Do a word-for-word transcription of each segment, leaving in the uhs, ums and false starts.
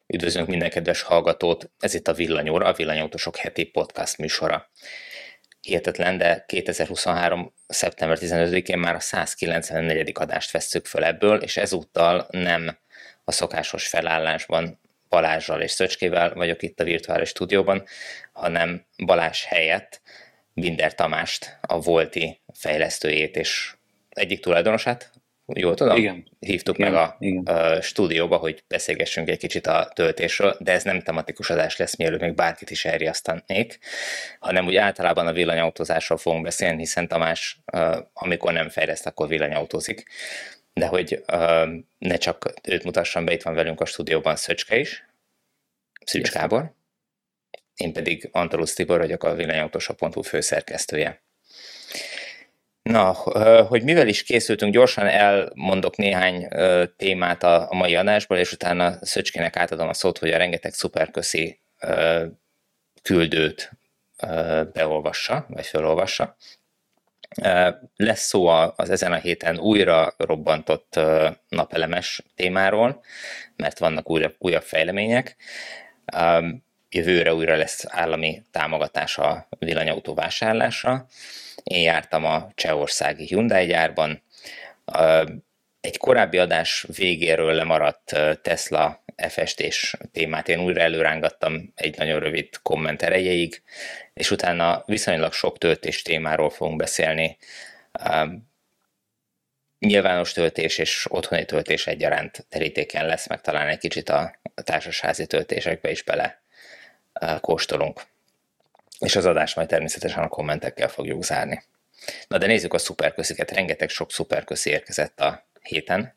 Üdvözlünk minden kedves hallgatót, ez itt a Villanyóra, a Villanyautósok heti podcast műsora. Hihetetlen, de kétezer-huszonhárom. szeptember tizenötödikén már a százkilencvennegyedik adást vesszük föl ebből, és ezúttal nem a szokásos felállásban Balázsral és Szöcskével vagyok itt a virtuális stúdióban, hanem Balázs helyett Binder Tamást, a Volti fejlesztőjét és egyik tulajdonosát, jól tudom? Igen. Hívtuk Igen. meg a, Igen. a stúdióba, hogy beszélgessünk egy kicsit a töltésről, de ez nem tematikus adás lesz, mielőtt még bárkit is elriasztanék, hanem úgy általában a villanyautózásról fogunk beszélni, hiszen Tamás, amikor nem fejleszt, akkor villanyautózik. De hogy ne csak őt mutassam be, itt van velünk a stúdióban Szöcske is, Szűcs Gábor, én pedig Antalusz Tibor vagyok, a villanyautósok pont hu főszerkesztője. Na, hogy mivel is készültünk, gyorsan elmondok néhány témát a mai adásból, és utána Szöcskének átadom a szót, hogy a rengeteg szuperköszi küldőt beolvassa, vagy felolvassa. Lesz szó az ezen a héten újra robbantott napelemes témáról, mert vannak újabb, újabb fejlemények. Jövőre újra lesz állami támogatás a villanyautó vásárlásra. Én jártam a csehországi Hyundai gyárban. Egy korábbi adás végéről lemaradt Tesla ef es dés témát én újra előrángattam egy nagyon rövid komment erejéig, és utána viszonylag sok töltés témáról fogunk beszélni. Nyilvános töltés és otthoni töltés egyaránt terítéken lesz, meg talán egy kicsit a társasházi töltésekbe is bele kóstolunk. És az adást majd természetesen a kommentekkel fogjuk zárni. Na de nézzük a szuperkösziket. Rengeteg sok szuperköszi érkezett a héten.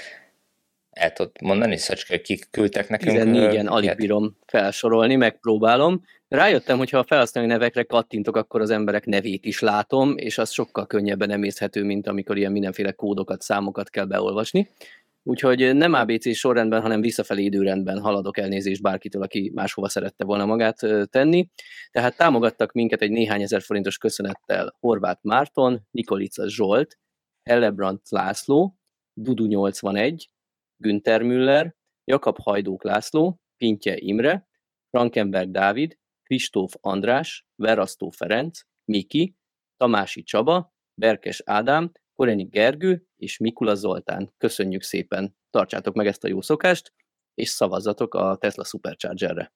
El tudod mondani, Szöcske, hogy kik küldtek nekünk? tizennégyen alig bírom felsorolni, megpróbálom. Rájöttem, hogy ha a felhasználói nevekre kattintok, akkor az emberek nevét is látom, és az sokkal könnyebben emészthető, mint amikor ilyen mindenféle kódokat, számokat kell beolvasni. Úgyhogy nem á bé cé sorrendben, hanem visszafelé időrendben haladok, elnézést bárkitől, aki máshova szerette volna magát tenni. Tehát támogattak minket egy néhány ezer forintos köszönettel Horváth Márton, Nikolica Zsolt, Hellebrandt László, Dudu nyolcvanegy, Günther Müller, Jakab Hajdók László, Pintje Imre, Frankenberg Dávid, Kristóf András, Verasztó Ferenc, Miki, Tamási Csaba, Berkes Ádám, Koreni Gergő és Mikula Zoltán. Köszönjük szépen, tartsátok meg ezt a jó szokást, és szavazzatok a Tesla Superchargerre.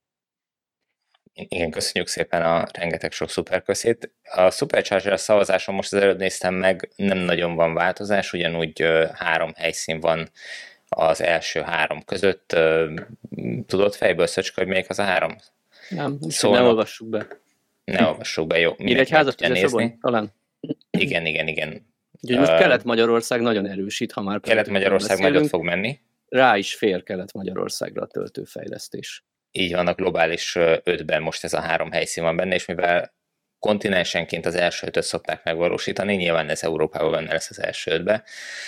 Igen, köszönjük szépen a rengeteg sok szuperköszét. A Supercharger szavazáson most az előbb néztem meg, nem nagyon van változás, ugyanúgy három helyszín van az első három között. Tudod fejből, Szöcske, hogy melyik az a három? Nem, szóval ne olvassuk be. Ne olvassuk be, jó. Ír egy házat nézni. Talán. Igen, igen, igen. Úgyhogy most Kelet-Magyarország nagyon erősít, ha már Kelet-Magyarország nagyot fog menni. Rá is fér Kelet-Magyarországra a töltőfejlesztés. Így van, a globális ötben most ez a három helyszín van benne, és mivel kontinensenként az első ötöt szokták megvalósítani, nyilván ez Európában benne lesz az első ötbe,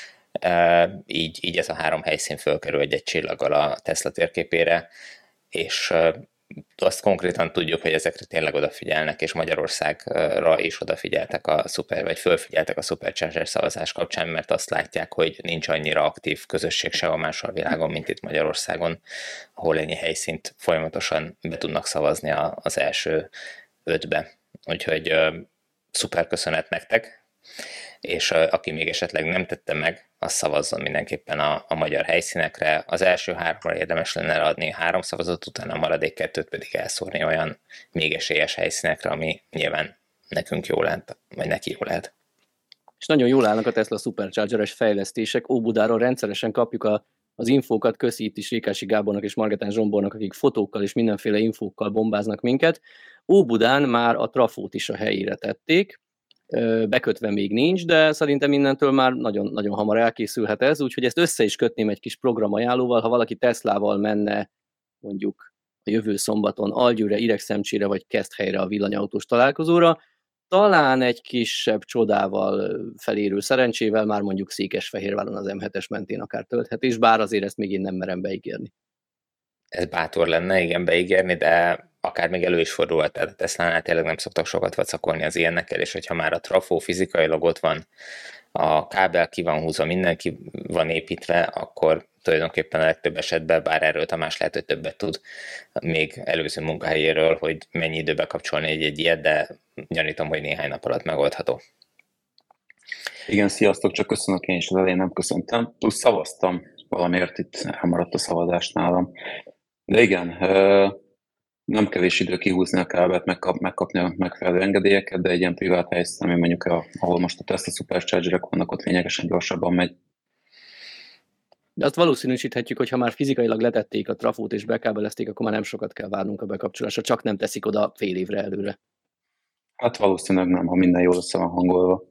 így, így ez a három helyszín fölkerül egy-egy csillaggal a Tesla térképére, és azt konkrétan tudjuk, hogy ezekre tényleg odafigyelnek, és Magyarországra is odafigyeltek a szuper, vagy fölfigyeltek a Supercharger szavazás kapcsán, mert azt látják, hogy nincs annyira aktív közösség sehol máshol a világon, mint itt Magyarországon, ahol ennyi helyszínt folyamatosan be tudnak szavazni az első ötbe. Úgyhogy szuper köszönet nektek, és aki még esetleg nem tette meg, az szavazzon mindenképpen a, a magyar helyszínekre. Az első háromra érdemes lenne adni három szavazatot, utána a maradék kettőt pedig elszórni olyan még esélyes helyszínekre, ami nyilván nekünk jó lehet, vagy neki jó lehet. És nagyon jól állnak a Tesla Supercharger-es fejlesztések. Óbudáról rendszeresen kapjuk a, az infókat, köszi itt is Rékási Gábornak és Margetán Zsombornak, akik fotókkal és mindenféle infókkal bombáznak minket. Óbudán már a trafót is a helyére tették, bekötve még nincs, de szerintem innentől már nagyon, nagyon hamar elkészülhet ez, úgyhogy ezt össze is kötném egy kis programajánlóval, ha valaki Teslával menne mondjuk a jövő szombaton Algyőre, Iregszemcsére vagy Keszthelyre a villanyautós találkozóra, talán egy kisebb csodával felérő szerencsével már mondjuk Székesfehérváron az em hetes mentén akár tölthet, és bár azért ezt még én nem merem beígérni. Ez bátor lenne, igen, beígérni, de akár még elő is fordulhat, tehát a Teslánál tényleg nem szoktak sokat vacakolni az ilyenekkel, és hogyha már a trafó fizikailag ott van, a kábel ki van húzva, mindenki van építve, akkor tulajdonképpen a legtöbb esetben, bár erről Tamás lehet, hogy többet tud még előző munkahelyéről, hogy mennyi időbe kapcsolni egy-egy ilyet, de gyanítom, hogy néhány nap alatt megoldható. Igen, sziasztok, csak köszönök, én is az elején nem köszöntem. Plusz szavaztam, valamiért itt elmaradt a szavazás nálam. De igen, nem kevés idő kihúzni a kábelt, megkap, megkapni a megfelelő engedélyeket, de egy ilyen privát helyszínen, ami mondjuk, a, ahol most a Tesla Superchargerek vannak, ott lényegesen gyorsabban megy. De azt valószínűsíthetjük, hogy ha már fizikailag letették a trafót és bekábelezték, akkor már nem sokat kell várnunk a bekapcsolásra, csak nem teszik oda fél évre előre. Hát valószínűleg nem, ha minden jól össze van hangolva.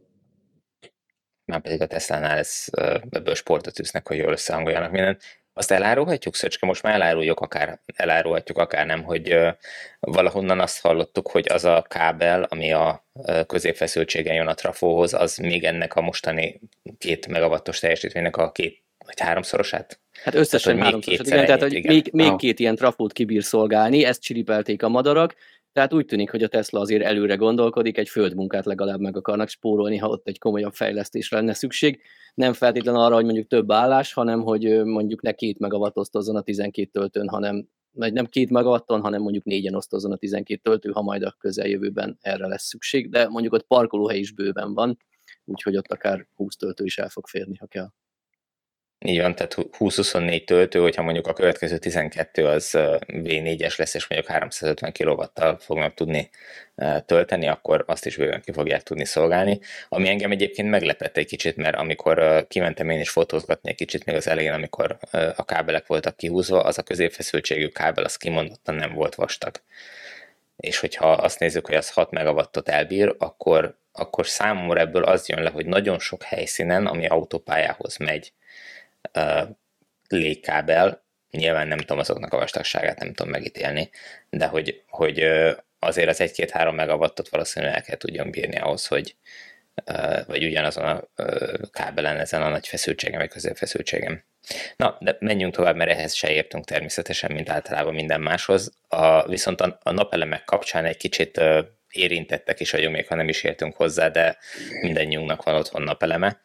Már pedig a Tesla-nál ez, ebből sportot tűznek, hogy jól összehangoljanak mindent. Azt elárulhatjuk, Szöcske, most már eláruljuk, akár, elárulhatjuk, akár nem, hogy valahonnan azt hallottuk, hogy az a kábel, ami a középfeszültségen jön a trafóhoz, az még ennek a mostani két megawattos teljesítménynek a két vagy háromszorosát? Hát összesen tehát, háromszorosát, igen, tehát hogy igen. még, még két ilyen trafót kibír szolgálni, ezt csiripelték a madarak, tehát úgy tűnik, hogy a Tesla azért előre gondolkodik, egy földmunkát legalább meg akarnak spórolni, ha ott egy komolyabb fejlesztésre lenne szükség. Nem feltétlenül arra, hogy mondjuk több állás, hanem hogy mondjuk ne két megawatt osztozzon a tizenkét töltőn, hanem nem két megawatton, hanem mondjuk négyen osztozzon a tizenkét töltő, ha majd a közeljövőben erre lesz szükség, de mondjuk ott parkolóhely is bőven van, úgyhogy ott akár húsz töltő is el fog férni, ha kell. Így van, tehát húsz-huszonnégy töltő, hogyha mondjuk a következő tizenkettő az vé négyes lesz, és mondjuk háromszázötven kilowattal fognak tudni tölteni, akkor azt is bőven ki fogják tudni szolgálni. Ami engem egyébként meglepett egy kicsit, mert amikor kimentem én is fotózgatni egy kicsit még az elején, amikor a kábelek voltak kihúzva, az a középfeszültségű kábel, az kimondottan nem volt vastag. És hogyha azt nézzük, hogy az hat megawattot elbír, akkor, akkor számomra ebből az jön le, hogy nagyon sok helyszínen, ami autópályához megy, Uh, légkábel, nyilván nem tudom azoknak a vastagságát, nem tudom megítélni, de hogy, hogy uh, azért az egy-két-három megawattot valószínűleg el kell tudjon bírni ahhoz, hogy uh, vagy ugyanazon a uh, kábelen ezen a nagy feszültségem, vagy középfeszültségem. Na, de menjünk tovább, mert ehhez se értünk természetesen, mint általában minden máshoz. A, viszont a, a napelemek kapcsán egy kicsit uh, érintettek is vagyunk, még ha nem is értünk hozzá, de mindannyiunknak van otthon napeleme.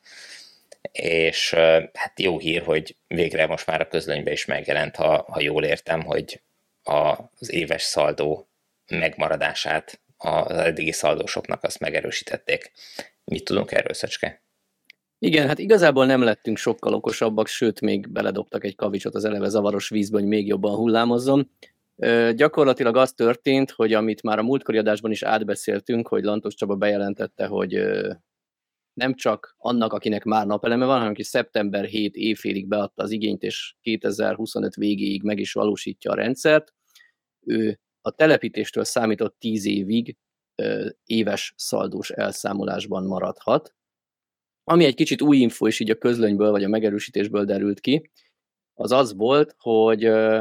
És hát jó hír, hogy végre most már a közlönyben is megjelent, ha, ha jól értem, hogy az éves szaldó megmaradását az eddigi szaldósoknak azt megerősítették. Mit tudunk erről, Szöcske? Igen, hát igazából nem lettünk sokkal okosabbak, sőt, még beledobtak egy kavicsot az eleve zavaros vízbe, hogy még jobban hullámozzon. Ö, gyakorlatilag az történt, hogy amit már a múltkori adásban is átbeszéltünk, hogy Lantos Csaba bejelentette, hogy ö, nem csak annak, akinek már napeleme van, hanem aki szeptember hetedike éjfélig beadta az igényt, és kétezer-huszonöt végéig meg is valósítja a rendszert. Ő a telepítéstől számított tíz évig ö, éves szaldós elszámolásban maradhat. Ami egy kicsit új info is így a közlönyből, vagy a megerősítésből derült ki, az az volt, hogy ö,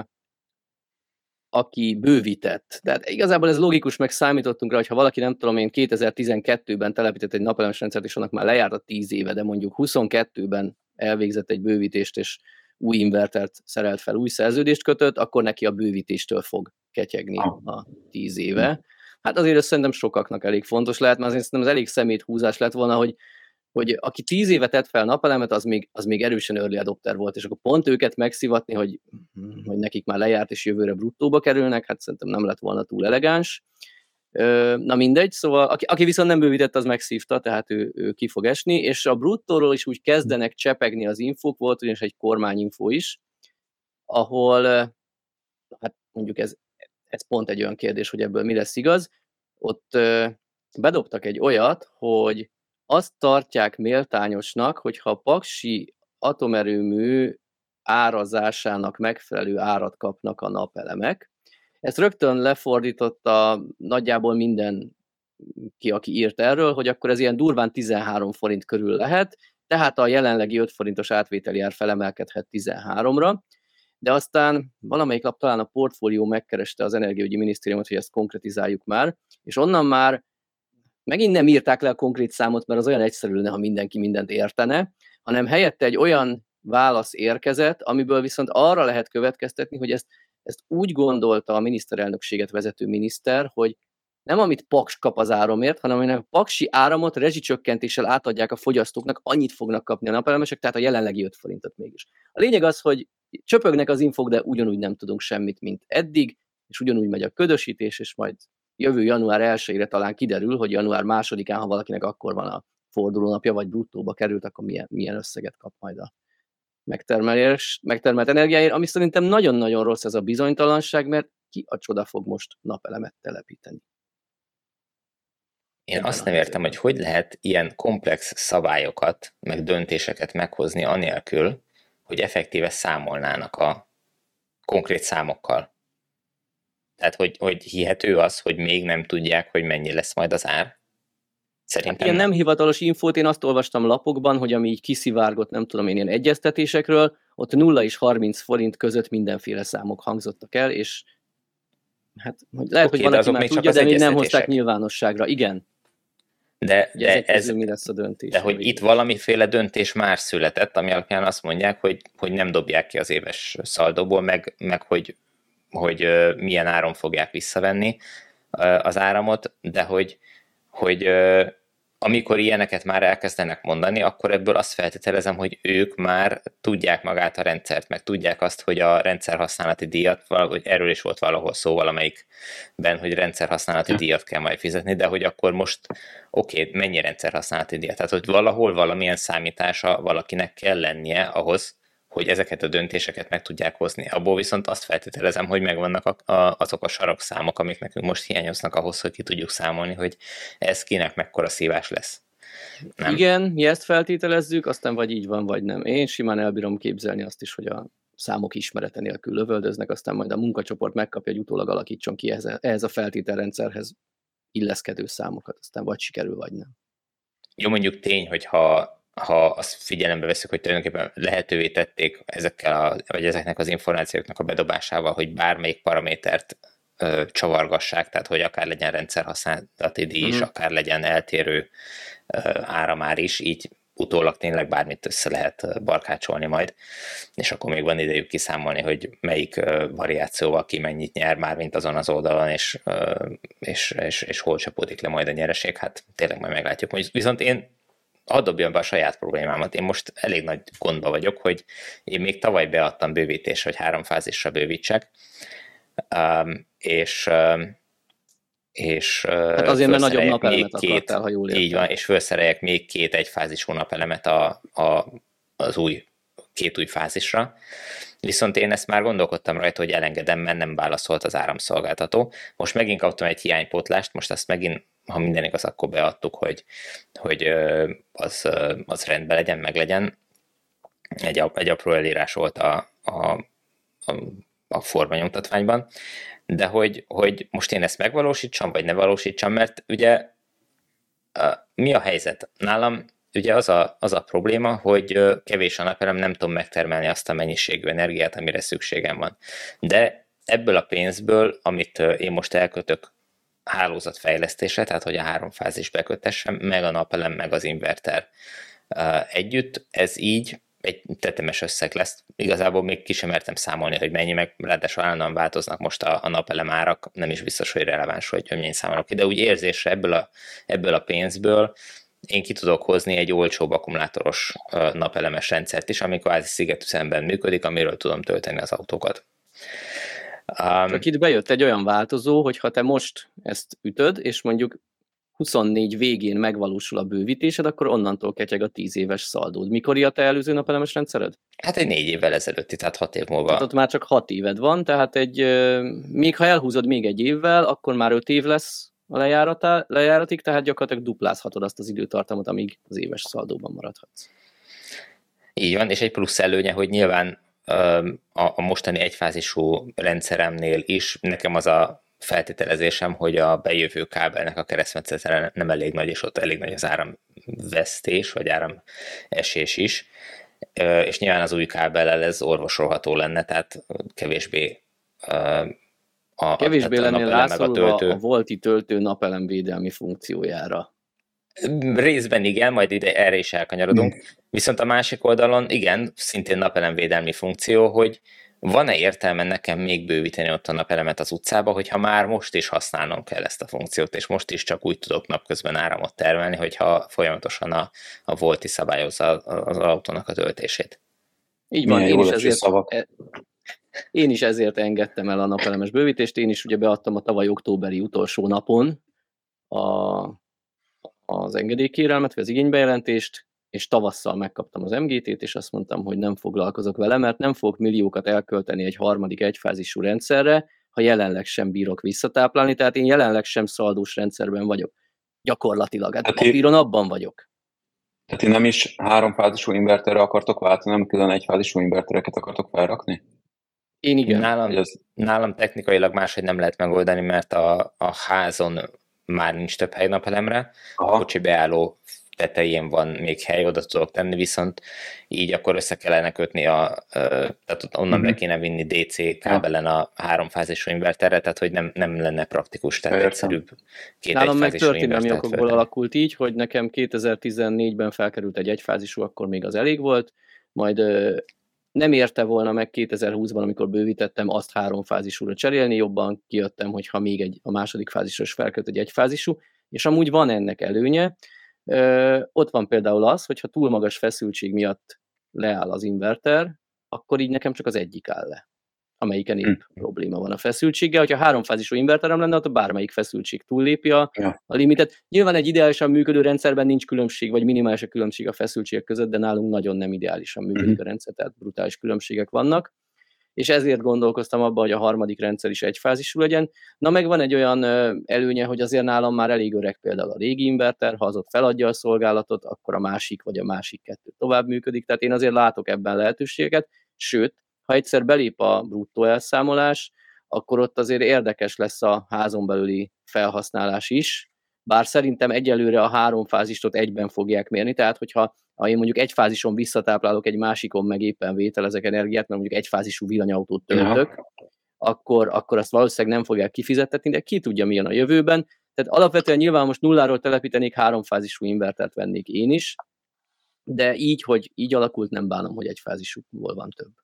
aki bővített. Tehát igazából ez logikus, meg számítottunk rá, hogy ha valaki, nem tudom én, kétezer-tizenkettőben telepített egy napelemes rendszert, és annak már lejárt a tíz éve, de mondjuk huszonkettőben elvégzett egy bővítést, és új invertert szerelt fel, új szerződést kötött, akkor neki a bővítéstől fog ketyegni a tíz éve. Hát azért ez szerintem sokaknak elég fontos lehet, mert azért szerintem ez elég szeméthúzás lett volna, hogy hogy aki tíz éve tett fel napelemet, az még, az még erősen early adopter volt, és akkor pont őket megszivatni, hogy, hogy nekik már lejárt, és jövőre bruttóba kerülnek, hát szerintem nem lett volna túl elegáns. Na mindegy, szóval aki, aki viszont nem bővített, az megszívta, tehát ő, ő ki fog esni, és a bruttóról is úgy kezdenek csepegni az infók, volt ugyanis egy kormányinfó is, ahol, hát mondjuk ez, ez pont egy olyan kérdés, hogy ebből mi lesz igaz, ott bedobtak egy olyat, hogy azt tartják méltányosnak, hogyha a paksi atomerőmű árazásának megfelelő árat kapnak a napelemek. Ezt rögtön lefordította nagyjából mindenki, aki írt erről, hogy akkor ez ilyen durván tizenhárom forint körül lehet, tehát a jelenlegi öt forintos átvételi ár felemelkedhet tizenháromra, de aztán valamelyik lap, talán a portfólió megkereste az Energiaügyi Minisztériumot, hogy ezt konkretizáljuk már, és onnan már megint nem írták le a konkrét számot, mert az olyan egyszerű lenne, ha mindenki mindent értene, hanem helyette egy olyan válasz érkezett, amiből viszont arra lehet következtetni, hogy ezt, ezt úgy gondolta a miniszterelnökséget vezető miniszter, hogy nem amit Paks kap az áramért, hanem aminek a paksi áramot rezsicsökkentéssel átadják a fogyasztóknak, annyit fognak kapni a napelemesek, tehát a jelenlegi öt forintot mégis. A lényeg az, hogy csöpögnek az infók, de ugyanúgy nem tudunk semmit, mint eddig, és ugyanúgy megy a ködösítés, és majd jövő január elsejére talán kiderül, hogy január másodikán, ha valakinek akkor van a fordulónapja, vagy bruttóba került, akkor milyen, milyen összeget kap majd a megtermelés, megtermelt energiáért, ami szerintem nagyon-nagyon rossz ez a bizonytalanság, mert ki a csoda fog most napelemet telepíteni. Én Ebben azt nem értem, hogy hogy lehet ilyen komplex szabályokat, meg döntéseket meghozni anélkül, hogy effektíve számolnának a konkrét számokkal. Tehát, hogy, hogy hihető az, hogy még nem tudják, hogy mennyi lesz majd az ár? Szerintem hát ilyen nem. nem hivatalos infót, én azt olvastam lapokban, hogy ami így kiszivárgott, nem tudom én, ilyen egyeztetésekről, ott nulla és harminc forint között mindenféle számok hangzottak el, és hát lehet, okay, hogy van, aki már tudja, de még nem hozták nyilvánosságra. Igen. De, de, ez, mi lesz a döntés? De hogy itt valamiféle döntés már született, ami alapján azt mondják, hogy, hogy nem dobják ki az éves szaldóból, meg, meg hogy, hogy milyen áron fogják visszavenni az áramot, de hogy, hogy amikor ilyeneket már elkezdenek mondani, akkor ebből azt feltételezem, hogy ők már tudják magát a rendszert, meg tudják azt, hogy a rendszerhasználati díjat, valahogy erről is volt valahol szó valamelyikben, hogy rendszerhasználati ja. díjat kell majd fizetni, de hogy akkor most oké, okay, mennyi rendszerhasználati díjat? Tehát, hogy valahol valamilyen számítása valakinek kell lennie ahhoz, hogy ezeket a döntéseket meg tudják hozni. Abból viszont azt feltételezem, hogy megvannak a, a, azok a sarokszámok, amik nekünk most hiányoznak ahhoz, hogy ki tudjuk számolni, hogy ez kinek mekkora szívás lesz. Nem? Igen, mi ezt feltételezzük, aztán vagy így van, vagy nem. Én simán elbírom képzelni azt is, hogy a számok ismerete nélkül lövöldöznek, aztán majd a munkacsoport megkapja, hogy utólag alakítson ki ehhez, ehhez a feltételrendszerhez illeszkedő számokat, aztán vagy sikerül, vagy nem. Jó, mondjuk tény, hogyha ha azt figyelembe veszük, hogy tulajdonképpen lehetővé tették ezekkel a, vagy ezeknek az információknak a bedobásával, hogy bármelyik paramétert ö, csavargassák, tehát hogy akár legyen rendszerhasználati díj is, mm. akár legyen eltérő ö, áramár is, így utólag tényleg bármit össze lehet barkácsolni majd, és akkor még van idejük kiszámolni, hogy melyik ö, variációval ki mennyit nyer már, mint azon az oldalon, és, ö, és, és, és hol csapódik le majd a nyereség, hát tényleg majd meglátjuk. Viszont én hadd dobjam be a saját problémámat. Én most elég nagy gondba vagyok, hogy én még tavaly beadtam bővítésre, hogy három fázisra bővítsek, um, és um, és hát azért, mert nagyobb napelemet akartál, ha jól értem. Így van, és felszereljek még két egyfázisú napelemet a, a, az új, két új fázisra. Viszont én ezt már gondolkodtam rajta, hogy elengedem, mert nem válaszolt az áramszolgáltató. Most megint kaptam egy hiánypótlást, most azt megint, ha minden igaz, akkor beadtuk, hogy, hogy az, az rendben legyen, meg legyen. Egy, egy apró elírás volt a, a, a, a formanyomtatványban, de hogy, hogy most én ezt megvalósítsam, vagy ne valósítsam, mert ugye mi a helyzet? Nálam ugye az a, az a probléma, hogy kevés a napelem, nem tudom megtermelni azt a mennyiségű energiát, amire szükségem van. De ebből a pénzből, amit én most elkötök hálózatfejlesztésre, tehát hogy a három fázis bekötessem, meg a napelem, meg az inverter együtt, ez így egy tetemes összeg lesz. Igazából még ki sem mertem számolni, hogy mennyi, meg ráadásul állandóan változnak most a, a napelem árak, nem is biztos, hogy releváns, hogy mennyi számolok ki, de úgy érzésre ebből a, ebből a pénzből én ki tudok hozni egy olcsóbb akkumulátoros napelemes rendszert is, ami kvázi szigetüzemben működik, amiről tudom tölteni az autókat. Um, Csak itt bejött egy olyan változó, hogy ha te most ezt ütöd, és mondjuk huszonnégy végén megvalósul a bővítésed, akkor onnantól ketyeg a tíz éves szaldód. Mikor jött a előző napelemes rendszered? Hát egy négy évvel ezelőtti, tehát hat év múlva. Tehát ott már csak hat éved van, tehát egy, még ha elhúzod még egy évvel, akkor már öt év lesz a lejáratá, lejáratig, tehát gyakorlatilag duplázhatod azt az időtartamot, amíg az éves szaldóban maradhatsz. Így van, és egy plusz előnye, hogy nyilván a mostani egyfázisú rendszeremnél is nekem az a feltételezésem, hogy a bejövő kábelnek a keresztmetszete nem elég nagy, és ott elég nagy az áramvesztés, vagy áramesés is, és nyilván az új kábellel ez orvosolható lenne, tehát kevésbé a, kevésbé lenne rászorulva a, a volti töltő napelemvédelmi funkciójára. Részben igen, majd ide erre is elkanyarodunk. Mm. Viszont a másik oldalon igen, szintén napelemvédelmi funkció, hogy van-e értelme nekem még bővíteni ott a napelemet az utcába, hogyha már most is használnom kell ezt a funkciót, és most is csak úgy tudok napközben áramot termelni, hogyha folyamatosan a, a volti szabályozza az autónak a töltését. Így van, én is, ezért, én is ezért engedtem el a napelemes bővítést, én is ugye beadtam a tavaly októberi utolsó napon a, az engedélykérelmet, vagy az igénybejelentést, és tavasszal megkaptam az em gé té-t, és azt mondtam, hogy nem foglalkozok vele, mert nem fogok milliókat elkölteni egy harmadik egyfázisú rendszerre, ha jelenleg sem bírok visszatáplálni, tehát én jelenleg sem szaldós rendszerben vagyok. Gyakorlatilag, hát papíron abban vagyok. Tehát ti nem is háromfázisú inverterre akartok váltani, nem külön egyfázisú invertereket akartok felrakni? Én igen. Nálam, az... nálam technikailag máshogy nem lehet megoldani, mert a, a házon már nincs több hely napelemre, a kocsi beálló tetején van még hely, oda tudok tenni, viszont így akkor össze kellene kötni, a, tehát onnan uh-huh. be kéne vinni dé cé kábelen a háromfázisú inverterre, tehát hogy nem, nem lenne praktikus, tehát Értem. egyszerűbb két Nálam meg történelmi okokból alakult így, hogy nekem kétezer-tizennégyben felkerült egy egyfázisú, akkor még az elég volt, majd nem érte volna meg kétezer-húszban, amikor bővítettem, azt háromfázisúra cserélni, jobban kijöttem, hogyha még egy, a második fázisra is felkerült egy egyfázisú, és amúgy van ennek előnye. Ö, ott van például az, hogyha túl magas feszültség miatt leáll az inverter, akkor így nekem csak az egyik áll le, amelyiken épp hmm. probléma van a feszültséggel. Hogyha háromfázisú inverterem lenne, akkor bármelyik feszültség túllépi a, ja. a limitet. Nyilván egy ideálisan működő rendszerben nincs különbség, vagy minimális a különbség a feszültségek között, de nálunk nagyon nem ideálisan működik hmm. a rendszer, tehát brutális különbségek vannak. És ezért gondolkoztam abban, hogy a harmadik rendszer is egyfázisú legyen. Na meg van egy olyan előnye, hogy azért nálam már elég öreg például a régi inverter, ha az ott feladja a szolgálatot, akkor a másik vagy a másik kettő tovább működik, tehát én azért látok ebben lehetőségeket, sőt, ha egyszer belép a bruttó elszámolás, akkor ott azért érdekes lesz a házon belüli felhasználás is, bár szerintem egyelőre a három fázist ott egyben fogják mérni, tehát hogyha ha én mondjuk egy fázison visszatáplálok, egy másikon meg éppen vételezek energiát, mert mondjuk egyfázisú villanyautót töltök, akkor, akkor azt valószínűleg nem fogják kifizettetni, de ki tudja, milyen a jövőben. Tehát alapvetően nyilván most nulláról telepítenék, háromfázisú invertert vennék én is, de így, hogy így alakult, nem bánom, hogy egyfázisúból van több.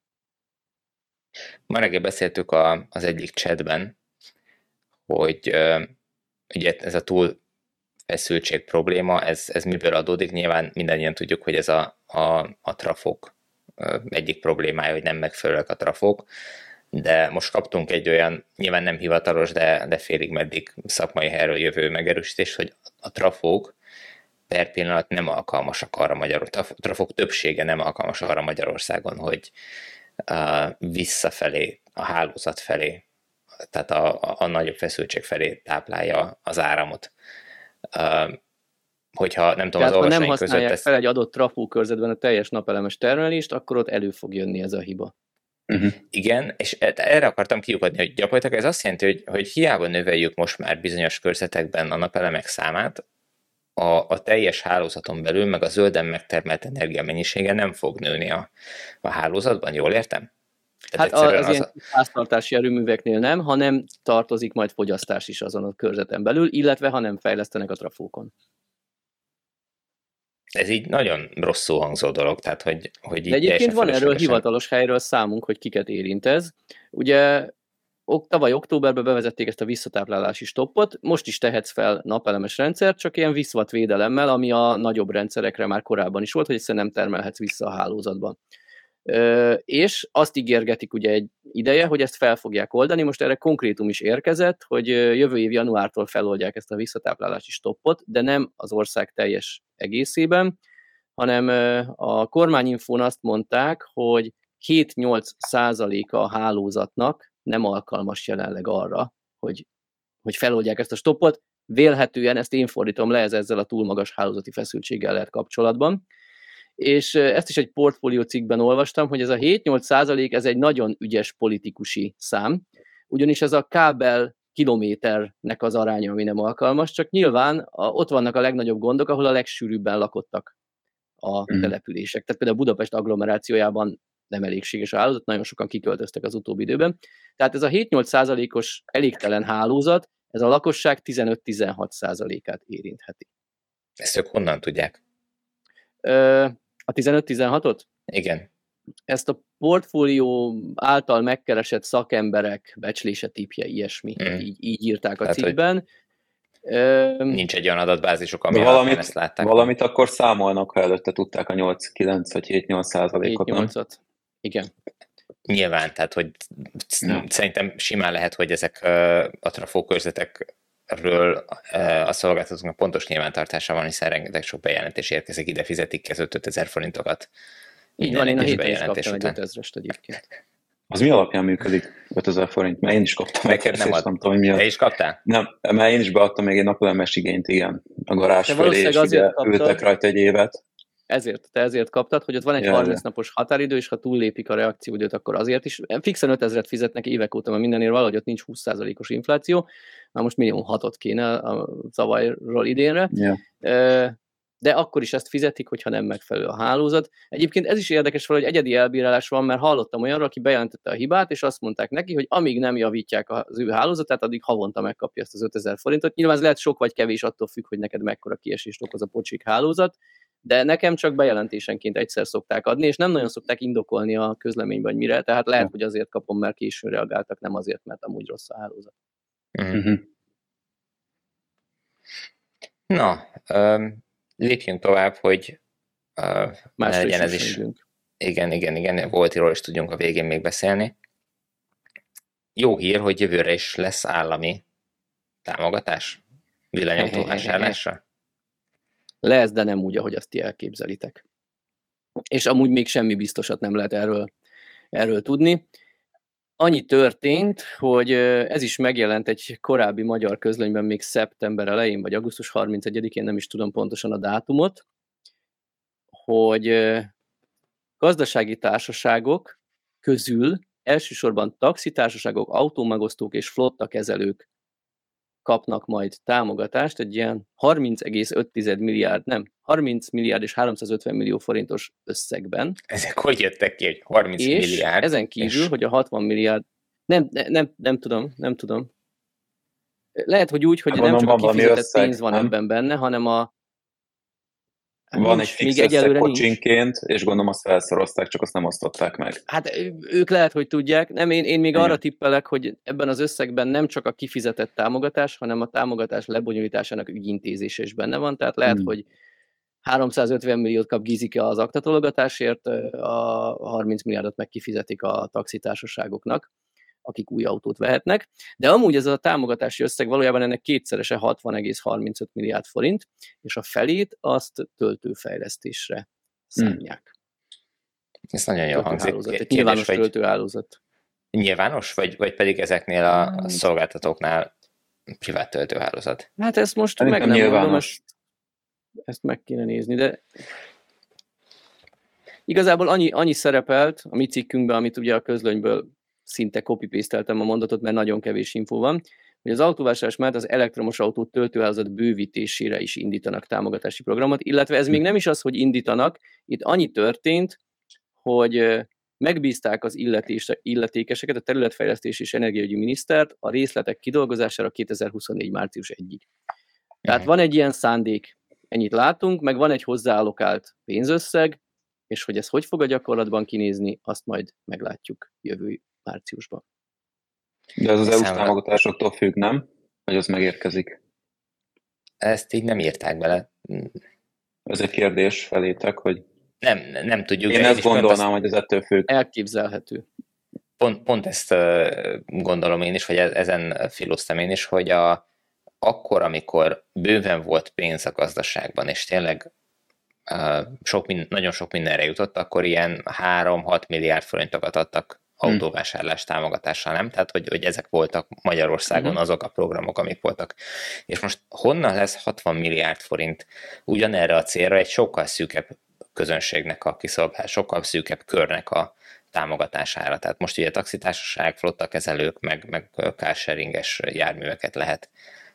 Ma reggel beszéltük a, az egyik chatben, hogy uh, ugye ez a túl feszültség probléma, ez, ez miből adódik? Nyilván mindannyian tudjuk, hogy ez a, a, a trafok egyik problémája, hogy nem megfelelőek a trafok, de most kaptunk egy olyan, nyilván nem hivatalos, de, de félig meddig szakmai helyről jövő megerősítést, hogy a trafók per pillanat nem alkalmasak arra Magyarországon, a trafok többsége nem alkalmas arra Magyarországon, hogy uh, visszafelé, a hálózat felé, tehát a, a, a nagyobb feszültség felé táplálja az áramot. Uh, hogyha nem tudom, tehát, az olvasóink között... ha nem használják ezt... fel egy adott trafókörzetben a teljes napelemes termelést, akkor ott elő fog jönni ez a hiba. Uh-huh. Igen, és erre akartam kiukadni, hogy gyakorlatilag ez azt jelenti, hogy, hogy hiába növeljük most már bizonyos körzetekben a napelemek számát, a, a teljes hálózaton belül, meg a zölden megtermelt energia mennyisége nem fog nőni a, a hálózatban, jól értem? Tehát hát az, az ilyen háztartási erőműveknél nem, hanem tartozik majd fogyasztás is azon a körzeten belül, illetve ha nem fejlesztenek a trafókon. Ez így nagyon rosszul hangzó dolog, tehát hogy, hogy így de egyébként van erről hivatalos helyről számunk, hogy kiket érint ez. Ugye tavaly októberben bevezették ezt a visszatáplálási stoppot, most is tehetsz fel napelemes rendszert, csak ilyen viszvat védelemmel, ami a nagyobb rendszerekre már korábban is volt, hogy egyszerűen nem termelhetsz vissza a hálózatban. Ö, és azt ígérgetik ugye egy ideje, hogy ezt fel fogják oldani, most erre konkrétum is érkezett, hogy jövő év januártól feloldják ezt a visszatáplálási stoppot, de nem az ország teljes egészében, hanem a kormányinfón azt mondták, hogy hét-nyolc százaléka a hálózatnak nem alkalmas jelenleg arra, hogy, hogy feloldják ezt a stoppot. Vélhetően ezt én fordítom le, ez ezzel a túl magas hálózati feszültséggel lehet kapcsolatban. És ezt is egy portfólió cikkben olvastam, hogy ez a hét-nyolc százalék ez egy nagyon ügyes politikusi szám, ugyanis ez a kábel kilométernek az aránya, ami nem alkalmas, csak nyilván a, ott vannak a legnagyobb gondok, ahol a legsűrűbben lakottak a mm. települések. Tehát például Budapest agglomerációjában nem elégséges a hálózat, nagyon sokan kiköltöztek az utóbbi időben. Tehát ez a hét-nyolc százalékos elégtelen hálózat, ez a lakosság tizenöt-tizenhat százalékát érintheti. Ezt ők honnan tudják? Ö, a tizenöt-tizenhatot? Igen. ezt a portfólió által megkeresett szakemberek becslése tippje, ilyesmi. Mm. Így, így írták a Tehát, cikkben. Nincs egy olyan adatbázisuk, ami valamit, ezt látták. Valamit akkor számolnak, ha előtte tudták a nyolc kilenc vagy hét nyolc százalékot, nem? Igen. Nyilván, tehát hogy ja. Szerintem simán lehet, hogy ezek a trafókörzetekről a szolgáltatóknak pontos nyilvántartása van, hiszen rengeteg sok bejelentés érkezik, ide fizetik ki az ötezer forintokat. Így van, én a héten is kaptam egy ötezrest egyébként. Az mi alapján működik ötezer forint? Mert én is kaptam. Neked nem, ad... nem tudom, hogy mi Te is kaptál? Nem, mert én is beadtam még egy napelemás igényt, igen. A garázs fölé, és ugye ültek rajta egy évet. Ezért, te ezért kaptad, hogy ott van egy ja, harminc napos határidő, és ha túllépik a reakcióidőt, akkor azért is. Fixen ötezret fizetnek évek óta, mert mindenért valahogy ott nincs húsz százalékos infláció, már most millió hatot kéne a zavajról idénre. Ja. De akkor is ezt fizetik, hogyha nem megfelelő a hálózat. Egyébként ez is érdekes, hogy egyedi elbírálás van, mert hallottam olyanról, aki bejelentette a hibát, és azt mondták neki, hogy amíg nem javítják az ő hálózatát, addig havonta megkapja ezt az ötezer forintot. Nyilván ez lehet sok vagy kevés, attól függ, hogy neked mekkora kiesést okoz a pocsik hálózat, de nekem csak bejelentésenként egyszer szokták adni, és nem nagyon szokták indokolni a közleményben, hogy mire, tehát lehet, hogy azért kapom, mert későn reagáltak, nem azért, mert amúgy rossz a hálózat. Uh-huh. Na, um... lépjünk tovább, hogy uh, legyen ez is. Időnk. Igen, igen, igen, Voltiról is tudjunk a végén még beszélni. Jó hír, hogy jövőre is lesz állami támogatás villanyautó vásárlásra. Lesz, de nem úgy, ahogy azt ti elképzelitek. És amúgy még semmi biztosat nem lehet erről, erről tudni. Annyi történt, hogy ez is megjelent egy korábbi magyar közlönyben még szeptember elején, vagy augusztus harmincegyedikén, nem is tudom pontosan a dátumot, hogy gazdasági társaságok közül elsősorban taxitársaságok, autómegosztók és flottakezelők kapnak majd támogatást, egy ilyen harminc egész öt milliárd, nem, harminc milliárd és háromszázötven millió forintos összegben. Ezek hogy jöttek ki, hogy harminc és milliárd? ezen kívül, és... hogy a hatvan milliárd, nem, nem, nem tudom, nem tudom. Lehet, hogy úgy, hogy hát nem csak a kifizetett összeg, pénz van nem? ebben benne, hanem a Hát van egy fix összeg kocsinként, és gondolom azt felszorozták, csak azt nem osztották meg. Hát ők lehet, hogy tudják. Nem, én, én még Igen. arra tippelek, hogy ebben az összegben nem csak a kifizetett támogatás, hanem a támogatás lebonyolításának ügyintézése is benne van. Tehát lehet, hmm. hogy háromszázötven milliót kap Gizike az aktatologatásért, a harminc milliárdot meg kifizetik a taxitársaságoknak, akik új autót vehetnek. De amúgy ez a támogatási összeg valójában ennek kétszerese hatvan egész harmincöt milliárd forint, és a felét azt töltőfejlesztésre szánják. Hmm. Ez nagyon jól hangzik. Egy nyilvános vagy, töltőhálózat. Nyilvános, vagy, vagy pedig ezeknél a, a szolgáltatóknál privát töltőhálózat? Hát ezt most hát meg nem mondom, ezt, ezt meg kéne nézni, de igazából annyi, annyi szerepelt a mi cikkünkben, amit ugye a közlönyből szinte copy-pasteltem a mondatot, mert nagyon kevés infó van, hogy az autóvásárlás mellett az elektromos autó töltőhálózat bővítésére is indítanak támogatási programot, illetve ez még nem is az, hogy indítanak, itt annyi történt, hogy megbízták az illetékeseket, a területfejlesztés és energiaügyi minisztert a részletek kidolgozására kétezer-huszonnégy március elsejéig. Tehát van egy ilyen szándék, ennyit látunk, meg van egy hozzáallokált pénzösszeg, és hogy ez hogy fog a gyakorlatban kinézni, azt majd meglátjuk jövő márciusban. De ez az é u-s támogatásoktól függ, nem? Hogy az megérkezik? Ezt így nem írták bele. Ez egy kérdés felétek, hogy... Nem, nem tudjuk. Én ezt gondolnám, hogy ez ettől függ. Elképzelhető. Pont, pont ezt gondolom én is, vagy ezen filóztam én is, hogy a, akkor, amikor bőven volt pénz a gazdaságban, és tényleg sok, nagyon sok mindenre jutott, akkor ilyen három-hat milliárd forintokat adtak autóvásárlás támogatással, nem? Tehát, hogy, hogy ezek voltak Magyarországon uh-huh. azok a programok, amik voltak. És most honnan lesz hatvan milliárd forint ugyanerre a célra egy sokkal szűkebb közönségnek a kiszolgál, sokkal szűkebb körnek a támogatására. Tehát most ugye taxitársaság, flottakezelők, meg, meg carsharinges járműveket lehet.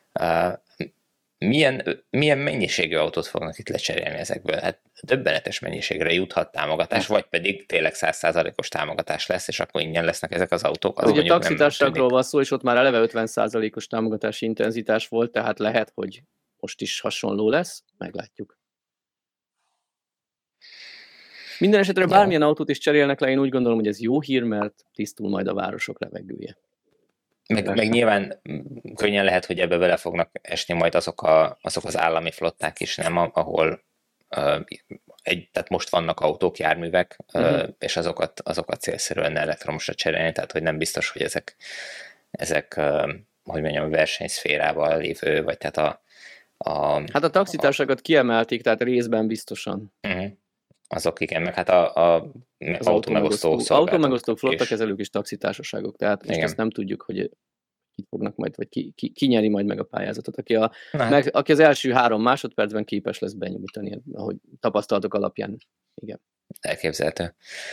Milyen, milyen mennyiségű autót fognak itt lecserélni ezekből? Hát döbbenetes mennyiségre juthat támogatás, vagy pedig tényleg száz százalékos támogatás lesz, és akkor ingyen lesznek ezek az autók. Az ugye a taxitársaságról van szó, és ott már eleve ötven százalékos támogatási intenzitás volt, tehát lehet, hogy most is hasonló lesz, meglátjuk. Minden esetre bármilyen autót is cserélnek le, én úgy gondolom, hogy ez jó hír, mert tisztul majd a városok levegője. Meg, meg nyilván könnyen lehet, hogy ebbe bele fognak esni majd azok, a, azok az állami flották is, nem, ahol uh, egy, tehát most vannak autók, járművek, uh-huh. uh, és azokat, azokat célszerűen elektromosra cserélni, tehát hogy nem biztos, hogy ezek, ezek uh, hogy mondjam, versenyszférával lévő, vagy tehát a... a hát a taxitársakat a, kiemelték, tehát részben biztosan. Uh-huh. Azok igen, meg hát a, a autómegosztó autómegosztó flottakezelők és taxitársaságok, tehát most ezt nem tudjuk, hogy ki fognak majd, vagy ki, ki, ki nyeri majd meg a pályázatot, aki, a, meg, aki az első három másodpercben képes lesz benyújtani, ahogy tapasztalatok alapján. Igen. Elképzelhető.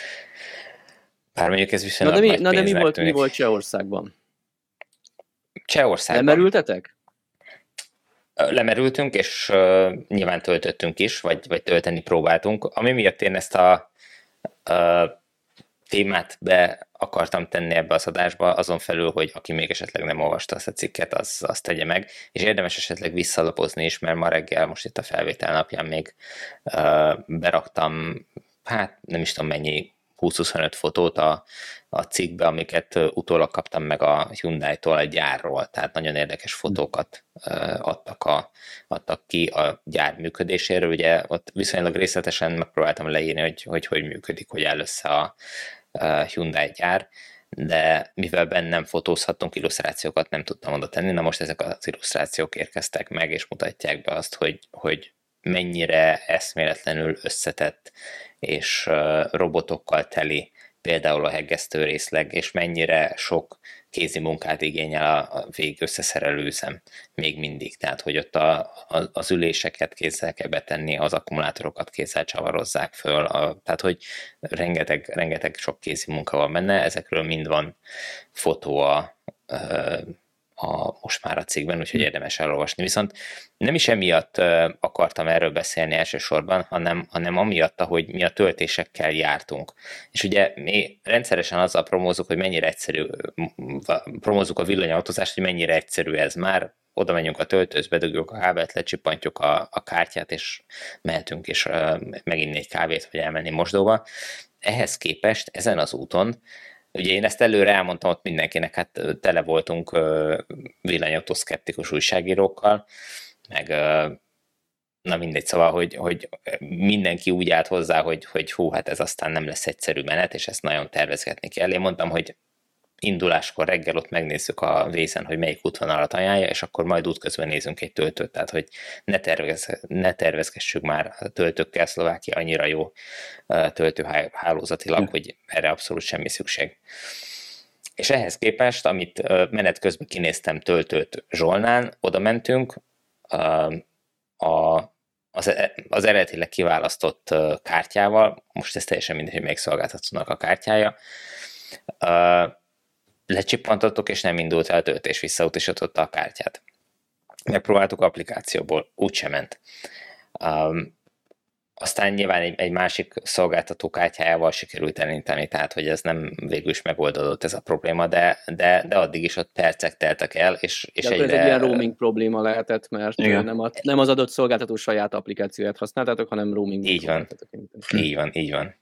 Bár mondjuk ez viszonylag na de mi, nagy na de mi volt, tűnik. mi volt Csehországban? Csehországban. Lemerültetek? Lemerültünk, és uh, nyilván töltöttünk is, vagy, vagy tölteni próbáltunk. Ami miatt én ezt a uh, témát be akartam tenni ebbe az adásba, azon felül, hogy aki még esetleg nem olvasta azt a cikket, az, azt tegye meg, és érdemes esetleg visszalapozni is, mert ma reggel, most itt a felvétel napján még uh, beraktam, hát nem is tudom mennyi, húsz-huszonöt fotót a, a cikkbe, amiket utólag kaptam meg a Hyundai-tól a gyárról, tehát nagyon érdekes fotókat uh, adtak, a, adtak ki a gyár működéséről. Ugye ott viszonylag részletesen megpróbáltam leírni, hogy hogy, hogy működik, hogy áll össze a, a Hyundai gyár, de mivel benne nem fotózhattunk, illusztrációkat nem tudtam oda tenni, na most ezek az illusztrációk érkeztek meg, és mutatják be azt, hogy, hogy mennyire eszméletlenül összetett és robotokkal teli például a heggesztő részleg, és mennyire sok kézi munkát igényel a vég összeszerelő üzem még mindig. Tehát, hogy ott a, a, az üléseket kézzel kell betenni, az akkumulátorokat kézzel csavarozzák föl, a, tehát, hogy rengeteg, rengeteg sok kézi munka van benne, ezekről mind van fotó a, a, most már a cikkben, úgyhogy érdemes elolvasni. Viszont nem is emiatt akartam erről beszélni elsősorban, hanem, hanem amiatt, hogy mi a töltésekkel jártunk. És ugye mi rendszeresen azzal promózunk, hogy mennyire egyszerű, promózunk a villanyautózást, hogy mennyire egyszerű ez már. Oda menjünk a töltőhöz, bedugjuk a kábelt, lecsippantjuk a, a kártyát, és mehetünk is meginni egy kávét, vagy elmenni mosdóba. Ehhez képest ezen az úton, ugye én ezt előre elmondtam ott mindenkinek, hát tele voltunk villanyautó szkeptikus újságírókkal, meg na mindegy, szóval, hogy, hogy mindenki úgy állt hozzá, hogy, hogy hú, hát ez aztán nem lesz egyszerű menet, és ezt nagyon tervezgetni kell. Én mondtam, hogy induláskor reggel ott megnézzük a Waze-en, hogy melyik útvonalat ajánlja, és akkor majd útközben nézünk egy töltőt, tehát hogy ne, tervez, ne tervezgessük már a töltőkkel, Szlovákia annyira jó töltőhálózatilag, hogy erre abszolút semmi szükség. És ehhez képest, amit menet közben kinéztem töltőt Zsolnán, oda mentünk, a, az, az eredetileg kiválasztott kártyával, most ez teljesen mindegy, hogy melyik szolgáltatónak a kártyája, lecsippantottuk, és nem indult el a töltés, visszautasította a kártyát. Megpróbáltuk applikációból, úgysem ment. Um, aztán nyilván egy, egy másik szolgáltató kártyájával sikerült elinteni, tehát hogy ez nem végül is megoldódott ez a probléma, de, de, de addig is ott percek teltek el, és, és de egyre... ez egy ilyen roaming probléma lehetett, mert nem, a, nem az adott szolgáltató saját applikációját használtátok, hanem roaming. Így van, így van, így van.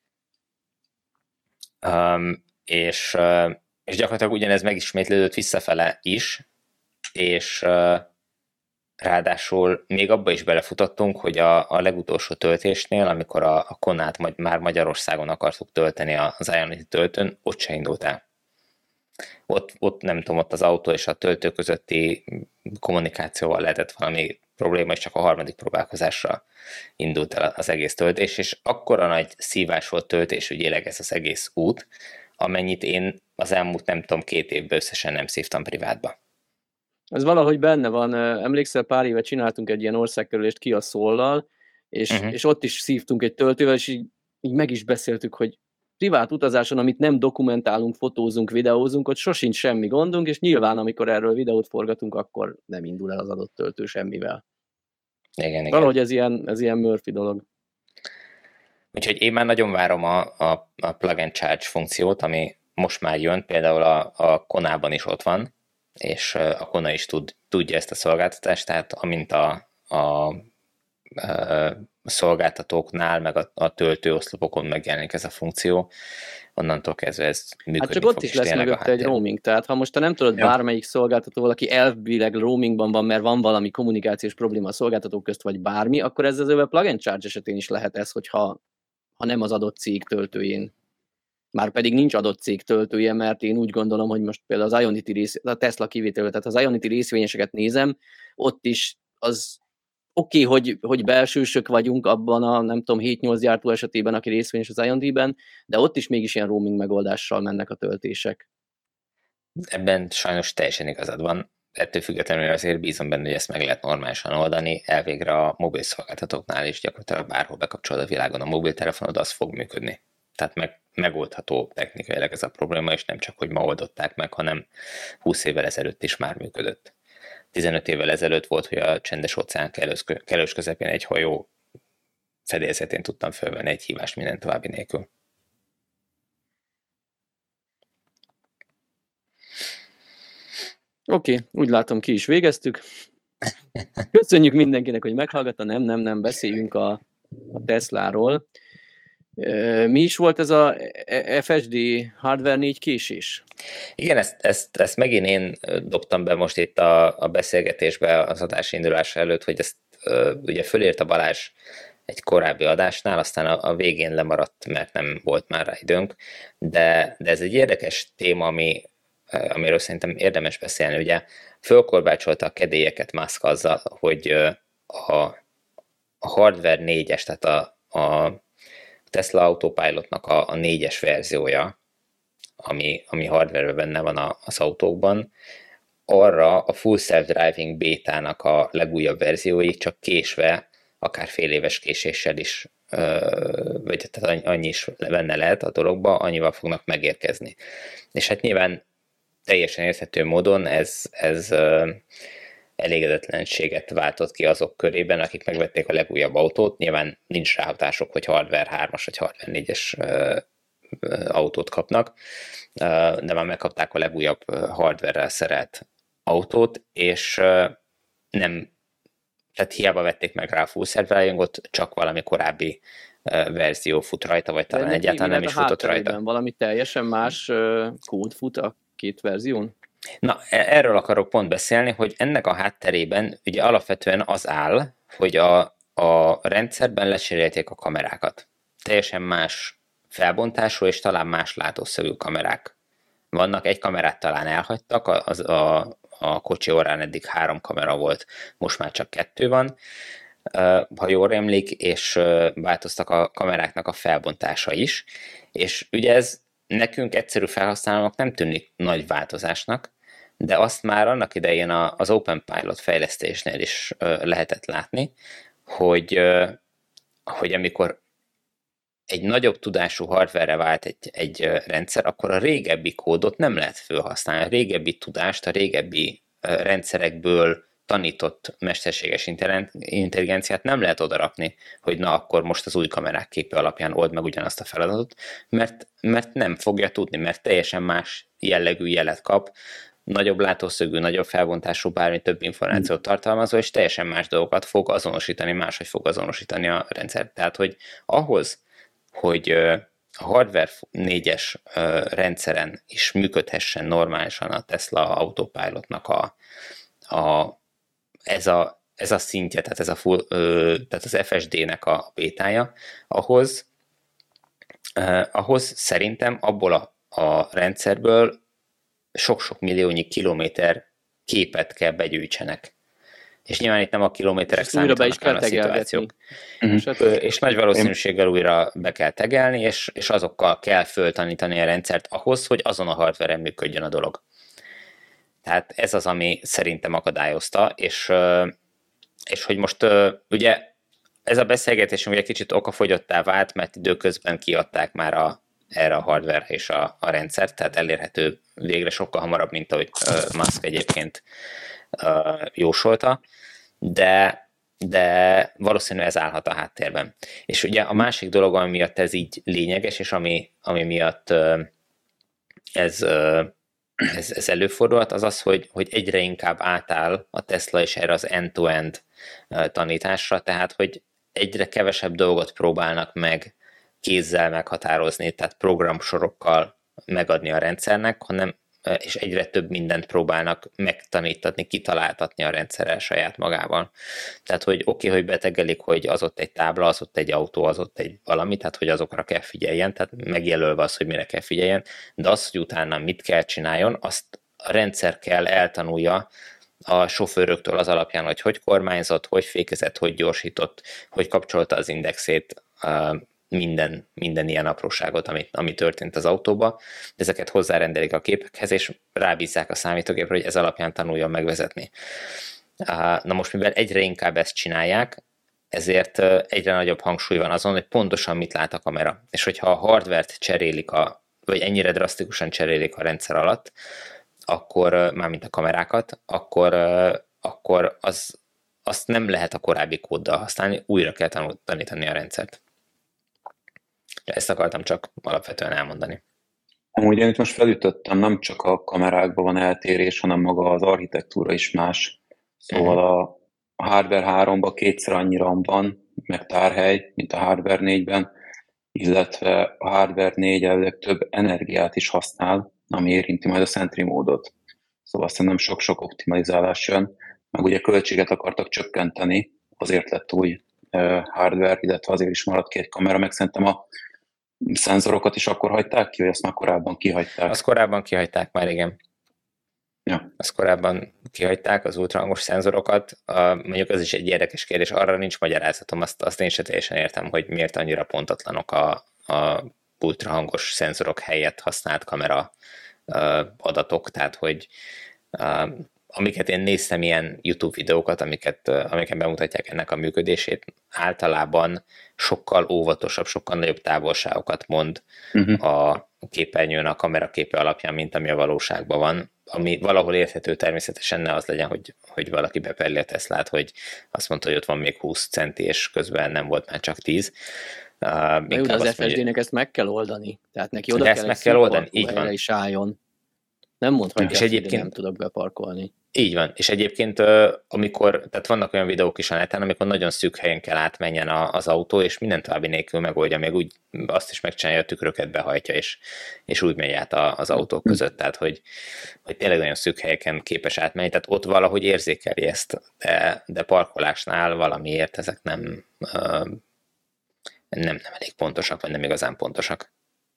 Um, és... Uh, és gyakorlatilag ugyanez megismétlődött visszafele is, és uh, ráadásul még abba is belefutottunk, hogy a, a legutolsó töltésnél, amikor a, a Konát magy- már Magyarországon akartuk tölteni az Ionity töltőn, ott se indult el. Ott, ott nem tudom, ott az autó és a töltő közötti kommunikációval lehetett valami probléma, és csak a harmadik próbálkozásra indult el az egész töltés, és akkora nagy szívás volt töltésügyileg ez az egész út, amennyit én az elmúlt, nem tudom, két évben összesen nem szívtam privátba. Ez valahogy benne van. Emlékszel, pár éve csináltunk egy ilyen országkerülést ki a Szóllal, és, uh-huh. és ott is szívtunk egy töltővel, és így, így meg is beszéltük, hogy privát utazáson, amit nem dokumentálunk, fotózunk, videózunk, ott sosincs semmi gondunk, és nyilván, amikor erről videót forgatunk, akkor nem indul el az adott töltő semmivel. Igen, igen. Valahogy ez ilyen, ez ilyen Murphy dolog. Úgyhogy én már nagyon várom a, a, a plug and charge funkciót, ami most már jön, például a, a Konában is ott van, és a Kona is tud, tudja ezt a szolgáltatást, tehát amint a, a, a szolgáltatóknál, meg a, a töltőoszlopokon megjelenik ez a funkció, onnantól kezdve ez működni Hát csak ott fog, is és lesz tényleg a mögötte egy háttér. roaming, tehát ha most te nem tudod Ja. bármelyik szolgáltató, valaki elvileg roamingban van, mert van valami kommunikációs probléma a szolgáltatók közt, vagy bármi, akkor ez az öve plug and charge esetén is lehet ez, hogyha ha nem az adott cég töltőjén. Már pedig nincs adott cég töltője, mert én úgy gondolom, hogy most például az Ionity rész, a Tesla kivételével, tehát az Ionity részvényeseket nézem, ott is az oké, okay, hogy, hogy belsősök vagyunk abban a, nem tudom, hét-nyolc gyártó esetében, aki részvényes az Ionity-ben, de ott is mégis ilyen roaming megoldással mennek a töltések. Ebben sajnos teljesen igazad van. Ettől függetlenül azért bízom benne, hogy ezt meg lehet normálisan oldani. Elvégre a mobil szolgáltatóknál is gyakorlatilag bárhol bekapcsolod a világon a mobiltelefonod, az fog működni. Tehát meg, megoldható technikailag ez a probléma, és nem csak, hogy ma oldották meg, hanem húsz évvel ezelőtt is már működött. tizenöt évvel ezelőtt volt, hogy a csendes óceán kellős közepén egy hajó fedélzetén tudtam felvenni egy hívást minden további nélkül. Oké, okay, úgy látom, ki is végeztük. Köszönjük mindenkinek, hogy meghallgatta. Nem, nem, nem, beszéljünk a, a Tesláról. Mi is volt ez a ef es dé Hardware négy késés? Igen, ezt, ezt, ezt megint én dobtam be most itt a, a beszélgetésbe az adás indulása előtt, hogy ezt uh, ugye fölért a Balázs egy korábbi adásnál, aztán a, a végén lemaradt, mert nem volt már rá időnk, de, de ez egy érdekes téma, ami, amiről szerintem érdemes beszélni. Ugye fölkorbácsolta a kedélyeket Musk azzal, hogy a, a Hardware négyes, tehát a, a Tesla Autopilotnak a, a négyes verziója, ami, ami hardware-ben benne van a, az autókban, arra a Full Self-Driving bétának a legújabb verziói csak késve, akár fél éves késéssel is, vagy tehát annyi is benne lehet a dologba, annyival fognak megérkezni. És hát nyilván teljesen érthető módon ez, ez elégedetlenséget váltott ki azok körében, akik megvették a legújabb autót. Nyilván nincs ráhatások, hogy Hardware hármas vagy Hardware négyes autót kapnak, de már megkapták a legújabb hardware-rel szerelt autót, és nem, tehát hiába vették meg rá a Full Self-Driving-ot, csak valami korábbi verzió fut rajta, vagy talán egyáltalán nem is futott rajta. Valami teljesen más kód fut a két verzión? Na, erről akarok pont beszélni, hogy ennek a hátterében ugye alapvetően az áll, hogy a, a rendszerben lecserélték a kamerákat. Teljesen más felbontású és talán más látószögű kamerák vannak. Egy kamerát talán elhagytak, az a, a kocsi orrán eddig három kamera volt, most már csak kettő van, ha jól emlék, és változtak a kameráknak a felbontása is. És ugye ez nekünk egyszerű felhasználónak nem tűnik nagy változásnak, de azt már annak idején az Open Pilot fejlesztésnél is lehetett látni, hogy, hogy amikor egy nagyobb tudású hardware-re vált egy, egy rendszer, akkor a régebbi kódot nem lehet felhasználni. A régebbi tudást, a régebbi rendszerekből tanított mesterséges intelligenciát nem lehet odarakni, hogy na akkor most az új kamerák képe alapján old meg ugyanazt a feladatot, mert, mert nem fogja tudni, mert teljesen más jellegű jelet kap, nagyobb látószögű, nagyobb felbontású, bármi több információt tartalmazó, és teljesen más dolgokat fog azonosítani, máshogy fog azonosítani a rendszer. Tehát, hogy ahhoz, hogy a Hardware négyes rendszeren is működhessen normálisan a Tesla Autopilotnak a, a, ez, a, ez a szintje, tehát, ez a full, tehát az ef es dé-nek a bétája, ahhoz, ahhoz szerintem abból a, a rendszerből sok-sok milliónyi kilométer képet kell begyűjtsenek. És nyilván itt nem a kilométerek számítanak, hanem a szituációk. Uh-huh. És nagy valószínűséggel újra be kell tegelni, és, és azokkal kell föltanítani a rendszert ahhoz, hogy azon a hardware-en működjön a dolog. Tehát ez az, ami szerintem akadályozta, és, és hogy most ugye ez a beszélgetés ugye kicsit okafogyottá vált, mert időközben kiadták már a, erre a hardware és a, a rendszert, tehát elérhető végre sokkal hamarabb, mint ahogy Musk egyébként jósolta, de, de valószínűleg ez állhat a háttérben. És ugye a másik dolog, ami miatt ez így lényeges, és ami, ami miatt ez, ez, ez előfordulhat, az az, hogy, hogy egyre inkább átáll a Tesla is erre az end-to-end tanításra, tehát hogy egyre kevesebb dolgot próbálnak meg kézzel meghatározni, tehát programsorokkal megadni a rendszernek, hanem és egyre több mindent próbálnak megtanítatni, kitaláltatni a rendszerrel saját magával. Tehát, hogy oké, okay, hogy betegelik, hogy az ott egy tábla, az ott egy autó, az ott egy valami, tehát, hogy azokra kell figyeljen, tehát megjelölve az, hogy mire kell figyeljen, de az, hogy utána mit kell csináljon, azt a rendszer kell eltanulja a sofőröktől az alapján, hogy hogy kormányzott, hogy fékezett, hogy gyorsított, hogy kapcsolta az indexét, minden, minden ilyen apróságot, ami, ami történt az autóba. Ezeket hozzárendelik a képekhez, és rábízzák a számítógépre, hogy ez alapján tanuljon megvezetni. Na most, mivel egyre inkább ezt csinálják, ezért egyre nagyobb hangsúly van azon, hogy pontosan mit lát a kamera. És hogyha a hardvert cserélik, a, vagy ennyire drasztikusan cserélik a rendszer alatt, akkor, mármint a kamerákat, akkor, akkor az, azt nem lehet a korábbi kóddal használni, újra kell tanítani a rendszert. Ezt akartam csak alapvetően elmondani. Amúgy én itt most felütöttem, nem csak a kamerákban van eltérés, hanem maga az architektúra is más. Szóval uh-huh. a Hardware háromban kétszer annyi RAM van, meg tárhely, mint a Hardware négyben, illetve a Hardware négy elvileg több energiát is használ, ami érinti majd a Sentry módot. Szóval aztán nem sok-sok optimalizálás jön, meg ugye költséget akartak csökkenteni, azért lett új uh, hardware, illetve azért is maradt két kamera, meg szerintem a szenzorokat is akkor hagyták ki, vagy azt már korábban kihagyták? Azt korábban kihagyták már, igen. Ja. Azt korábban kihagyták, az ultrahangos szenzorokat. Mondjuk ez is egy érdekes kérdés, arra nincs magyarázatom, azt, azt én sem teljesen értem, hogy miért annyira pontatlanok a, a ultrahangos szenzorok helyett használt kamera adatok, tehát hogy amiket én néztem, ilyen YouTube videókat, amiket, amiket bemutatják ennek a működését, általában sokkal óvatosabb, sokkal nagyobb távolságokat mond uh-huh. a képernyőn, a kameraképe alapján, mint ami a valóságban van, ami valahol érthető természetesen, ne az legyen, hogy, hogy valaki beperli a Teslát, hogy azt mondta, hogy ott van még húsz centi, és közben nem volt már csak tíz. Uh, jó, de az ef es dé-nek ezt meg kell oldani. Tehát neki oda kell, meg kell oldani, így van. Is álljon. Nem mondhatja, hogy egyébként nem tudok beparkolni. Így van, és egyébként amikor, tehát vannak olyan videók is a neten, amikor nagyon szűk helyen kell átmenjen az autó, és minden további nélkül megoldja, még úgy azt is megcsinálja, a tükröket behajtja, és, és úgy megy át az autók között, tehát hogy, hogy tényleg nagyon szűk helyeken képes átmenni, tehát ott valahogy érzékeli ezt, de, de parkolásnál valamiért ezek nem, nem, nem elég pontosak, vagy nem igazán pontosak.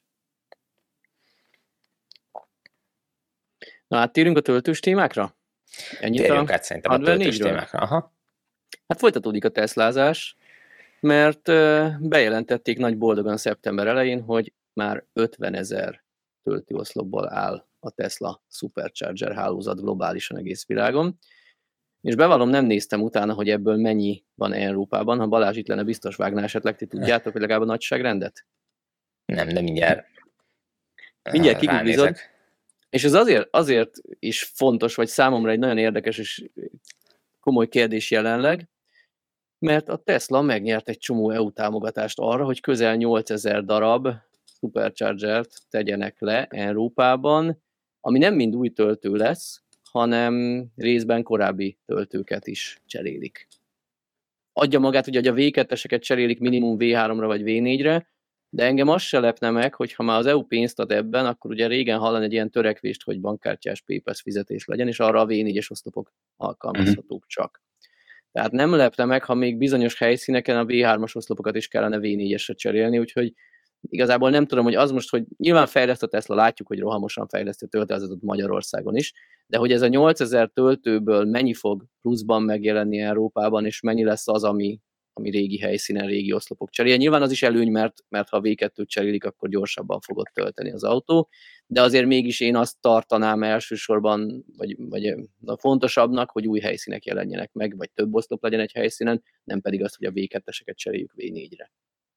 Na, áttérünk a töltős témákra? Ennyit Térjünk át szerintem a töltős témákra. Aha. Hát folytatódik a teslázás, mert bejelentették nagy boldogan szeptember elején, hogy már ötvenezer töltőoszlopból áll a Tesla Supercharger hálózat globálisan egész világon. És bevallom, nem néztem utána, hogy ebből mennyi van Európában. Ha Balázs itt lenne, biztos vágná esetleg, ti tudjátok, hogy legalább a nagyságrendet? Nem, de mindjárt Mindjárt kiguglizod. És ez azért, azért is fontos, vagy számomra egy nagyon érdekes és komoly kérdés jelenleg, mert a Tesla megnyert egy csomó é u támogatást arra, hogy közel nyolcezer darab Superchargert tegyenek le Európában, ami nem mind új töltő lesz, hanem részben korábbi töltőket is cserélik. Adja magát, ugye, hogy a vé ketteseket cserélik minimum vé háromra vagy vé négyre, de engem az se lepne meg, hogy ha már az é u pénzt ad ebben, akkor ugye régen hallani egy ilyen törekvést, hogy bankkártyás PayPass fizetés legyen, és arra a vé négyes oszlopok alkalmazhatók csak. Tehát nem lepne meg, ha még bizonyos helyszíneken a vé hármas oszlopokat is kellene vé négyesre cserélni, úgyhogy igazából nem tudom, hogy az most, hogy nyilván fejleszt a Tesla, látjuk, hogy rohamosan fejlesztő töltőázatot Magyarországon is, de hogy ez a nyolcezer töltőből mennyi fog pluszban megjelenni Európában, és mennyi lesz az, ami, ami régi helyszínen, régi oszlopok cserélje. Nyilván az is előny, mert, mert ha a vé kettőt cserélik, akkor gyorsabban fogod tölteni az autó, de azért mégis én azt tartanám elsősorban, vagy, vagy fontosabbnak, hogy új helyszínek jelenjenek meg, vagy több oszlop legyen egy helyszínen, nem pedig az, hogy a vé ketteseket cseréljük vé négyre.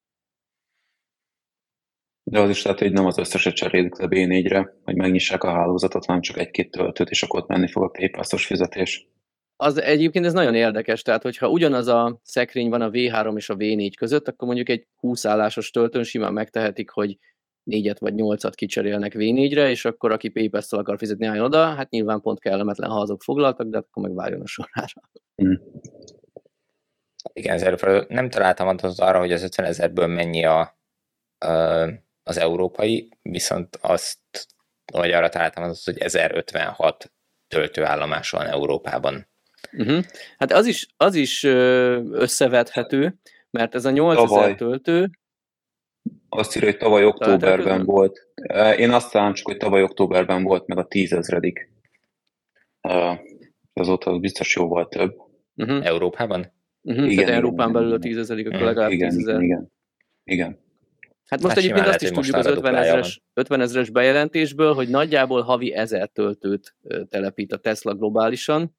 De az is lehet, hogy nem az összeset cserélik le vé négyre, hogy megnyissák a hálózatot, hanem csak egy-két töltőt, és akkor ott menni fog a PayPass-os fizetés. Az egyébként ez nagyon érdekes, tehát hogyha ugyanaz a szekrény van a vé három és a vé négy között, akkor mondjuk egy húsz állásos töltőn simán megtehetik, hogy négyet vagy nyolcat kicserélnek vé négyre, és akkor aki PayPass-szal akar fizetni, álljon oda, hát nyilván pont kellemetlen, ha azok foglaltak, de akkor meg várjon a sorára. Hmm. Igen, az erőforrás. Nem találtam adatot arra, hogy az ötvenezerből mennyi a, az európai, viszont azt, vagy arra találtam adatot, hogy ezerötvenhat töltőállomás van Európában. Uh-huh. Hát az is, az is összevethető, mert ez a nyolcezer töltő... Azt írja, hogy tavaly októberben volt. Én azt talán csak, hogy tavaly októberben volt meg a tízezredik. Azóta biztos jóval több. Uh-huh. Európában? Uh-huh. Igen, tehát Európán igen, belül a tízezerik, akkor legalább igen, tízezer. Igen, igen. Hát most hát egyébként azt is tudjuk az ötven ezres bejelentésből, hogy nagyjából havi ezer töltőt telepít a Tesla globálisan,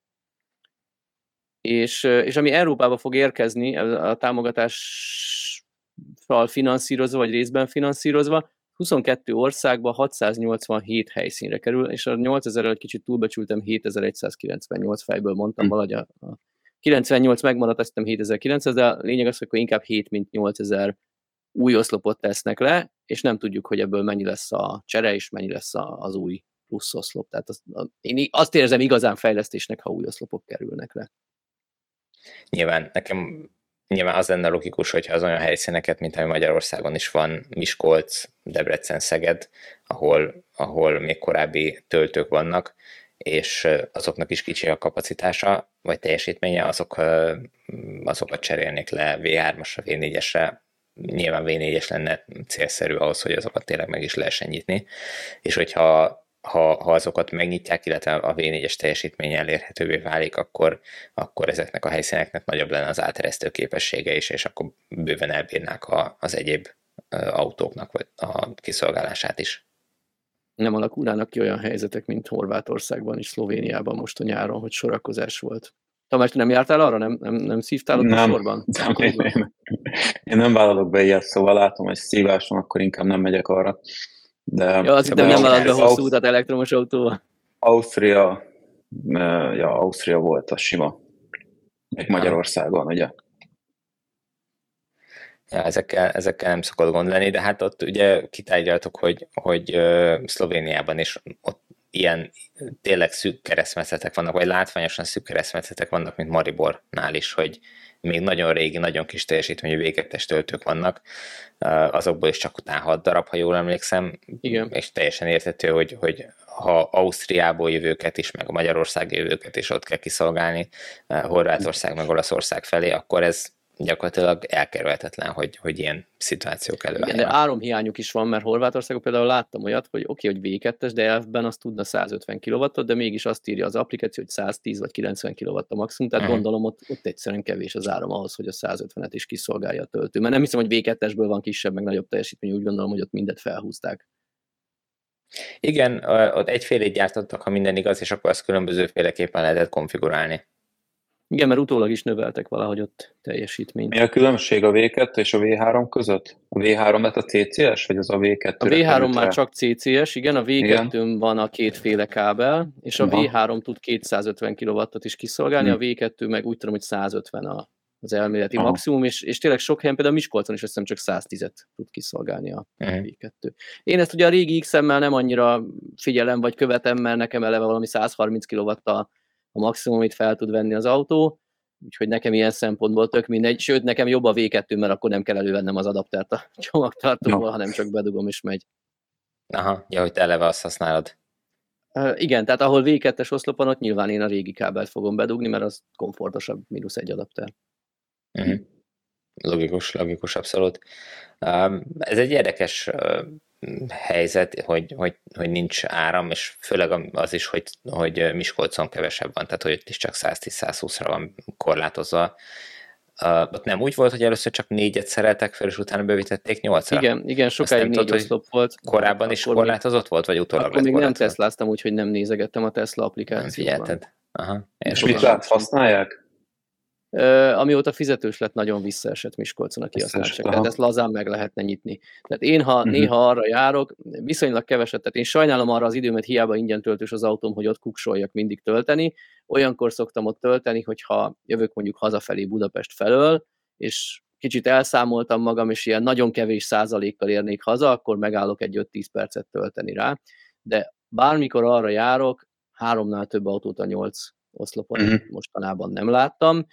és, és ami Európába fog érkezni, a támogatással finanszírozva, vagy részben finanszírozva, huszonkettő országban hatszáznyolcvanhét helyszínre kerül, és a nyolcezerrel kicsit túlbecsültem, hétezer-egyszázkilencvennyolc fejből mondtam, valahogy a, a kilencvennyolc megmaradt, azt hiszem hétezer-kilencszáz, de a lényeg az, hogy inkább hét, mint nyolcezer új oszlopot tesznek le, és nem tudjuk, hogy ebből mennyi lesz a csere, és mennyi lesz az új plusz oszlop. Tehát az, én azt érzem igazán fejlesztésnek, ha új oszlopok kerülnek le. Nyilván nekem nyilván az lenne logikus, hogyha az olyan helyszíneket, mint ami Magyarországon is van, Miskolc, Debrecen, Szeged, ahol, ahol még korábbi töltők vannak, és azoknak is kicsi a kapacitása, vagy teljesítménye, azok, azokat cserélnék le vé hármasra, vé négyesre, nyilván vé négyes lenne célszerű ahhoz, hogy azokat tényleg meg is lehessen nyitni, és hogyha ha, ha azokat megnyitják, illetve a vé négyes teljesítmény elérhetővé válik, akkor, akkor ezeknek a helyszíneknek nagyobb lenne az áteresztő képessége is, és akkor bőven elbírnák a, az egyéb autóknak vagy a kiszolgálását is. Nem alakulnának ki olyan helyzetek, mint Horvátországban és Szlovéniában most a nyáron, hogy sorakozás volt. Tamás, te nem jártál arra? Nem, nem, nem szívtál ott nem, a sorban? Nem, én, én, én nem vállalok be ilyet, szóval látom, hogy szívás van, akkor inkább nem megyek arra. De, ja, azt hittem, nem vállalok be hosszú utat elektromos autóval. Ausztria, ja, Ausztria volt a sima. Még Magyarországon, ugye? Ja, ezekkel, ezekkel nem szokott gond lenni, de hát ott ugye kitárgyaltok, hogy, hogy uh, Szlovéniában is ott ilyen tényleg szűk keresztmetszetek vannak, vagy látványosan szűk keresztmetszetek vannak, mint Maribornál is, hogy még nagyon régi, nagyon kis teljesítményű vé kettes töltők vannak, azokból is csak után hat darab, ha jól emlékszem. Igen. És teljesen érthető, hogy, hogy ha Ausztriából jövőket is, meg a Magyarország jövőket is ott kell kiszolgálni, Horvátország meg Olaszország felé, akkor ez gyakorlatilag elkerülhetetlen, hogy, hogy ilyen szituációk előálljanak. Igen, de áramhiányuk is van, mert Horvátországon például láttam olyat, hogy oké, okay, hogy vé kettes, de elfben azt tudna százötven kilowattot, de mégis azt írja az applikáció, hogy száztíz vagy kilencven kilowatt a maximum, tehát uh-huh. gondolom ott, ott egyszerűen kevés az áram ahhoz, hogy a százötvenet is kiszolgálja a töltő. Mert nem hiszem, hogy vé kettesből van kisebb, meg nagyobb teljesítmény, úgy gondolom, hogy ott mindet felhúzták. Igen, ott egyfélét gyártottak, ha minden igaz, és akkor azt különbözőféleképpen lehetett konfigurálni. Igen, mert utólag is növeltek valahogy ott teljesítményt. Mi a különbség a vé kettő és a vé három között? A vé három lett a cé cé es, vagy az a vé kettő? A vé három már csak cé cé es, igen, a vé kettőn van a kétféle kábel, és a Aha. vé három tud kétszázötven kilowattot is kiszolgálni, hmm. a vé kettő meg úgy tudom, hogy százötven a, az elméleti Aha. maximum, és, és tényleg sok helyen, például Miskolcon is azt hiszem csak száztízet tud kiszolgálni a hmm. vé kettő. Én ezt ugye a régi iksz emmel nem annyira figyelem, vagy követem, mert nekem eleve valami százharminc kilowatt a, a maximum, amit fel tud venni az autó, úgyhogy nekem ilyen szempontból tök mindegy, sőt, nekem jobb a vé kettő, mert akkor nem kell elővennem az adaptert a csomagtartóval, no. hanem csak bedugom és megy. Aha, ja, hogy te eleve azt használod. Uh, igen, tehát ahol vé kettes oszlopon, ott nyilván én a régi kábelt fogom bedugni, mert az komfortosabb, mínusz egy adapter. Uh-huh. Logikus, logikus, abszolút. Uh, ez egy érdekes uh, helyzet, hogy, hogy, hogy nincs áram, és főleg az is, hogy, hogy Miskolcon kevesebb van, tehát hogy ott is csak száztíz-százhúszra van korlátozva. Uh, ott nem úgy volt, hogy először csak négyet szereltek fel, és utána bővítették nyolcra? Igen, igen, sokáig négy oszlop volt. Korábban is korlátozott még, volt, vagy utólag lett korlátozva? Akkor még nem Tesláztam, úgyhogy nem nézegettem a Tesla applikációban. Nem figyelted? Aha. És mit lát, használják? Uh, amióta fizetős lett, nagyon visszaesett Miskolcon a kihasználtság. Tehát ezt lazán meg lehetne nyitni. Tehát én, ha uh-huh. néha arra járok, viszonylag keveset, tehát én sajnálom arra az időmet, hiába ingyen töltős az autóm, hogy ott kuksoljak mindig tölteni. Olyankor szoktam ott tölteni, hogyha jövök mondjuk hazafelé Budapest felől, és kicsit elszámoltam magam, és ilyen nagyon kevés százalékkal érnék haza, akkor megállok egy öt-tíz percet tölteni rá. De bármikor arra járok, háromnál több autót a nyolc oszlopon uh-huh. mostanában nem láttam.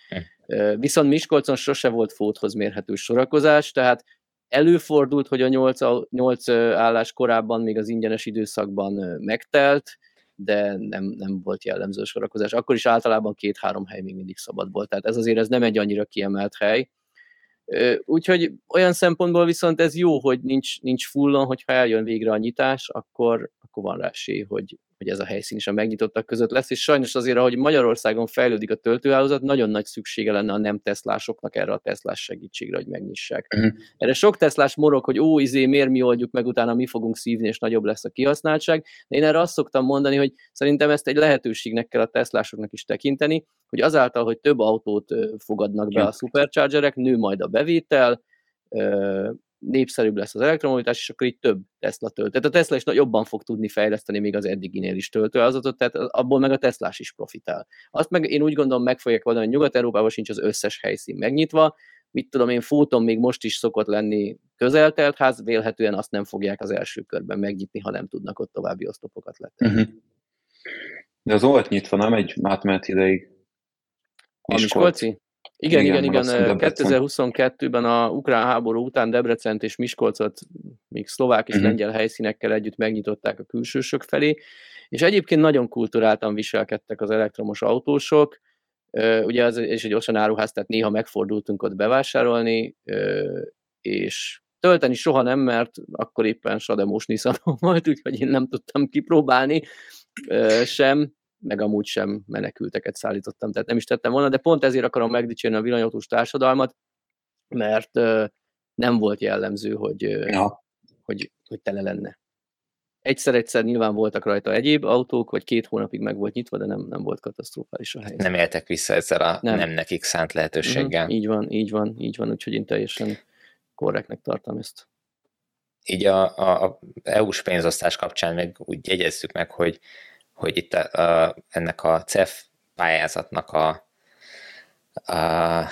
Viszont Miskolcon sose volt fóthoz mérhető sorakozás, tehát előfordult, hogy a nyolc, nyolc állás korábban még az ingyenes időszakban megtelt, de nem, nem volt jellemző sorakozás. Akkor is általában két-három hely még mindig szabad volt, tehát ez azért ez nem egy annyira kiemelt hely. Úgyhogy olyan szempontból viszont ez jó, hogy nincs, nincs fullon, hogyha eljön végre a nyitás, akkor, akkor van rá esély, hogy, hogy ez a helyszín is a megnyitottak között lesz, és sajnos azért, ahogy Magyarországon fejlődik a töltőhálózat, nagyon nagy szüksége lenne a nem teszlásoknak erre a teszlás segítségre, hogy megnyissák. Uh-huh. Erre sok teszlás morog, hogy ó, izé, miért mi oldjuk meg, utána mi fogunk szívni, és nagyobb lesz a kihasználtság. De én erre azt szoktam mondani, hogy szerintem ezt egy lehetőségnek kell a teszlásoknak is tekinteni, hogy azáltal, hogy több autót fogadnak be a superchargerek, nő majd a bevétel, népszerűbb lesz az elektromobilitás, és akkor így több Tesla tölt. Tehát a Tesla is jobban fog tudni fejleszteni még az eddiginél is töltőállatot, tehát abból meg a Teslás is profitál. Azt meg én úgy gondolom meg fogják oldani, hogy Nyugat-Európában sincs az összes helyszín megnyitva, mit tudom én, Fóton még most is szokott lenni közeltelt ház, vélhetően azt nem fogják az első körben megnyitni, ha nem tudnak ott további oszlopokat letenni. Uh-huh. De az volt nyitva, nem egy átmeneti ideig? A Miskolci? Igen, igen, igen. igen. kétezer-huszonkettőben a ukrán háború után Debrecent és Miskolcot még szlovák és uh-huh. lengyel helyszínekkel együtt megnyitották a külsősök felé, és egyébként nagyon kulturáltan viselkedtek az elektromos autósok. Ugye ez és egy Ocean áruház, tehát néha megfordultunk ott bevásárolni, és tölteni soha nem, mert akkor éppen sademos Nissanom volt, úgyhogy én nem tudtam kipróbálni sem, meg amúgy sem menekülteket szállítottam, tehát nem is tettem volna, de pont ezért akarom megdicsérni a villanyautós társadalmat, mert nem volt jellemző, hogy, ja. hogy, hogy tele lenne. Egyszer-egyszer nyilván voltak rajta egyéb autók, vagy két hónapig meg volt nyitva, de nem, nem volt katasztrofális a helyzet. Nem éltek vissza ezzel a nem, nem nekik szánt lehetőséggel. Uh-huh, így van, így van, így van, úgyhogy én teljesen korrektnek tartom ezt. Így a, a, a é u-s pénzosztás kapcsán meg úgy jegyezzük meg, hogy hogy itt a, a, ennek a cé e ef pályázatnak a, a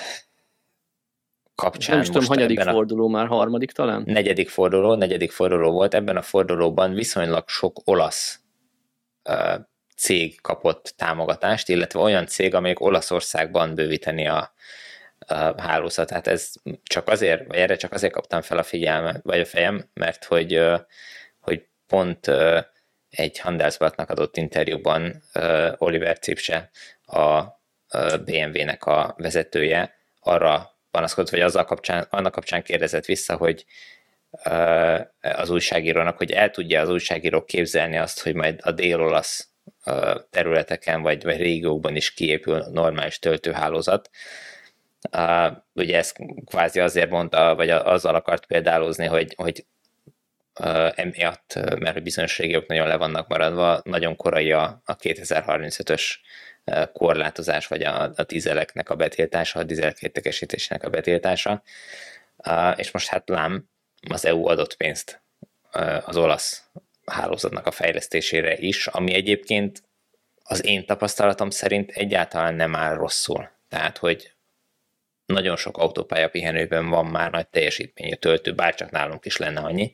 kapcsán... Nem is tudom, hanyadik forduló már, harmadik talán? Negyedik forduló, negyedik forduló volt. Ebben a fordulóban viszonylag sok olasz uh, cég kapott támogatást, illetve olyan cég, amelyik Olaszországban bővíteni a, a hálózatát. Ez csak azért, vagy erre csak azért kaptam fel a figyelmet, vagy a fejem, mert hogy, uh, hogy pont uh, egy Handelsblattnak adott interjúban uh, Oliver Zipse, a uh, bé em vé-nek a vezetője, arra panaszkodott, vagy azzal kapcsán, annak kapcsán kérdezett vissza, hogy uh, az újságírónak, hogy el tudja az újságíró képzelni azt, hogy majd a dél-olasz uh, területeken, vagy, vagy régiókban is kiépül normális töltőhálózat. Uh, ugye ezt kvázi azért mondta, vagy azzal akart példálozni, hogy, hogy Uh, emiatt, mert bizonyos régiók nagyon le vannak maradva, nagyon korai a, a kétezer-harmincötös uh, korlátozás, vagy a, a dízeleknek a betiltása, a dízelek értékesítésének a betiltása, uh, és most hát lám, az é u adott pénzt uh, az olasz hálózatnak a fejlesztésére is, ami egyébként az én tapasztalatom szerint egyáltalán nem áll rosszul. Tehát, hogy nagyon sok autópálya pihenőben van már nagy teljesítményű töltő, bárcsak nálunk is lenne annyi.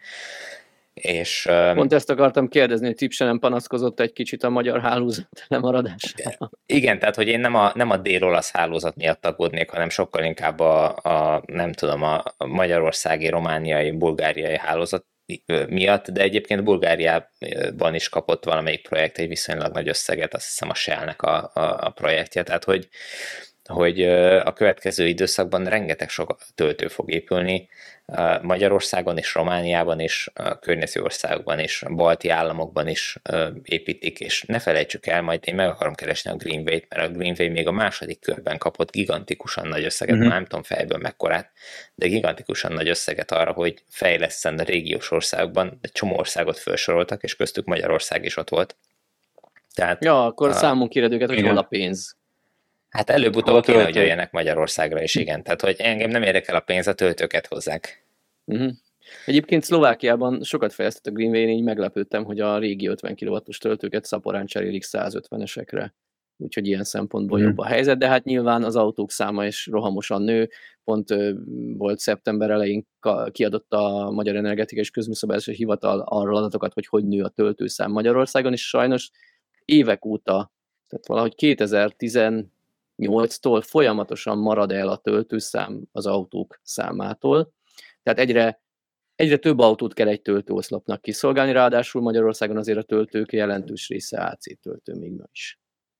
És, Pont ezt akartam kérdezni, hogy Zipse nem panaszkozott egy kicsit a magyar hálózat lemaradására. Igen, tehát hogy én nem a, nem a dél-olasz hálózat miatt aggódnék, hanem sokkal inkább a, a nem tudom, a magyarországi, romániai, bulgáriai hálózat miatt, de egyébként Bulgáriában is kapott valamelyik projekt egy viszonylag nagy összeget, azt hiszem a Shell-nek a, a, a projektje, tehát hogy hogy a következő időszakban rengeteg sok töltő fog épülni Magyarországon és Romániában és a környező országokban és a balti államokban is építik, és ne felejtsük el, majd én meg akarom keresni a Greenway-t, mert a Greenway még a második körben kapott gigantikusan nagy összeget, uh-huh. nem tudom fejből mekkorát, de gigantikusan nagy összeget arra, hogy fejleszten a régiós országokban, egy csomó országot felsoroltak, és köztük Magyarország is ott volt. Tehát, ja, akkor a... számunk kérdőket, hogy hol a pénz. Hát előbb-utóbb kéne, hogy jöjjenek Magyarországra is, igen. Tehát, hogy engem nem érdekel a pénz, a töltőket hozzák. Uh-huh. Egyébként Szlovákiában sokat fejlesztett a Greenway-n, így meglepődtem, hogy a régi ötven kilowattos töltőket szaporán cserélik százötvenesekre. Úgyhogy ilyen szempontból uh-huh. jobb a helyzet, de hát nyilván az autók száma is rohamosan nő. Pont uh, volt szeptember elején kiadott a Magyar Energetikai és Közműszabályozási Hivatal arról adatokat, hogy hogy nő a töltőszám Magyarországon, és sajnos évek óta, tehát valahogy kétezer-tíz nyolctól folyamatosan marad el a töltőszám az autók számától. Tehát egyre, egyre több autót kell egy töltőoszlopnak kiszolgálni, ráadásul Magyarországon azért a töltők jelentős része á cé töltő még ma is.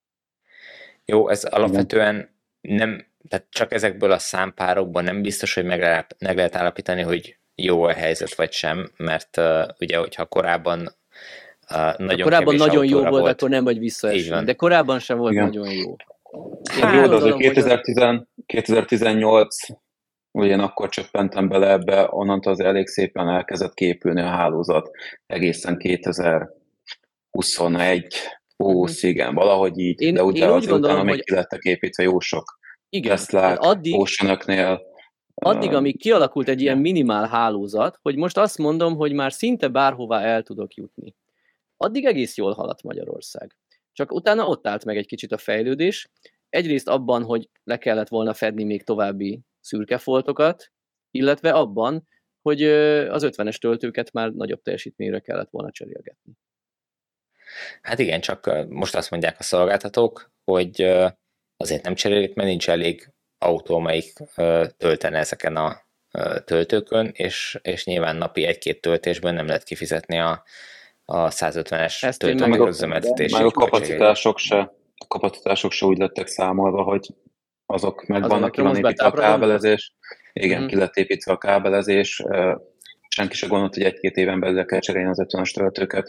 Jó, ez alapvetően nem, tehát csak ezekből a számpárokból nem biztos, hogy meg lehet, meg lehet állapítani, hogy jó a helyzet vagy sem, mert uh, ugye, hogyha korábban uh, nagyon korábban nagyon jó volt, volt, akkor nem vagy visszaesni, de korábban sem volt igen. Nagyon jó. Hát, jó, de azért kétezer-tíz, kétezer-tizennyolc ugyanakkor csöppentem bele ebbe, onnantól az elég szépen elkezdett képülni a hálózat egészen kétezer-huszonegy, húsz, uh-huh. igen, valahogy így, én, de utána, az utána még ki lettek építve jó sok Teslák, Oceanöknél. Addig, amíg kialakult egy ilyen minimál hálózat, hogy most azt mondom, hogy már szinte bárhová el tudok jutni. Addig egész jól haladt Magyarország. Csak utána ott állt meg egy kicsit a fejlődés. Egyrészt abban, hogy le kellett volna fedni még további szürke foltokat, illetve abban, hogy az ötvenes töltőket már nagyobb teljesítményre kellett volna cserélgetni. Hát igen, csak most azt mondják a szolgáltatók, hogy azért nem cserélik, mert nincs elég autó, amelyik töltene ezeken a töltőkön, és, és nyilván napi egy-két töltésből nem lehet kifizetni a, a százötvenes töltő meg üzemeltetési. Meg a kapacitások se, a kapacitások se úgy lettek számolva, hogy azok meg vannak, ki van építve a kábelezés. Igen, hmm. ki lett építve a kábelezés. Senki se gondolt, hogy egy-két éven belül kell cserélni az ötvenes töltőket.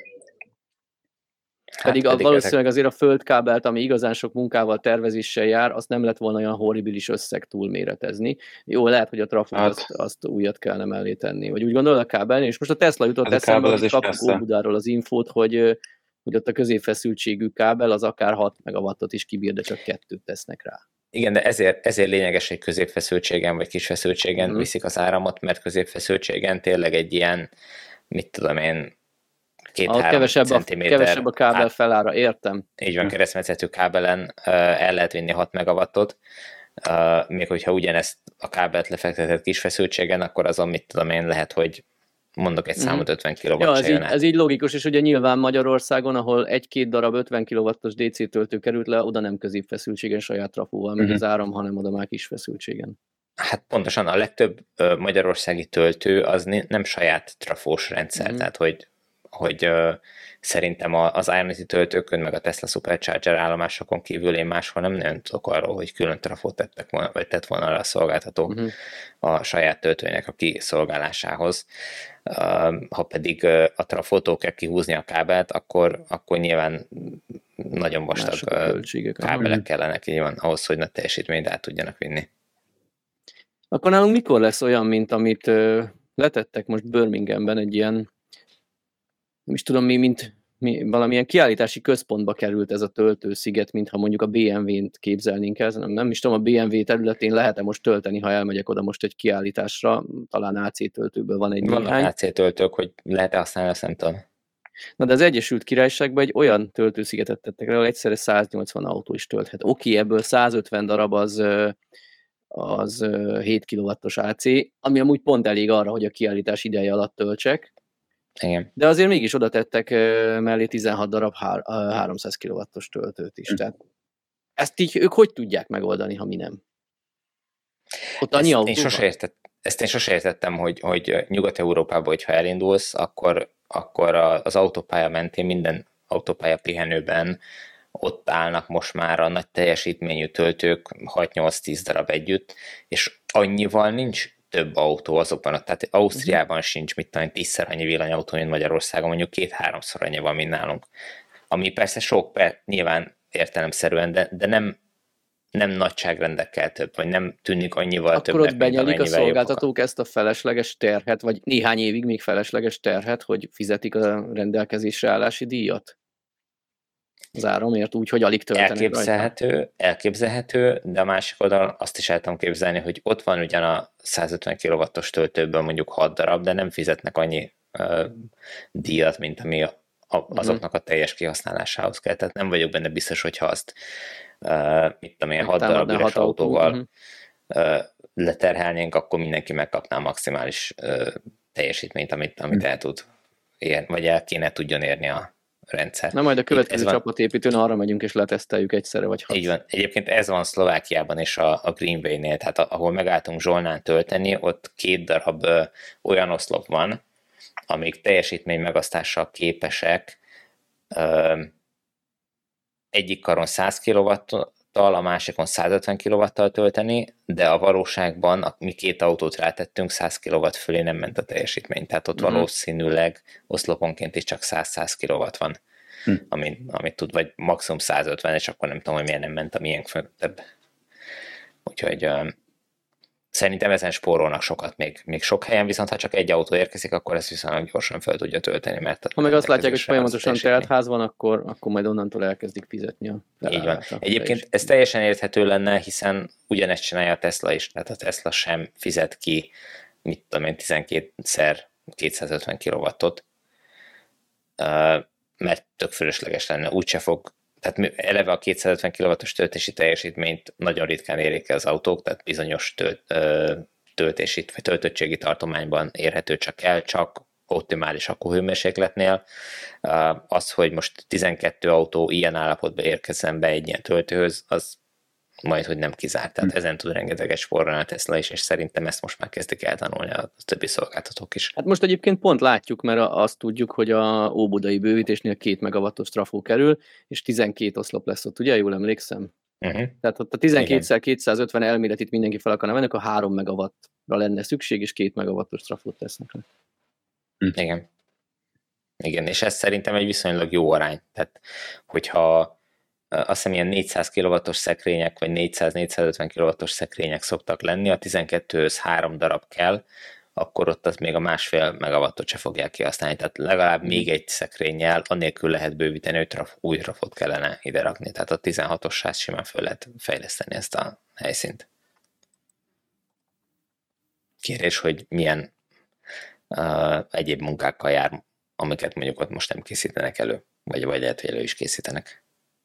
Hát pedig, pedig a, valószínűleg ezek... azért a földkábelt, ami igazán sok munkával, tervezéssel jár, azt nem lett volna olyan horribilis összeg túlméretezni. Jó, lehet, hogy a trafót hát... azt, azt újat kellene mellé tenni. Vagy úgy gondolod a kábelnél, és most a Tesla jutott eszembe, hogy kapunk Óbudáról az infót, hogy, hogy ott a középfeszültségű kábel az akár hat megawattot is kibír, de csak kettőt tesznek rá. Igen, de ezért, ezért lényeges, hogy középfeszültségen vagy kisfeszültségen mm. viszik az áramot, mert középfeszültségen tényleg egy ilyen, mit tudom én, két-három kevesebb, centiméter. Kevesebb a kábel át, felára, értem. Így van, keresztmetszetű kábelen uh, el lehet vinni hat megawattot, uh, még hogyha ugyanezt a kábelt lefektetett kis feszültségen, akkor azon, mit tudom én, lehet, hogy mondok egy számot, ötven kilowatt ja, se ez, jön így, ez így logikus, és ugye nyilván Magyarországon, ahol egy-két darab ötven kilowattos dé cé töltő került le, oda nem középfeszültségen saját trafóval megy uh-huh. az áram, hanem oda már kis feszültségen. Hát pontosan, a legtöbb uh, magyarországi töltő az nem saját trafós rendszer, uh-huh. tehát hogy hogy uh, szerintem az Ionity töltőkön, meg a Tesla Supercharger állomásokon kívül én máshol nem nagyon tudok arról, hogy külön trafót tettek volna, vagy tett volna rá a szolgáltató uh-huh. a saját töltőjének a kiszolgálásához. Uh, ha pedig uh, a trafótól kell kihúzni a kábelt, akkor, akkor nyilván nagyon vastag uh, kábelek kellenek így van, ahhoz, hogy nagy teljesítményt át tudjanak vinni. Akkor nálunk mikor lesz olyan, mint amit uh, letettek most Birminghamben egy ilyen nem is tudom mi, mint mi, valamilyen kiállítási központba került ez a töltősziget, mintha mondjuk a bé em vét képzelnénk el. Nem, nem is tudom, a bé em vé területén lehet-e most tölteni, ha elmegyek oda most egy kiállításra, talán á cé töltőből van egy van néhány. á cé töltők, hogy lehet-e használni, azt nem tudom. Na de az Egyesült Királyságban egy olyan töltőszigetet tettek le, ahol egyszerre száznyolcvan autó is tölthet. Oké, ebből százötven darab az, az hét kilowattos á cé, ami amúgy pont elég arra, hogy a kiállítás ideje alatt töltsek. Igen. De azért mégis oda tettek mellé tizenhat darab háromszáz kilowattos töltőt is. Tehát ezt így ők hogy tudják megoldani, ha mi nem? Ott annyi ezt, én sose értett, ezt én sose értettem, hogy, hogy Nyugat-Európában, hogyha elindulsz, akkor, akkor az autópálya mentén minden autópálya pihenőben ott állnak most már a nagy teljesítményű töltők hat-nyolc-tíz darab együtt, és annyival nincs több autó azokban, tehát Ausztriában uh-huh. sincs, mit tudom, tízszer annyi villanyautó, mint Magyarországon, mondjuk két-háromszor annyi van, mint nálunk. Ami persze sok, persze, nyilván értelemszerűen, de, de nem, nem nagyságrendekkel több, vagy nem tűnik annyival akkor többnek, ott benyelik a szolgáltatók ezt a felesleges terhet, vagy néhány évig még felesleges terhet, hogy fizetik a rendelkezésre állási díjat? Az áramért úgy, hogy alig töltenek elképzelhető, rajta. Elképzelhető, de a másik oldalon azt is el tudom képzelni, hogy ott van ugyan a százötven kilowattos töltőből mondjuk hat darab, de nem fizetnek annyi uh, díjat, mint ami a, a, azoknak a teljes kihasználásához kell. Tehát nem vagyok benne biztos, hogyha azt uh, mit tudom én, hat darab üres hat autóval autó. uh, leterhelnénk, akkor mindenki megkapná a maximális uh, teljesítményt, amit, amit el tud érni, vagy el kéne tudjon érni a rendszer. Na majd a következő csapatépítőn arra megyünk és leteszteljük egyszerre vagy hat. Így van. Egyébként ez van Szlovákiában is a, a Greenway-nél, tehát ahol megálltunk Zsolnán tölteni, ott két darab ö, olyan oszlop van, amik teljesítmény megasztással képesek ö, egyik karon száz kilovattal, a másikon százötven kilovattal tölteni, de a valóságban a, mi két autót rátettünk, száz kilowatt fölé nem ment a teljesítmény, tehát ott mm-hmm. valószínűleg oszloponként is csak száz-száz kilowatt van, mm. amit, amit tud, vagy maximum százötven, és akkor nem tudom, hogy miért nem ment a miénk föntebb. Úgyhogy uh, szerintem ezen spórolnak sokat még, még sok helyen, viszont ha csak egy autó érkezik, akkor ezt viszonylag gyorsan fel tudja tölteni. Mert ha meg azt látják, hogy folyamatosan telt ház van, akkor, akkor majd onnantól elkezdik fizetni a Így van. Egyébként ez teljesen érthető lenne, hiszen ugyanezt csinálja a Tesla is, tehát a Tesla sem fizet ki, mit tudom én, tizenkétszer kétszázötven kilowattot, mert tök fölösleges lenne, úgyse fog. Tehát eleve a kétszázötven kilowattos töltési teljesítményt nagyon ritkán érik el az autók, tehát bizonyos tölt, töltési vagy töltöttségi tartományban érhető csak el, csak optimális akkuhőmérsékletnél. Az, hogy most tizenkettő autó ilyen állapotban érkezzen be egy ilyen töltőhöz, az majd, hogy nem kizárt. Tehát hm. ezen tud rengeteget spórolni a Tesla is, és szerintem ezt most már kezdik eltanulni a többi szolgáltatók is. Hát most egyébként pont látjuk, mert azt tudjuk, hogy a óbudai bővítésnél két megawattos trafó kerül, és tizenkét oszlop lesz ott, ugye? Jól emlékszem? Uh-huh. Tehát ott a tizenkétszer kétszázötven elméletit mindenki fel akarna venni, akkor három megawattra lenne szükség, és két megawattos trafót tesznek le. Uh-huh. Igen. Igen, és ez szerintem egy viszonylag jó arány. Tehát, hogyha azt hiszem ilyen négyszáz kilowattos szekrények, vagy négyszáz-négyszázötven kilowattos szekrények szoktak lenni, a tizenkettőhöz három darab kell, akkor ott az még a másfél megawattot se fogják kihasználni, tehát legalább mm. még egy szekrénnyel, annélkül lehet bővíteni, hogy traf, új trafot kellene ide rakni, tehát a tizenhatossal simán föl lehet fejleszteni ezt a helyszínt. Kérdés, hogy milyen uh, egyéb munkákkal jár, amiket mondjuk ott most nem készítenek elő, vagy, vagy lehet, hogy elő is készítenek.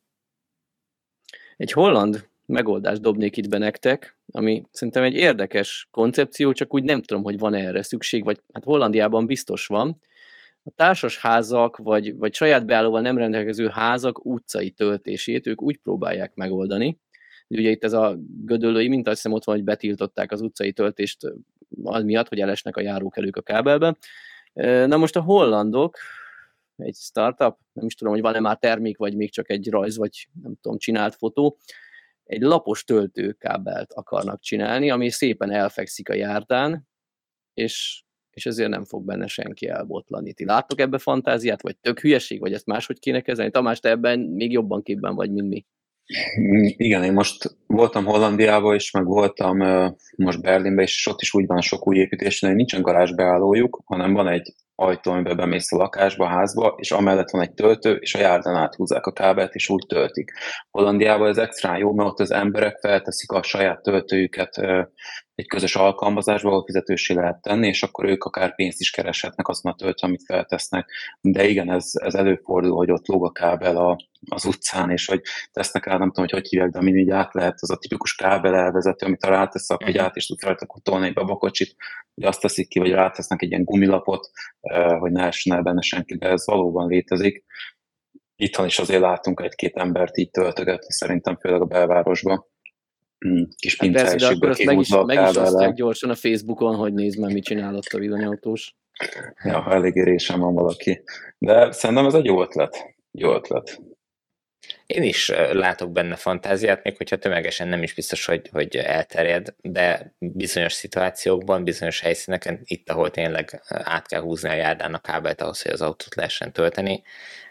Egy holland megoldást dobnék itt be nektek, ami szerintem egy érdekes koncepció, csak úgy nem tudom, hogy van erre szükség, vagy hát Hollandiában biztos van. A társasházak, vagy, vagy saját beállóval nem rendelkező házak utcai töltését ők úgy próbálják megoldani. Ugye itt ez a gödöllői minta, azt hiszem ott van, hogy betiltották az utcai töltést az miatt, hogy elesnek a járókelők a kábelbe. Na most a hollandok, egy startup, nem is tudom, hogy van-e már termék, vagy még csak egy rajz, vagy nem tudom, csinált fotó, egy lapos töltőkábelt akarnak csinálni, ami szépen elfekszik a járdán, és, és ezért nem fog benne senki elbotlani. Ti láttok ebbe fantáziát, vagy tök hülyeség, vagy ezt máshogy kéne kezelni? Tamás, te ebben még jobban képben vagy, mint mi. Igen, én most voltam Hollandiában, és meg voltam uh, most Berlinben, és ott is úgy van sok új építésnél, hogy nincsen garázsbeállójuk, hanem van egy ajtó, amiben bemész a lakásba, a házba, és amellett van egy töltő, és a járdán áthúzzák a kábelt, és úgy töltik. Hollandiában ez extra jó, mert ott az emberek felteszik a saját töltőjüket uh, egy közös alkalmazásba, ahol fizetőssé lehet tenni, és akkor ők akár pénzt is kereshetnek azon a töltő, amit feltesznek. De igen, ez, ez előfordul, hogy ott lóg a kábel a, az utcán, és hogy tesznek rá, nem tudom, hogy hogy hívják, de amin így át lehet, az a tipikus kábel elvezető, amit ha rátesz, akkor uh-huh. át is tudsz rajta tolni egy babakocsit, hogy azt teszik ki, vagy rátesznek egy ilyen gumilapot, hogy ne essen el benne senki, de ez valóban létezik. Itthon is azért látunk egy-két embert így töltögetni, szerintem főleg a belvárosban. Kis hát persze, de akkor azt meg is, meg is osztják gyorsan a Facebookon, hogy nézd meg, mit csinálott a villanyautós. Ja, ha elég érésen van valaki. De szerintem ez egy jó ötlet. Jó ötlet. Én is látok benne fantáziát, még hogyha tömegesen nem is biztos, hogy, hogy elterjed, de bizonyos szituációkban, bizonyos helyszíneken, itt, ahol tényleg át kell húzni a járdán a kábelt ahhoz, hogy az autót lehessen tölteni,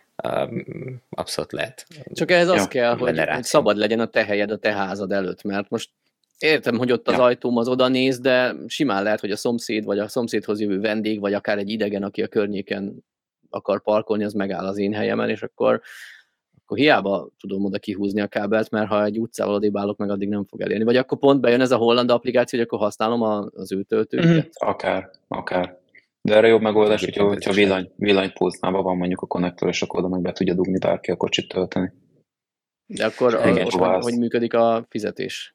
abszolút lehet. Csak ehhez az ja, kell, hogy, hogy szabad legyen a te helyed a te házad előtt, mert most értem, hogy ott az ja. ajtóm az oda néz, de simán lehet, hogy a szomszéd, vagy a szomszédhoz jövő vendég, vagy akár egy idegen, aki a környéken akar parkolni, az megáll az én helyemen, és akkor, akkor hiába tudom oda kihúzni a kábelt, mert ha egy utcával odébb állok, meg addig nem fog elérni. Vagy akkor pont bejön ez a holland applikáció, hogy akkor használom az ő töltőket. Mm-hmm. Akár, akár. De erre jobb megoldás, hogyha, hogyha villany, villanypóznában van mondjuk a konnektor, és akkor oda meg be tudja dugni bárki a kocsit tölteni. De akkor a, most hogy, hogy működik a fizetés?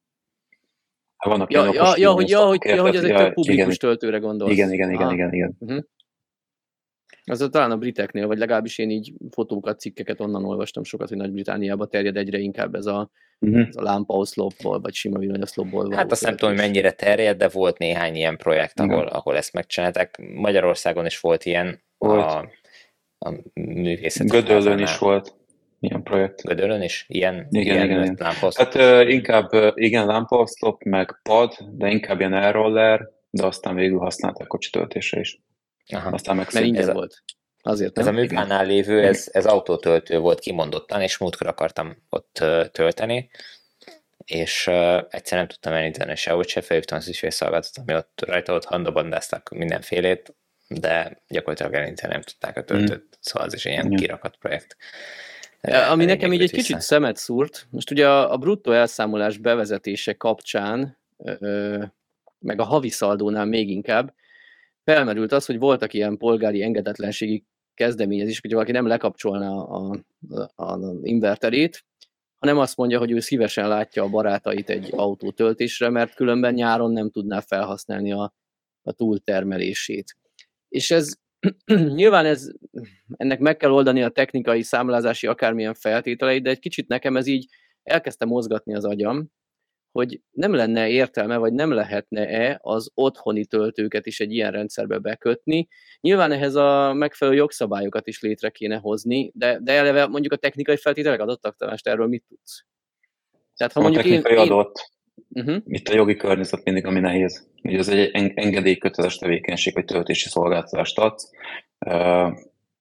Ha vannak ja, ja, ja, hogy, ja, hogy, ja, hogy ez egy ja, publikus igen, töltőre gondolsz. Igen, igen, igen, ah. igen, igen. Uh-huh. Az talán a briteknél, vagy legalábbis én így fotókat, cikkeket onnan olvastam sokat, hogy Nagy-Britanniába terjed egyre inkább ez a, uh-huh. ez a lámpaoszlopból, vagy sima villanyoszlopból. Hát azt nem tudom, hogy mennyire terjed, de volt néhány ilyen projekt, ahol, uh-huh. ahol ezt megcsinálták. Magyarországon is volt ilyen volt. a, a művészeti Gödöllön is volt ilyen projekt. Gödöllön is? Ilyen, igen, ilyen igen, igen. lámpaoszlop? Hát uh, inkább, uh, igen, lámpaoszlop, meg pad, de inkább ilyen air-roller, de aztán végül használták kocsi töltésre is. Aha. Aztán meg mert ingyen volt. Azért nem? Ez a műpánál lévő, ez, ez autótöltő volt kimondottan, és múltkor akartam ott tölteni, és uh, egyszer nem tudtam elindítani sehogy se, felhívtam az ügyfélszolgáltatót, ami ott rajta ott handabandáztak mindenfélét, de gyakorlatilag elindítani nem tudták a töltőt, mm. szóval az is ilyen mm. kirakat projekt. Ja, ami nekem így egy vissza. Kicsit szemet szúrt, most ugye a, a bruttó elszámolás bevezetése kapcsán, ö, meg a havi szaldónál még inkább, felmerült az, hogy voltak ilyen polgári engedetlenségi kezdeményezések, hogy valaki nem lekapcsolná a, a, a inverterét, hanem azt mondja, hogy ő szívesen látja a barátait egy autótöltésre, mert különben nyáron nem tudná felhasználni a, a túltermelését. És ez nyilván ez, ennek meg kell oldani a technikai, számlázási akármilyen feltételeit, de egy kicsit nekem ez így elkezdte mozgatni az agyam, hogy nem lenne értelme, vagy nem lehetne-e az otthoni töltőket is egy ilyen rendszerbe bekötni. Nyilván ehhez a megfelelő jogszabályokat is létre kéne hozni, de, de eleve mondjuk a technikai feltételek adottak, tanást erről mit tudsz? Tehát, ha a mondjuk technikai én, adott, én... Uh-huh. Itt a jogi környezet mindig, ami nehéz. Ugye ez egy engedélyköteles tevékenység, hogy töltési szolgáltatást adsz. Uh,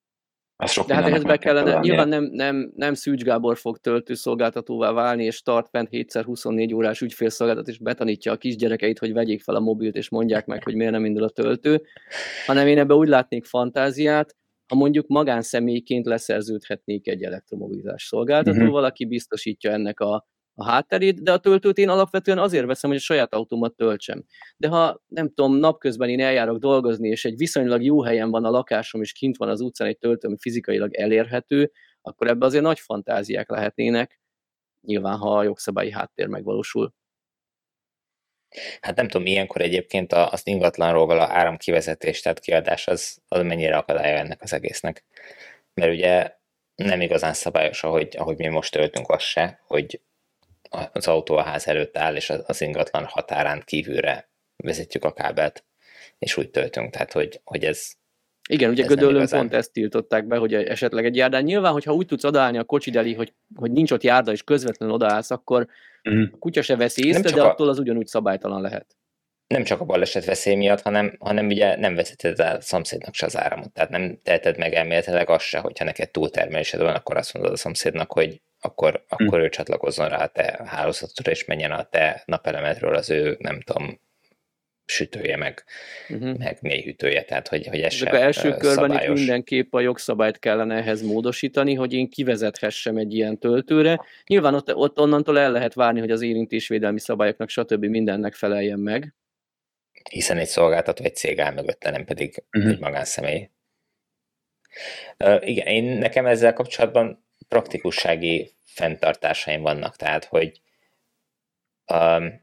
De hát ehhez be kellene, kell nyilván nem, nem, nem Szűcs Gábor fog töltőszolgáltatóvá válni, és tart fent hétszer huszonnégy órás ügyfélszolgáltat, és betanítja a kisgyerekeit, hogy vegyék fel a mobilt, és mondják meg, hogy miért nem indul a töltő, hanem én ebbe úgy látnék fantáziát, ha mondjuk magánszemélyként leszerződhetnék egy elektromobilizás szolgáltatóval, uh-huh. aki biztosítja ennek a a hátterét, de a töltőt én alapvetően azért veszem, hogy a saját autómat töltsem. De ha nem tudom, napközben én eljárok dolgozni, és egy viszonylag jó helyen van a lakásom, és kint van az utcán egy töltő, ami fizikailag elérhető, akkor ebbe azért nagy fantáziák lehetnének, nyilván, ha a jogszabályi háttér megvalósul. Hát nem tudom, ilyenkor egyébként az ingatlanról való áramkivezetés, tehát kiadás, az, az mennyire akadálya ennek az egésznek. Mert ugye nem igazán szabályos, ahogy, ahogy mi most töltünk, az se, hogy az autó a ház előtt áll, és az ingatlan határán kívülre vezetjük a kábelt, és úgy töltünk, tehát hogy, hogy ez igen, ugye Gödöllőn pont ezt tiltották be, hogy esetleg egy járdán. Nyilván, hogyha úgy tudsz odaállni a kocsid elé, hogy, hogy nincs ott járda, és közvetlenül odaállsz, akkor mm. a kutya se veszi észre, de a... attól az ugyanúgy szabálytalan lehet. Nem csak a baleset veszély miatt, hanem, hanem ugye nem vezeted el a szomszédnak se az áramot. Tehát nem teheted meg elméletileg azt se, hogyha neked túltermelésed van, akkor azt mondod a szomszédnak, hogy akkor, hmm. akkor ő csatlakozzon rá a te hálózatodra, és menjen a te napelemedről az ő, nem tudom, sütője, meg, uh-huh. meg mélyhűtője, tehát hogy, hogy ez sem első körben itt mindenképp a jogszabályt kellene ehhez módosítani, hogy én kivezethessem egy ilyen töltőre. Nyilván ott, ott onnantól el lehet várni, hogy az érintésvédelmi szabályoknak, stb. Mindennek feleljen meg. Hiszen egy szolgáltató egy cég áll mögötte, nem pedig uh-huh. egy magánszemély. Uh, igen, én nekem ezzel kapcsolatban praktikussági fenntartásaim vannak, tehát, hogy um,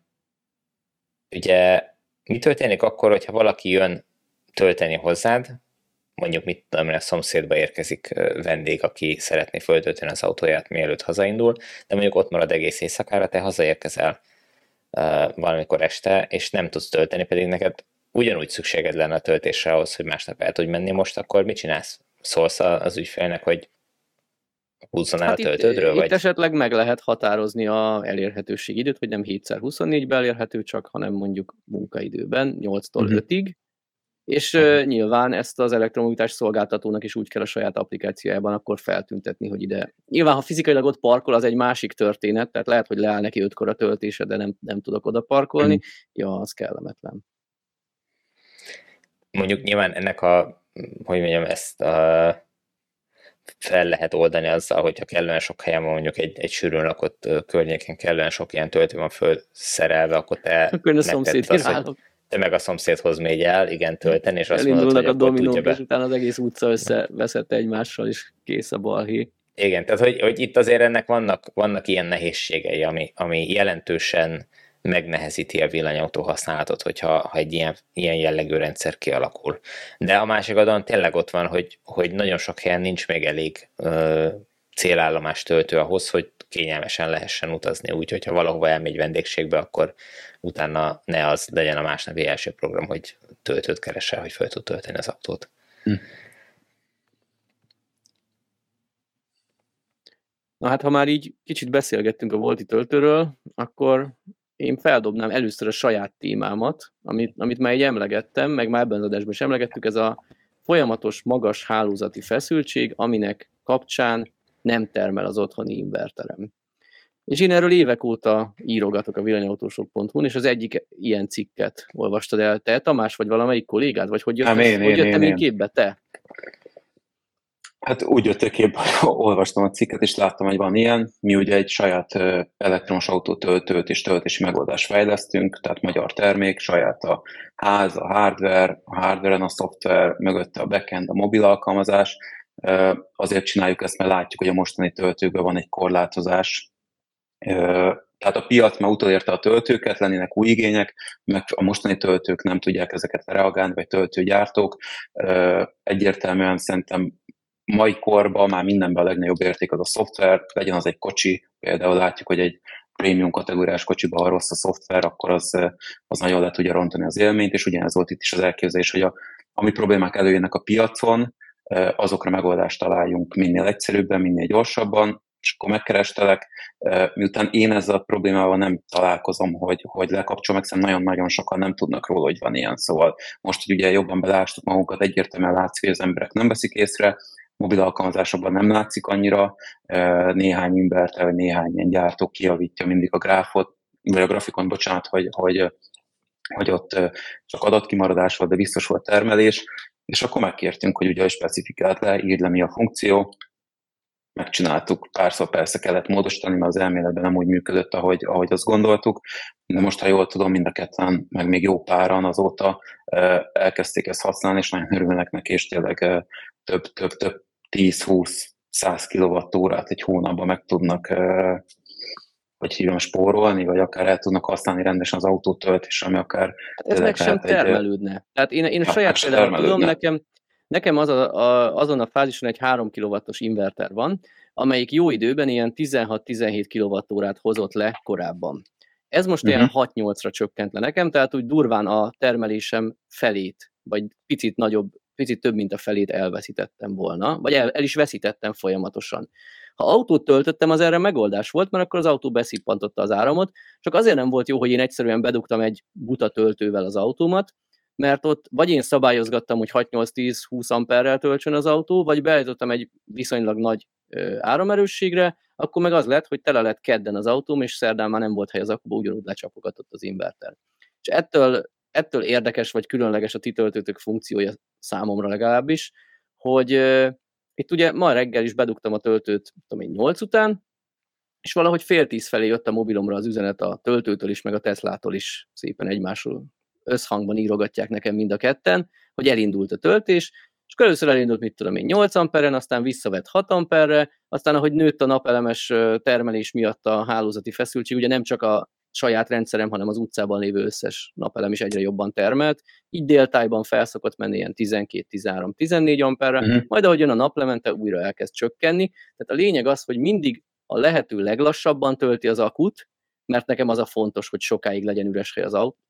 ugye mi történik akkor, hogyha valaki jön tölteni hozzád, mondjuk mit tudom, a szomszédba érkezik vendég, aki szeretné föltölteni az autóját, mielőtt hazaindul, de mondjuk ott marad egész éjszakára, te hazaérkezel uh, valamikor este, és nem tudsz tölteni, pedig neked ugyanúgy szükséged lenne a töltésre ahhoz, hogy másnap el tudj menni, most akkor mit csinálsz? Szólsz az ügyfélnek, hogy húzzon el hát a töltődről? Itt, vagy? Itt esetleg meg lehet határozni a elérhetőség időt, hogy nem hétszer huszonnégyben elérhető csak, hanem mondjuk munkaidőben, nyolctól uh-huh. ötig, és uh-huh. nyilván ezt az elektromobilitás szolgáltatónak is úgy kell a saját applikációjában akkor feltüntetni, hogy ide. Nyilván, ha fizikailag ott parkol, az egy másik történet, tehát lehet, hogy leáll neki ötkor a töltése, de nem, nem tudok oda parkolni. Uh-huh. Ja, az kellemetlen. Mondjuk nyilván ennek a, hogy mondjam, ezt a fel lehet oldani azzal, hogyha kellően sok helyen van, mondjuk egy, egy sűrűn lakott környéken kellően sok ilyen töltő van fölszerelve, akkor te akkor a szomszéd az, hogy te meg a szomszédhoz mégy el, igen, tölteni, és azt elindulnak mondod, hogy a dominók, tudja be. És utána az egész utca összeveszett egymással, és kész a balhé. Igen, tehát hogy, hogy itt azért ennek vannak, vannak ilyen nehézségei, ami, ami jelentősen megnehezíti a villanyautó használatot, hogyha ha egy ilyen, ilyen jellegű rendszer kialakul. De a másik oldalon tényleg ott van, hogy, hogy nagyon sok helyen nincs még elég ö, célállomás töltő ahhoz, hogy kényelmesen lehessen utazni, úgyhogy ha valahova elmegy vendégségbe, akkor utána ne az legyen a másnapi első program, hogy töltőt keresel, hogy fel tud tölteni az autót. Hm. Na hát, ha már így kicsit beszélgettünk a Volti töltőről, akkor én feldobnám először a saját témámat, amit, amit már így emlegettem, meg már ebben az adásban is emlegettük, ez a folyamatos magas hálózati feszültség, aminek kapcsán nem termel az otthoni inverterem. És én erről évek óta írogatok a villanyautósok pont hu-n, és az egyik ilyen cikket olvastad el te, Tamás, vagy valamelyik kollégád, vagy hogy, jött Nem, ez, én, hogy én, jöttem én, én képbe, te? Hát úgy jöttek képbe, hogy olvastam a cikket, és láttam, hogy van ilyen. Mi ugye egy saját elektromos autótöltőt és töltési megoldást fejlesztünk, tehát magyar termék, saját a ház, a hardware, a hardware-en a szoftver, mögötte a backend, a mobil alkalmazás. Azért csináljuk ezt, mert látjuk, hogy a mostani töltőkben van egy korlátozás. Tehát a piac már utolérte a töltőket, lennének új igények, meg a mostani töltők nem tudják ezeket reagálni, vagy töltőgyártók. Egyértelműen szerintem mai korban már mindenben a legnagyobb érték az a szoftver, legyen az egy kocsi, például látjuk, hogy egy prémium kategóriás kocsiban, ha rossz a szoftver, akkor az, az nagyon le tudja rontani az élményt, és ugyanez volt itt is az elképzelés, hogy a, ami problémák előjönnek a piacon, azokra megoldást találjunk minél egyszerűbben, minél gyorsabban, és akkor megkerestelek. Miután én ezzel a problémával nem találkozom, hogy, hogy lekapcsolom, egyszerűen nagyon-nagyon sokan nem tudnak róla, hogy van ilyen. Szóval most, hogy ugye jobban belástuk magunkat, egyértelműen látszik, hogy az emberek nem veszik észre, mobil alkalmazásokban nem látszik annyira, néhány inverter, vagy néhány ilyen gyártó kijavítja mindig a gráfot, vagy a grafikon, bocsánat, hogy, hogy, hogy ott csak adatkimaradás volt, de biztos volt termelés, és akkor megkértünk, hogy ugye a specifikált le, írd le mi a funkció, megcsináltuk, párszor persze kellett módosítani, mert az elméletben nem úgy működött, ahogy, ahogy azt gondoltuk, de most, ha jól tudom, mind a ketten, meg még jó páran azóta elkezdték ezt használni, és nagyon örülnek neki, és tényleg több, több, több tíz-húsz-száz kilowattórát egy hónapban meg tudnak, hogy hívjam, spórolni, vagy akár el tudnak használni rendesen az autótöltés, ami akár... Hát ez meg sem termelődne. Egy... Tehát én, én a saját például tudom, nekem, nekem az a, a, azon a fázison egy három kilowattos inverter van, amelyik jó időben ilyen tizenhat-tizenhét kilowattórát hozott le korábban. Ez most uh-huh. ilyen hat-nyolcra csökkent le nekem, tehát úgy durván a termelésem felét, vagy picit nagyobb, picit több, mint a felét elveszítettem volna, vagy el, el is veszítettem folyamatosan. Ha autót töltöttem, az erre megoldás volt, mert akkor az autó beszippantotta az áramot, csak azért nem volt jó, hogy én egyszerűen bedugtam egy buta töltővel az autómat, mert ott vagy én szabályozgattam, hogy hat-nyolc-tíz-húsz amperrel töltsön az autó, vagy beállítottam egy viszonylag nagy ö, áramerősségre, akkor meg az lett, hogy tele lett kedden az autóm, és szerdán már nem volt hely az akuba, ugyanúgy lecsapogatott az inverter. És ettől, ettől érdekes, vagy különleges a ti töltőtök funkciója számomra legalábbis, hogy ö, itt ugye ma reggel is bedugtam a töltőt, tudom én, nyolc után, és valahogy fél tíz felé jött a mobilomra az üzenet a töltőtől is, meg a Teslától is, szépen egymásról összhangban írogatják nekem mind a ketten, hogy elindult a töltés, és először elindult, mit tudom én, nyolc amperen, aztán visszavett hat amperre, aztán ahogy nőtt a napelemes termelés miatt a hálózati feszültség, ugye nem csak a saját rendszerem, hanem az utcában lévő összes napelem is egyre jobban termelt, így déltájban felszokott menni ilyen tizenkét, tizenhárom, tizennégy amperre, uh-huh. majd ahogy jön a naplemente, újra elkezd csökkenni. Tehát a lényeg az, hogy mindig a lehető leglassabban tölti az akut, mert nekem az a fontos, hogy sokáig legyen üres hely az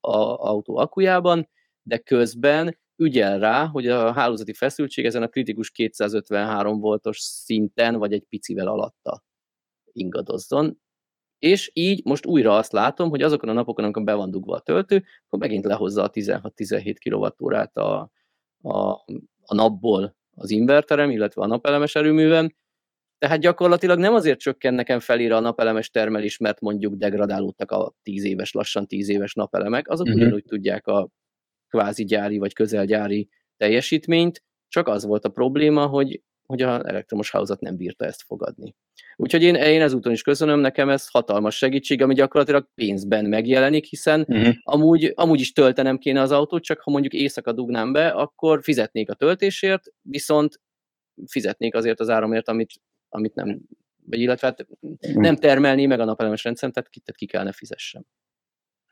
autó akujában, de közben ügyel rá, hogy a hálózati feszültség ezen a kritikus kétszázötvenhárom voltos szinten, vagy egy picivel alatta ingadozzon. És így most újra azt látom, hogy azokon a napokon, amikor be van dugva a töltő, akkor megint lehozza a tizenhat-tizenhét kilowattórát a, a, a napból az inverterem, illetve a napelemes erőművem. Tehát gyakorlatilag nem azért csökken nekem felére a napelemes termelés, mert mondjuk degradálódtak a tíz éves, lassan tíz éves napelemek, azok uh-huh. ugyanúgy tudják a kvázi gyári vagy közelgyári teljesítményt, csak az volt a probléma, hogy, hogy az elektromos hálózat nem bírta ezt fogadni. Úgyhogy én, én ezúton is köszönöm, nekem ez hatalmas segítség, ami gyakorlatilag pénzben megjelenik, hiszen uh-huh. amúgy, amúgy is töltenem kéne az autót, csak ha mondjuk éjszaka dugnám be, akkor fizetnék a töltésért, viszont fizetnék azért az áramért, amit amit nem, vagy illetve hát nem termelné meg a napelemes rendszerem, tehát ki, tehát ki kellene fizessem.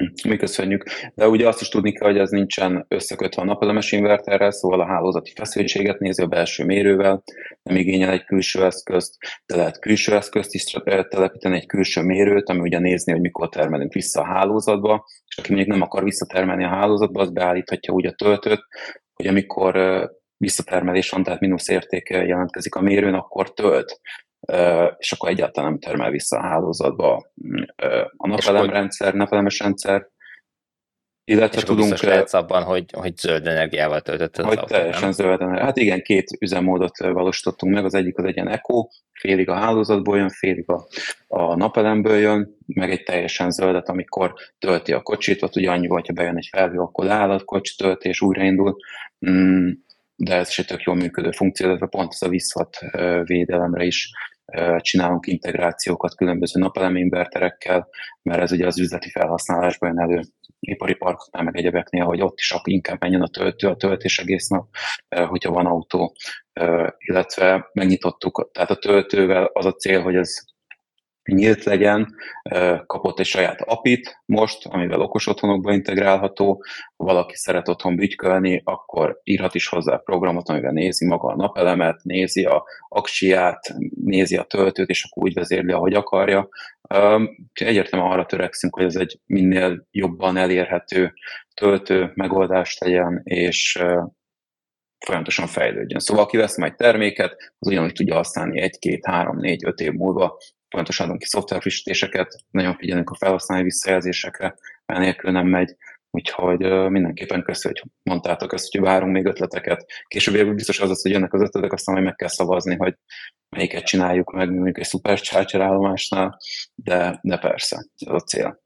Mi köszönjük. De ugye azt is tudni kell, hogy ez nincsen összekötve a napelemes inverterrel, szóval a hálózati feszültséget nézi a belső mérővel, nem igényel egy külső eszközt, de lehet külső eszközt is telepíteni, egy külső mérőt, ami ugye nézni, hogy mikor termelünk vissza a hálózatba, és aki még nem akar visszatermelni a hálózatba, az beállíthatja úgy a töltőt, hogy amikor visszatermelés van, tehát mínusz érték jelentkezik a mérőn, akkor tölt, és akkor egyáltalán nem termel vissza a hálózatba a napelemrendszer, napelemes rendszer, illetve és tudunk... És lehetsz abban, hogy, hogy zöld energiával töltött az hogy autó, teljesen nem? zöld energiával. Hát igen, két üzemmódot valósítottunk meg, az egyik az egy ilyen eco, félig a hálózatból jön, félig a, a napelemből jön, meg egy teljesen zöldet, amikor tölti a kocsit, ott ugye annyi, hogyha bejön egy felhő, akkor leáll a kocsi tölti, és újraindul. Mm, de ez is egy tök jól működő funkció, illetve pont ez a visszhat védelemre is csinálunk integrációkat különböző napeleminverterekkel, mert ez ugye az üzleti felhasználásban jön elő, ipari parkoknál, meg egyebeknél, hogy ott is akkor inkább menjen a töltő, a töltés egész nap, hogyha van autó, illetve megnyitottuk, tehát a töltővel az a cél, hogy ez nyílt legyen, kapott egy saját apit most, amivel okos otthonokba integrálható, ha valaki szeret otthon bütykölni, akkor írhat is hozzá programot, amivel nézi maga a napelemet, nézi a aksiját, nézi a töltőt, és akkor úgy vezérli, ahogy akarja. Egyértelműen arra törekszünk, hogy ez egy minél jobban elérhető töltő megoldást legyen, és folyamatosan fejlődjön. Szóval aki vesz majd terméket, az ugyanúgy tudja használni egy, két, három, négy, öt év múlva. Pontosan adunk ki szoftverfrissítéseket, nagyon figyelünk a felhasználói visszajelzésekre, enélkül nem megy. Úgyhogy uh, mindenképpen köszönjük, hogy mondtátok ezt, hogy várunk még ötleteket. Később biztos az az, hogy jönnek az ötletek, aztán majd meg kell szavazni, hogy melyiket csináljuk meg, mondjuk egy Supercharger állomásnál, de, de persze, ez a cél.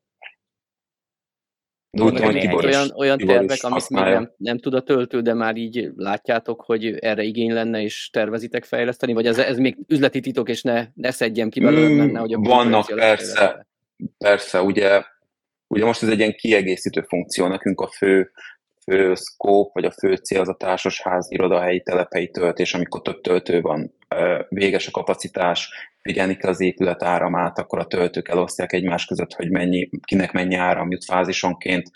De úgy tudom, hogy Tibor olyan, olyan tervek, amit használja. még nem, nem tud a töltő, de már így látjátok, hogy erre igény lenne, és tervezitek fejleszteni, vagy ez, ez még üzleti titok, és ne, ne szedjem ki belőle, menne, hogy a vannak, persze, persze, ugye, ugye most ez egy ilyen kiegészítő funkció, nekünk a fő, fő szkóp, vagy a fő cél az a társasház, irodahelyi, telephelyi töltés, amikor több töltő van, véges a kapacitás, figyelni kell az épület áramát, akkor a töltők elosztják egymás között, hogy mennyi, kinek mennyi áram jut fázisonként,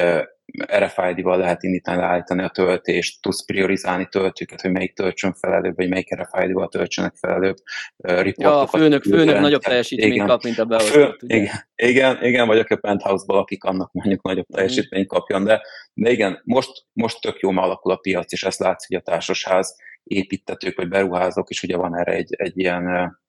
er ef i dé-val lehet indítani, leállítani a töltést, tudsz priorizálni töltőket, hogy melyik töltsön fel előbb, vagy melyik er ef i dé-val töltsenek fel előbb. Ja, a főnök, főnök nagyobb teljesítményt kap, mint a beosztott. Igen, igen, igen, vagy aki a penthouse-ból lakik, annak mondjuk nagyobb teljesítményt kapjon, de, de igen, most, most tök jó, már alakul a piac, és ezt látsz, hogy a társasház építtetők, vagy beruházók is, ugye van erre egy, egy ilyen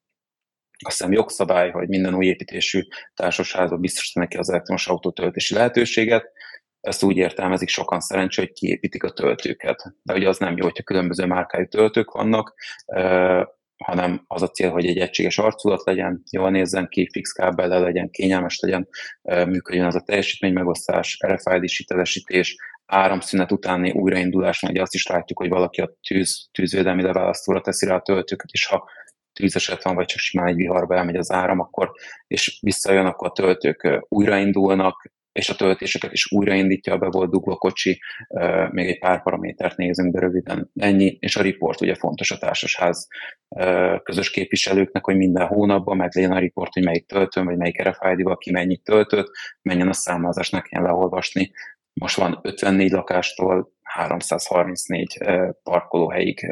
azt hiszem jogszabály, hogy minden új építésű társasházban biztosítani neki az elektromos autótöltési lehetőséget. Ezt úgy értelmezik sokan szerencsé, hogy kiépítik a töltőket. De ugye az nem jó, hogyha különböző márkájú töltők vannak, eh, hanem az a cél, hogy egy egységes arculat legyen, jól nézzen ki, fix kábellel legyen, kényelmes legyen, eh, működjön az a teljesítménymegosztás, er ef i dé-s hitelesítés, áramszünet utáni újraindulás, ugye azt is látjuk, hogy valaki a tűz, tűzvédelmi leválasztóra teszi rá a töltőket, és ha tűzeset van, vagy csak simán egy viharba elmegy az áram, akkor, és visszajön, akkor a töltők újraindulnak, és a töltéseket is újraindítja a be volt dugva kocsi, még egy pár paramétert nézünk, de röviden ennyi, és a report ugye fontos a társasház közös képviselőknek, hogy minden hónapban meg legyen a report, hogy melyik töltőn, vagy melyik er ef i dé-val ki mennyit töltött, menjen a számlázás, ne kelljen leolvasni. Most van ötvennégy lakástól háromszázharmincnégy parkolóhelyig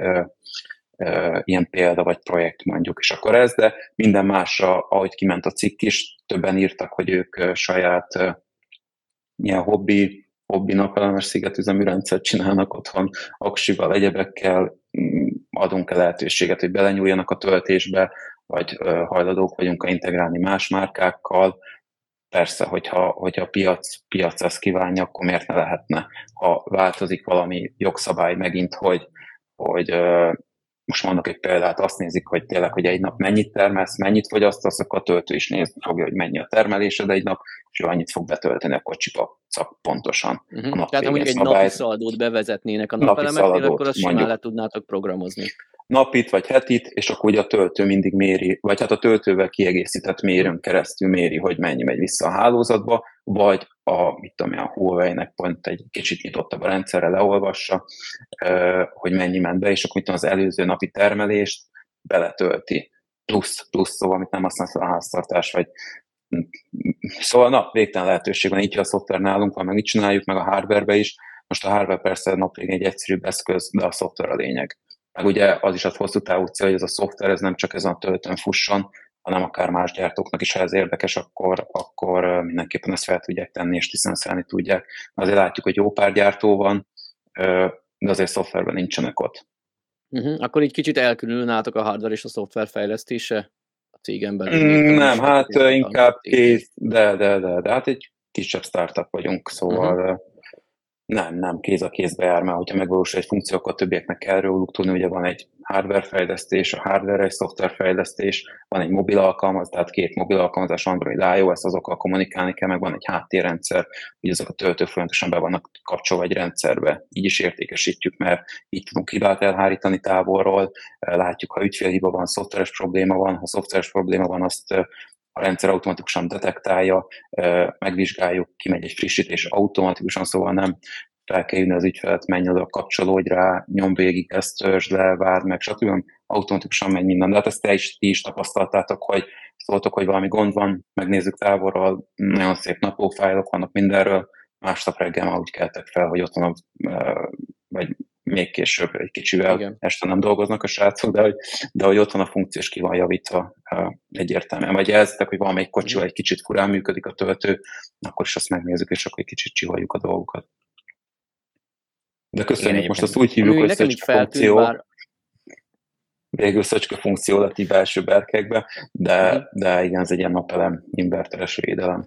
ilyen példa vagy projekt mondjuk, és akkor ez, de minden másra, ahogy kiment a cikk is, többen írtak, hogy ők saját ilyen hobbi, hobbi napelemes szigetüzemű rendszert csinálnak otthon, aksival, egyebekkel, adunk-e lehetőséget, hogy belenyúljanak a töltésbe, vagy hajlandók vagyunk integrálni más márkákkal. Persze, hogyha, hogyha a piac, piac ezt kívánja, akkor miért ne lehetne? Ha változik valami jogszabály megint, hogy, hogy most mondok egy példát, azt nézik, hogy tényleg, hogy egy nap mennyit termelsz, mennyit fogyasztasz, akkor a töltő is nézni fogja, hogy mennyi a termelésed egy nap, és ő annyit fog betölteni a kocsiba, csak pontosan. Uh-huh. A nap Tehát ha mondjuk egy napi szaldót bevezetnének a napelemeknél, akkor azt simán le tudnátok programozni. Napit vagy hetit, és akkor ugye a töltő mindig méri, vagy hát a töltővel kiegészített mérőn keresztül méri, hogy mennyi megy vissza a hálózatba, vagy a, mit tudom én, a Huawei-nek pont egy kicsit nyitottabb a rendszerre leolvassa, hogy mennyi ment be, és akkor az előző napi termelést beletölti. Plusz, plusz, szóval, amit nem használsz a háztartás, vagy Szóval na, végtelen lehetőség van, így a szoftver nálunk van, meg mit csináljuk, meg a hardware-be is. Most a hardware persze nap végén egy egyszerűbb eszköz, de a szoftver a lényeg. Meg ugye az is a hosszú távú cél, hogy ez a szoftver ez nem csak ezen a töltőn fusson, hanem akár más gyártóknak is, ha ez érdekes, akkor, akkor mindenképpen ezt fel tudják tenni és licenszelni tudják. Azért látjuk, hogy jó pár gyártó van, de azért szoftverben nincsenek ott. Uh-huh. Akkor így kicsit elkülönül nálatok a hardware és a szoftver fejlesztése a cégen belül? Mm, nem, hát inkább kész, de, de, de, de hát egy kisebb startup vagyunk, szóval uh-huh. nem, nem, kéz a kézbe jár, mert hogyha megvalósul egy funkció, akkor többieknek kell róluk tudni, ugye van egy hardware fejlesztés, a hardware egy szoftver fejlesztés, van egy mobil alkalmazás, tehát két mobil alkalmazás, Android, iOS, azokkal kommunikálni kell, meg van egy háttérrendszer, hogy azok a töltők folyamatosan be vannak kapcsolva egy rendszerbe. Így is értékesítjük, mert így tudunk hibát elhárítani távolról, látjuk, ha ügyfélhiba van, szoftveres probléma van, ha szoftveres probléma van, azt a rendszer automatikusan detektálja, megvizsgáljuk, kimegy egy frissítés automatikusan, szóval nem fel kell jönni az ügyfelet, menj oda, kapcsolódj rá, nyom végig, ezt törzsd le, várd meg, stb. Automatikusan megy minden. De hát ezt te is, ti is tapasztaltátok, hogy szóltok, hogy valami gond van, megnézzük távolról, nagyon szép naplófájlok vannak mindenről, másnap reggel már úgy keltek fel, hogy ott van, a, vagy még később egy kicsivel, igen. Este nem dolgoznak a srácok, de hogy, de hogy ott van a funkció, és ki van javítva egyértelműen. Vagy jelzitek, hogy valamelyik kocsival egy kicsit furán működik a töltő, akkor is azt megnézzük, és akkor egy kicsit csiholjuk a dolgokat. De köszönjük, most azt úgy hívjuk, hogy szöcske funkció. Bár... Végül szöcske funkció lett így belső berkekbe, de, de igen, ez egy ilyen napelem inverteres védelem.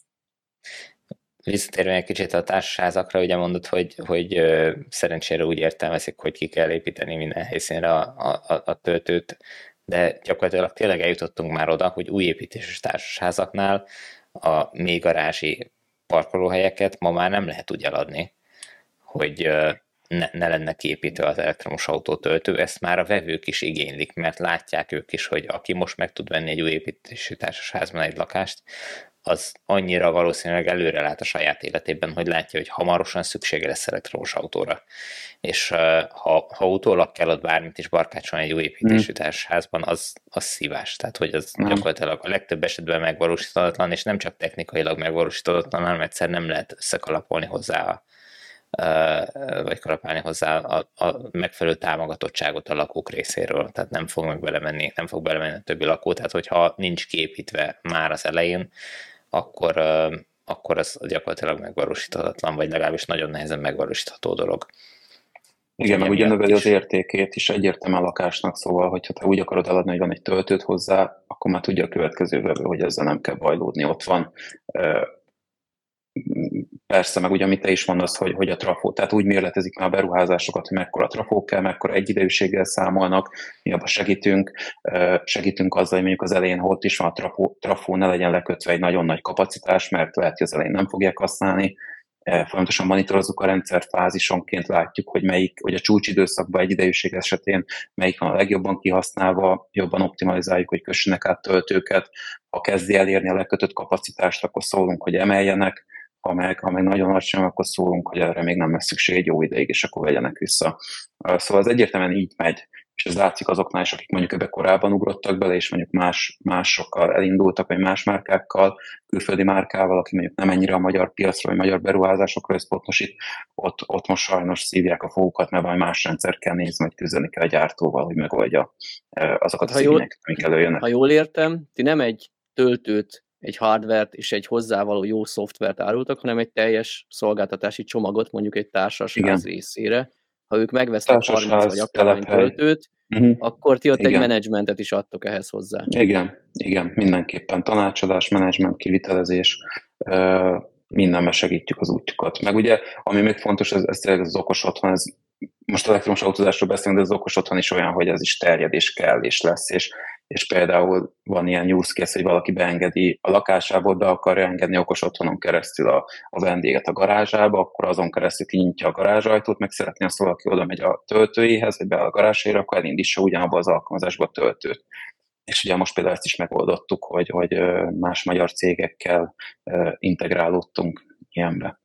Visszatérve egy kicsit a társasházakra, ugye mondod, hogy, hogy ö, szerencsére úgy értelmezik, hogy ki kell építeni minden helyszínre a, a, a töltőt, de gyakorlatilag tényleg eljutottunk már oda, hogy új építéses társasházaknál a mély garázsi parkolóhelyeket ma már nem lehet úgy eladni, hogy ö, ne, ne lenne kiépítve az elektromos autótöltő, ezt már a vevők is igénylik, mert látják ők is, hogy aki most meg tud venni egy új építési társasházban egy lakást, az annyira valószínűleg előre lát a saját életében, hogy látja, hogy hamarosan szüksége lesz elektromos autóra. És uh, ha, ha utólag kell ott bármit is barkácsolni egy új építésű társasházban, az, az szívás. Tehát, hogy az mm. gyakorlatilag a legtöbb esetben megvalósítatlan, és nem csak technikailag megvalósítatlan, hanem egyszer nem lehet összekalapolni hozzá a Uh, vagy kalapálni hozzá a, a megfelelő támogatottságot a lakók részéről, tehát nem fog meg belemenni, nem fog belemenni a többi lakó, tehát hogyha nincs kiépítve már az elején, akkor, uh, akkor az gyakorlatilag megvalósíthatatlan, vagy legalábbis nagyon nehezen megvalósítható dolog. Igen, meg ugye növeli az értékét is egyértelműen a lakásnak, szóval, hogyha te úgy akarod eladni, hogy van egy töltőt hozzá, akkor már tudja a következő vevő, hogy ezzel nem kell bajlódni, ott van. Uh, Persze, meg ugye, amit te is mondasz, hogy, hogy a trafó, tehát úgy mérletezik már a beruházásokat, hogy mekkora trafó kell, mekkora egyidejűséggel számolnak, mi abban segítünk, segítünk azzal, hogy mondjuk az elején, ha ott is van a trafó, trafó, ne legyen lekötve egy nagyon nagy kapacitás, mert lehet, hogy az elején nem fogják használni. Folyamatosan monitorozzuk a rendszert, fázisonként látjuk, hogy melyik, hogy a csúcsidőszakban egyidejűség esetén melyik van a legjobban kihasználva, jobban optimalizáljuk, hogy kössenek át töltőket. Ha kezdi elérni a lekötött kapacitást, akkor szólunk, hogy emeljenek, ha meg, ha meg nagyon alacsony, akkor szólunk, hogy erre még nem lesz szükség egy jó ideig, és akkor vegyenek vissza. Szóval ez egyértelműen így megy, és ez látszik azoknál is, akik mondjuk ebbe korábban ugrottak bele, és mondjuk más, másokkal elindultak, vagy más márkákkal, külföldi márkával, aki mondjuk nem ennyire a magyar piacra, vagy magyar beruházásokra összpontosít, ott, ott most sajnos szívják a fogukat, mert valami más rendszer kell nézni, hogy küzdeni kell a gyártóval, hogy megoldja azokat az igényeket, amik előjönnek. Ha jól értem, ti nem egy töltőt, egy hardvert és egy hozzávaló jó szoftvert árultak, hanem egy teljes szolgáltatási csomagot mondjuk egy társasház részére. Ha ők megvesznek harminc vagy akárhány töltőt, uh-huh. akkor ti ott igen. egy menedzsmentet is adtok ehhez hozzá. Igen, igen, mindenképpen tanácsadás, menedzsment, kivitelezés, mindenben segítjük az útjukat. Meg ugye, ami még fontos, ez, ez tényleg az okos otthon, ez, most elektromos autózásról beszélünk, de az okos otthon is olyan, hogy ez is terjed, és kell, és lesz, és és például van ilyen use case, hogy valaki beengedi a lakásából, be akarja engedni okos otthonon keresztül a, a vendéget a garázsába, akkor azon keresztül kinyitja a garázsajtót, meg szeretné azt, valaki oda megy a töltőjéhez, vagy be a garázsére, akkor elindítsa ugyanabba az alkalmazásba a töltőt. És ugye most például ezt is megoldottuk, hogy, hogy más magyar cégekkel integrálódtunk ilyenbe.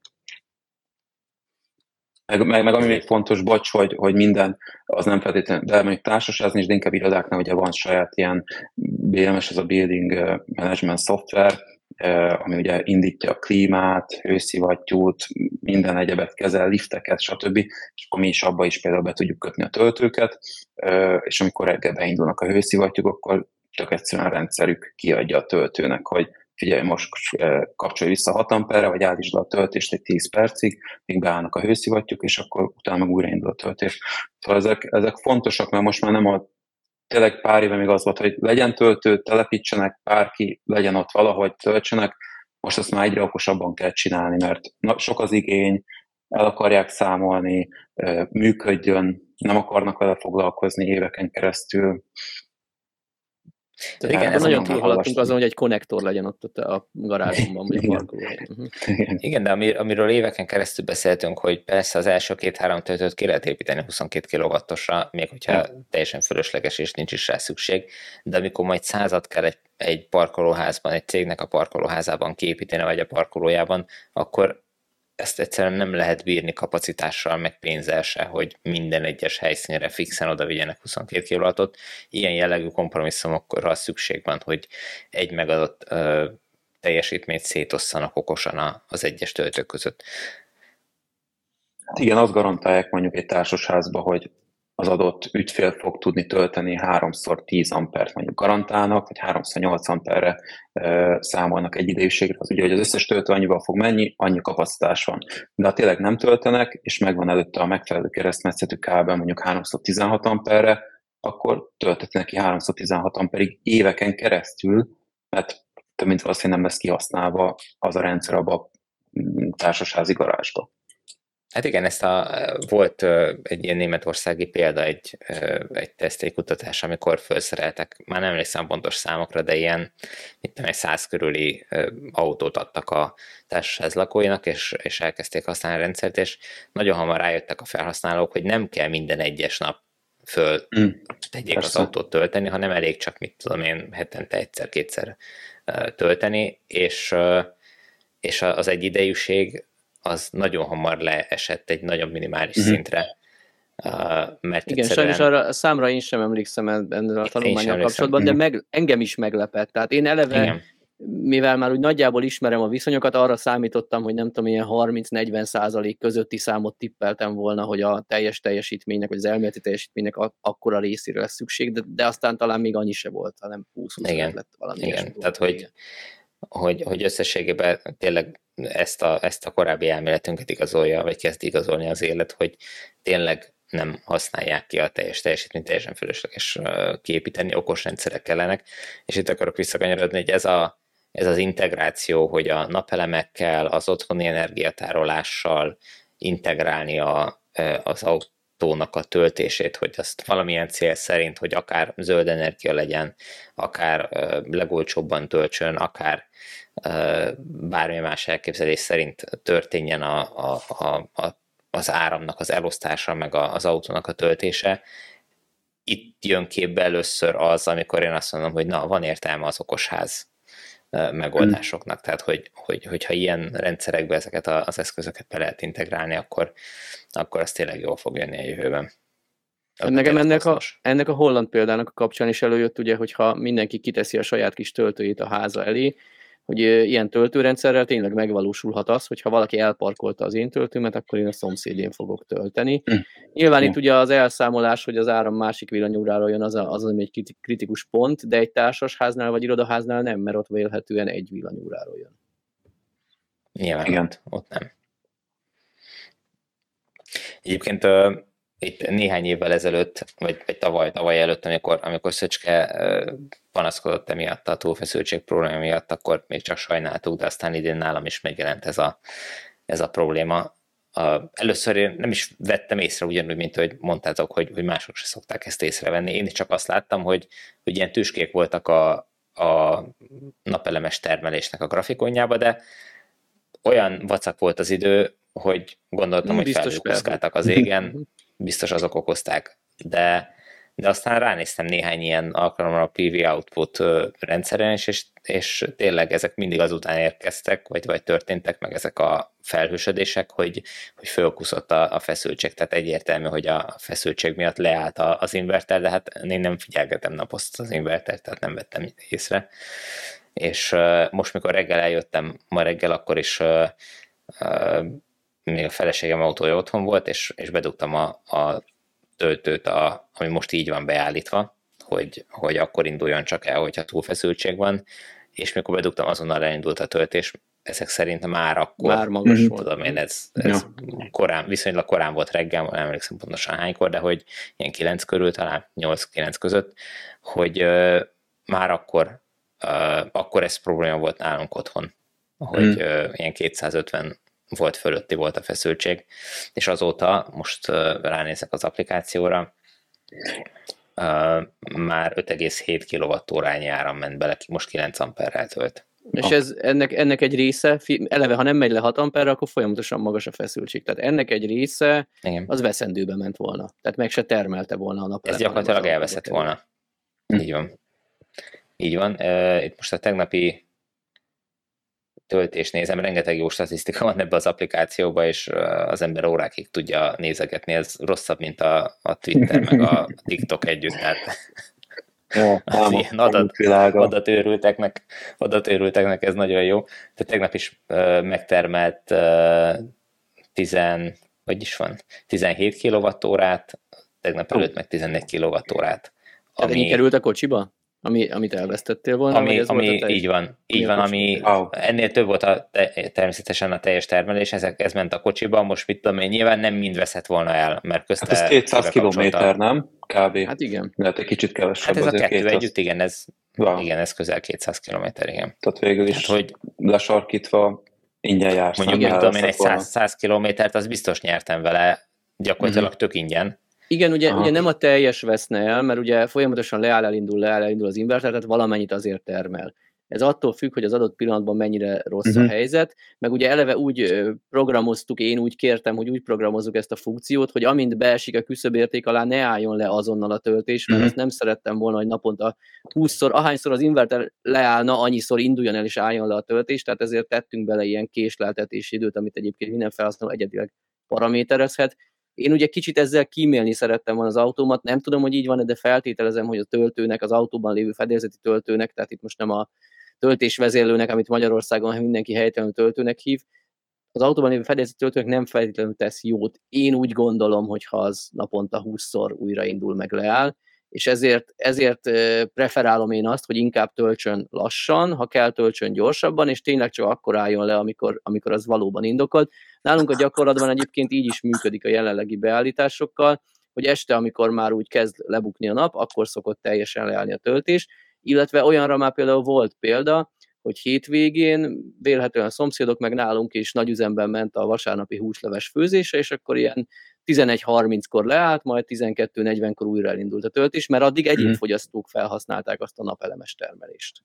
Meg, meg, meg ami még fontos, bocs, hogy, hogy minden, az nem feltétlenül, de mondjuk társasázni is, de inkább irodáknál ugye van saját ilyen bé em es, ez a Building Management Software, ami ugye indítja a klímát, hőszivattyút, minden egyebet kezel, lifteket, stb. És akkor mi is abba is például be tudjuk kötni a töltőket, és amikor reggel beindulnak a hőszivattyúk, akkor csak egyszerűen a rendszerük kiadja a töltőnek, hogy figyelj, most kapcsolj vissza hat amperre, vagy állítsd le a töltést egy tíz percig, míg beállnak a hőszivattyúk, és akkor utána meg újraindul a töltés. Szóval ezek, ezek fontosak, mert most már nem a tényleg pár éve még az volt, hogy legyen töltő, telepítsenek, bárki legyen ott valahogy, töltsenek, most ezt már egyre okosabban kell csinálni, mert na, sok az igény, el akarják számolni, működjön, nem akarnak vele foglalkozni éveken keresztül. Tehát igen, ez nagyon túlhaladtunk azon, hogy egy konnektor legyen ott a garázsomban, vagy a parkolóhelyen. Uh-huh. Igen. Igen, de amir, amiről éveken keresztül beszéltünk, hogy persze az első két-három töltőt ki lehet építeni huszonkét kilowattosra, még hogyha ja. teljesen fölösleges és nincs is rá szükség, de amikor majd százat kell egy, egy parkolóházban, egy cégnek a parkolóházában kiépíteni, vagy a parkolójában, akkor ezt egyszerűen nem lehet bírni kapacitással, meg pénzzel se, hogy minden egyes helyszínre fixen oda vigyenek huszonkét kilowattot. Ilyen jellegű kompromisszumokra szükség van, hogy egy megadott ö, teljesítményt szétosszanak okosan az egyes töltők között. Hát igen, azt garantálják mondjuk egy társasházba, hogy az adott ügyfél fog tudni tölteni háromszor tíz ampert mondjuk garantálnak, vagy háromszor nyolc amperre e, számolnak egy idejűségre. Az ugye, hogy az összes töltő annyival fog menni, annyi kapacitás van. De ha tényleg nem töltenek, és megvan előtte a megfelelő keresztmetszetű kábel mondjuk háromszor tizenhat amperre, akkor tölteti neki háromszor tizenhat amperig éveken keresztül, mert több mint valószínűleg nem lesz kihasználva az a rendszer abba a társasházi garázsba. Hát igen, ezt a, volt egy ilyen németországi példa, egy, egy tesztélykutatás, amikor felszereltek, már nem emlékszem pontos számokra, de ilyen, mit tudom, egy száz körüli autót adtak a társaság lakóinak, és, és elkezdték használni a rendszert, és nagyon hamar rájöttek a felhasználók, hogy nem kell minden egyes nap föl mm, tegyék persze. az autót tölteni, hanem elég csak, mit tudom én, hetente egyszer-kétszer tölteni, és, és az egyidejűség az nagyon hamar leesett egy nagyon minimális uh-huh. szintre. Uh, mert igen, egyszerűen... sajnos arra a számra én sem emlékszem ennél a tanulmánnyal kapcsolatban, uh-huh. de meg, engem is meglepett. Tehát én eleve, igen. mivel már úgy nagyjából ismerem a viszonyokat, arra számítottam, hogy nem tudom, ilyen harminc-negyven százalék közötti számot tippeltem volna, hogy a teljes teljesítménynek, vagy az elméleti teljesítménynek ak- akkora részére lesz szükség, de, de aztán talán még annyi se volt, hanem húsz-húsz lett valami. Igen, tehát hogy, hogy, hogy összességében tényleg ezt a, ezt a korábbi elméletünket igazolja, vagy kezd igazolni az élet, hogy tényleg nem használják ki a teljes teljesítményt, teljesen fölösleges kiépíteni, okos rendszerek kellenek, és itt akarok visszakanyarodni, hogy ez, a, ez az integráció, hogy a napelemekkel, az otthoni energiatárolással integrálni a, az autónak a töltését, hogy azt valamilyen cél szerint, hogy akár zöld energia legyen, akár legolcsóbban töltsön, akár bármi más elképzelés szerint történjen a, a, a, a, az áramnak az elosztása, meg a, az autónak a töltése. Itt jön képbe először az, amikor én azt mondom, hogy na, van értelme az okosház megoldásoknak, tehát hogy, hogy, hogyha ilyen rendszerekbe ezeket az eszközöket be lehet integrálni, akkor, akkor az tényleg jól fog jönni a jövőben. Nekem ennek a, ennek a holland példának a kapcsán is előjött, ugye, hogyha mindenki kiteszi a saját kis töltőjét a háza elé, hogy ilyen töltőrendszerrel tényleg megvalósulhat az, hogyha valaki elparkolta az én töltőmet, akkor én a szomszédén fogok tölteni. Mm. Nyilván mm. itt ugye az elszámolás, hogy az áram másik villanyóráról jön, az, a, az ami egy kritikus pont, de egy társasháznál vagy irodaháznál nem, mert ott vélhetően egy villanyóráról jön. Nyilván igen. Ott, ott nem. Egyébként uh, itt néhány évvel ezelőtt, vagy, vagy tavaly, tavaly előtt, amikor, amikor Szöcske uh, panaszkodott emiatt a túlfeszültség probléma miatt, akkor még csak sajnáltuk, de aztán idén nálam is megjelent ez a, ez a probléma. Uh, először én nem is vettem észre ugyanúgy, mint hogy mondtátok, hogy, hogy mások se szokták ezt észrevenni. Én csak azt láttam, hogy, hogy ilyen tüskék voltak a, a napelemes termelésnek a grafikonjába, de olyan vacak volt az idő, hogy gondoltam, hogy felhőkoszkáltak az égen, biztos azok okozták, de, de aztán ránéztem néhány ilyen alkalomra a pé vé output rendszeren is, és, és tényleg ezek mindig azután érkeztek, vagy, vagy történtek meg ezek a felhősödések, hogy, hogy fölkuszott a, a feszültség, tehát egyértelmű, hogy a feszültség miatt leállt az inverter, de hát én nem figyelgetem napozt az invertert, tehát nem vettem észre. és uh, most, mikor reggel eljöttem, ma reggel, akkor is uh, uh, még a feleségem autója otthon volt, és, és bedugtam a, a töltőt, a, ami most így van beállítva, hogy, hogy akkor induljon csak el, hogyha túlfeszültség van, és mikor bedugtam, azonnal elindult a töltés, ezek szerint már akkor, már magas mm, volt. Tudom én, ez, ez ja. korán, viszonylag korán volt reggel, nem emlékszem pontosan hánykor, de hogy ilyen kilenc körül, talán nyolc-kilenc között, hogy uh, már akkor, uh, akkor ez probléma volt nálunk otthon, hogy mm. uh, ilyen kétszázötven volt fölötti volt a feszültség, és azóta most uh, ránézek az applikációra, uh, már öt egész hét kilowattórányi áram ment bele, most kilenc amperrel tölt. És ez, ennek, ennek egy része, eleve ha nem megy le hat amperre, akkor folyamatosan magas a feszültség. Tehát ennek egy része Igen. az veszendőbe ment volna. Tehát meg se termelte volna a napelemet. Ez gyakorlatilag elveszett volna. Hm. Így van. Így van. Uh, itt most a tegnapi töltés nézem, rengeteg jó statisztika van ebbe az applikációba, és az ember órákig tudja nézegetni, ez rosszabb, mint a, a Twitter, meg a TikTok együtt, tehát ja, az ilyen adat, adatőrülteknek, adatőrülteknek ez nagyon jó. Tehát tegnap is uh, megtermelt uh, tíz, hogy is van, tizenhét kilowattórát, tegnap előtt meg tizennégy kilowattórát. Tehát ami került a kocsiba? Ami, amit elvesztettél volna? Ami, ez ami volt így van, így van, ami oh. ennél több volt a, természetesen a teljes termelés, ezek, ez ment a kocsiba, most mit tudom én, nyilván nem mind veszett volna el, mert közte... Hát ez kétszáz kilométer, nem? Kb. Hát igen. Lehet egy kicsit kevesebb. Hát ez a kettő kétszáz... együtt, igen, ez, wow. igen, ez közel kétszáz kilométer, igen. Tehát végül is hát, hogy lesarkítva ingyen jársz. Mondjuk, mit tudom én, egy száz kilométert, az biztos nyertem vele, gyakorlatilag mm-hmm. tök ingyen. Igen, ugye, ugye nem a teljes veszne el, mert ugye folyamatosan leáll, elindul, leáll, elindul az inverter, tehát valamennyit azért termel. Ez attól függ, hogy az adott pillanatban mennyire rossz uh-huh. a helyzet, meg ugye eleve úgy programoztuk, én úgy kértem, hogy úgy programozzuk ezt a funkciót, hogy amint beesik a küszöbérték alá, ne álljon le azonnal a töltés, mert uh-huh. ezt nem szerettem volna, hogy naponta húszszor, ahányszor az inverter leállna, annyiszor induljon el és álljon le a töltés, tehát ezért tettünk bele ilyen késleltetési időt, amit egyébként minden felhasználó egyedileg paraméterezhet. Én ugye kicsit ezzel kímélni szerettem volna az autómat, nem tudom, hogy így van, de feltételezem, hogy a töltőnek, az autóban lévő fedélzeti töltőnek, tehát itt most nem a töltésvezérlőnek, amit Magyarországon mindenki helytelenül töltőnek hív, az autóban lévő fedélzeti töltőnek nem feltétlenül tesz jót. Én úgy gondolom, hogy ha az naponta húszszor újraindul meg leáll, és ezért, ezért preferálom én azt, hogy inkább töltsön lassan, ha kell töltsön gyorsabban, és tényleg csak akkor álljon le, amikor, amikor az valóban indokolt. Nálunk a gyakorlatban egyébként így is működik a jelenlegi beállításokkal, hogy este, amikor már úgy kezd lebukni a nap, akkor szokott teljesen leállni a töltés, illetve olyanra már például volt példa, hogy hétvégén vélhetően a szomszédok meg nálunk is nagyüzemben ment a vasárnapi húsleves főzése, és akkor ilyen tizenegy harminckor leállt, majd tizenkettő negyvenkor újra elindult a töltés, mert addig egyéb fogyasztók felhasználták azt a napelemes termelést.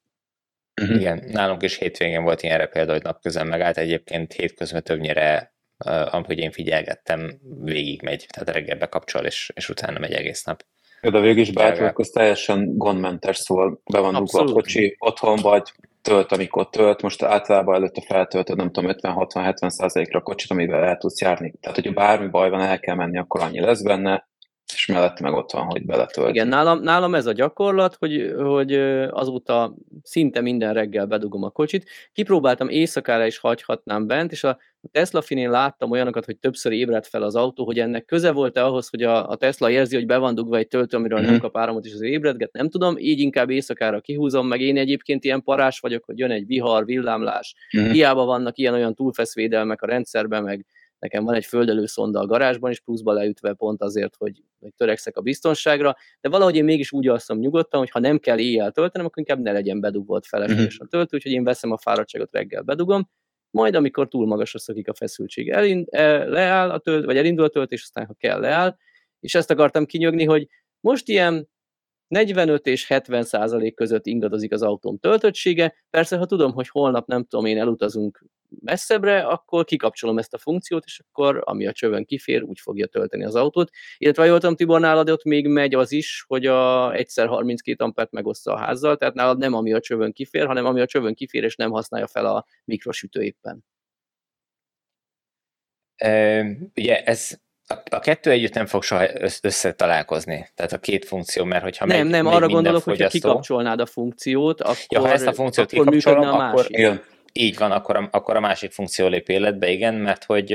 Igen, nálunk is hétvégén volt ilyenre példa, hogy napközben megállt, egyébként hétközben többnyire, uh, ahogy én figyelgettem, végig megy, tehát reggel bekapcsol, és, és utána megy egész nap. De végül is beállítok, az teljesen gondmentes, szóval be van dugva a kocsi, otthon vagy, tölt, amikor tölt, most általában előtte feltöltöd, nem tudom, ötven-hatvan-hetven százalékra a kocsit, amivel el tudsz járni. Tehát, hogyha bármi baj van, el kell menni, akkor annyi lesz benne, és mellette meg ott van, hogy beletölt. Igen, nálam, nálam ez a gyakorlat, hogy, hogy azóta szinte minden reggel bedugom a kocsit. Kipróbáltam éjszakára is hagyhatnám bent, és a Tesla Finén láttam olyanokat, hogy többször ébredt fel az autó, hogy ennek köze volt-e ahhoz, hogy a, a Tesla érzi, hogy be van dugva egy töltő, amiről mm-hmm. nem kap áramot, és az ébredget, nem tudom, így inkább éjszakára kihúzom, meg én egyébként ilyen parás vagyok, hogy jön egy vihar, villámlás, mm-hmm. hiába vannak ilyen-olyan túlfeszvédelmek a rendszerben, meg nekem van egy földelőszonda a garázsban is, pluszba leütve pont azért, hogy, hogy törekszek a biztonságra, de valahogy én mégis úgy alszom nyugodtan, hogy ha nem kell éjjel töltenem, akkor inkább ne legyen bedugva feleslegesen a töltő, úgyhogy én veszem a fáradtságot, reggel bedugom, majd amikor túl magasra szokik a feszültség, elind, el, leáll a tölt, vagy elindul a töltés, aztán ha kell leáll, és ezt akartam kinyögni, hogy most ilyen negyvenöt és hetven százalék között ingadozik az autóm töltöttsége. Persze, ha tudom, hogy holnap nem tudom én elutazunk messzebbre, akkor kikapcsolom ezt a funkciót, és akkor ami a csövön kifér, úgy fogja tölteni az autót. Illetve jól tudom, Tibor, nálad ott még megy az is, hogy a egyszer harminckét ampert megoszta a házzal, tehát nálad nem ami a csövön kifér, hanem ami a csövön kifér, és nem használja fel a mikrosütő éppen. E, ugye ez A, a kettő együtt nem fog soha összetalálkozni. Tehát a két funkció, mert hogyha nem, megy, nem, megy arra minden gondolok, fogyasztó, hogyha kikapcsolnád a funkciót, akkor, ja, ha ezt a funkciót akkor kikapcsolom, működne a akkor másik. Igen. Így van, akkor a, akkor a másik funkció lép életbe, igen, mert hogy,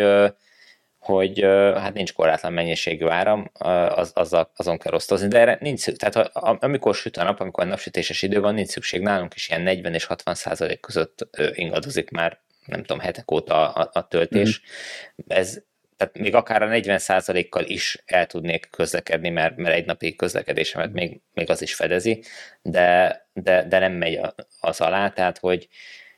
hogy hát nincs korlátlan mennyiségű áram, az, azzal, azon kell osztozni, de erre nincs szükség. Tehát amikor süt a nap, amikor napsütéses idő van, nincs szükség, nálunk is ilyen negyven és hatvan százalék között ingadozik már, nem tudom, hetek óta a, a töltés. Mm. Ez, tehát még akár a negyven százalékkal is el tudnék közlekedni, mert, mert egy napi közlekedésemet még, még az is fedezi, de, de, de nem megy az alá, tehát hogy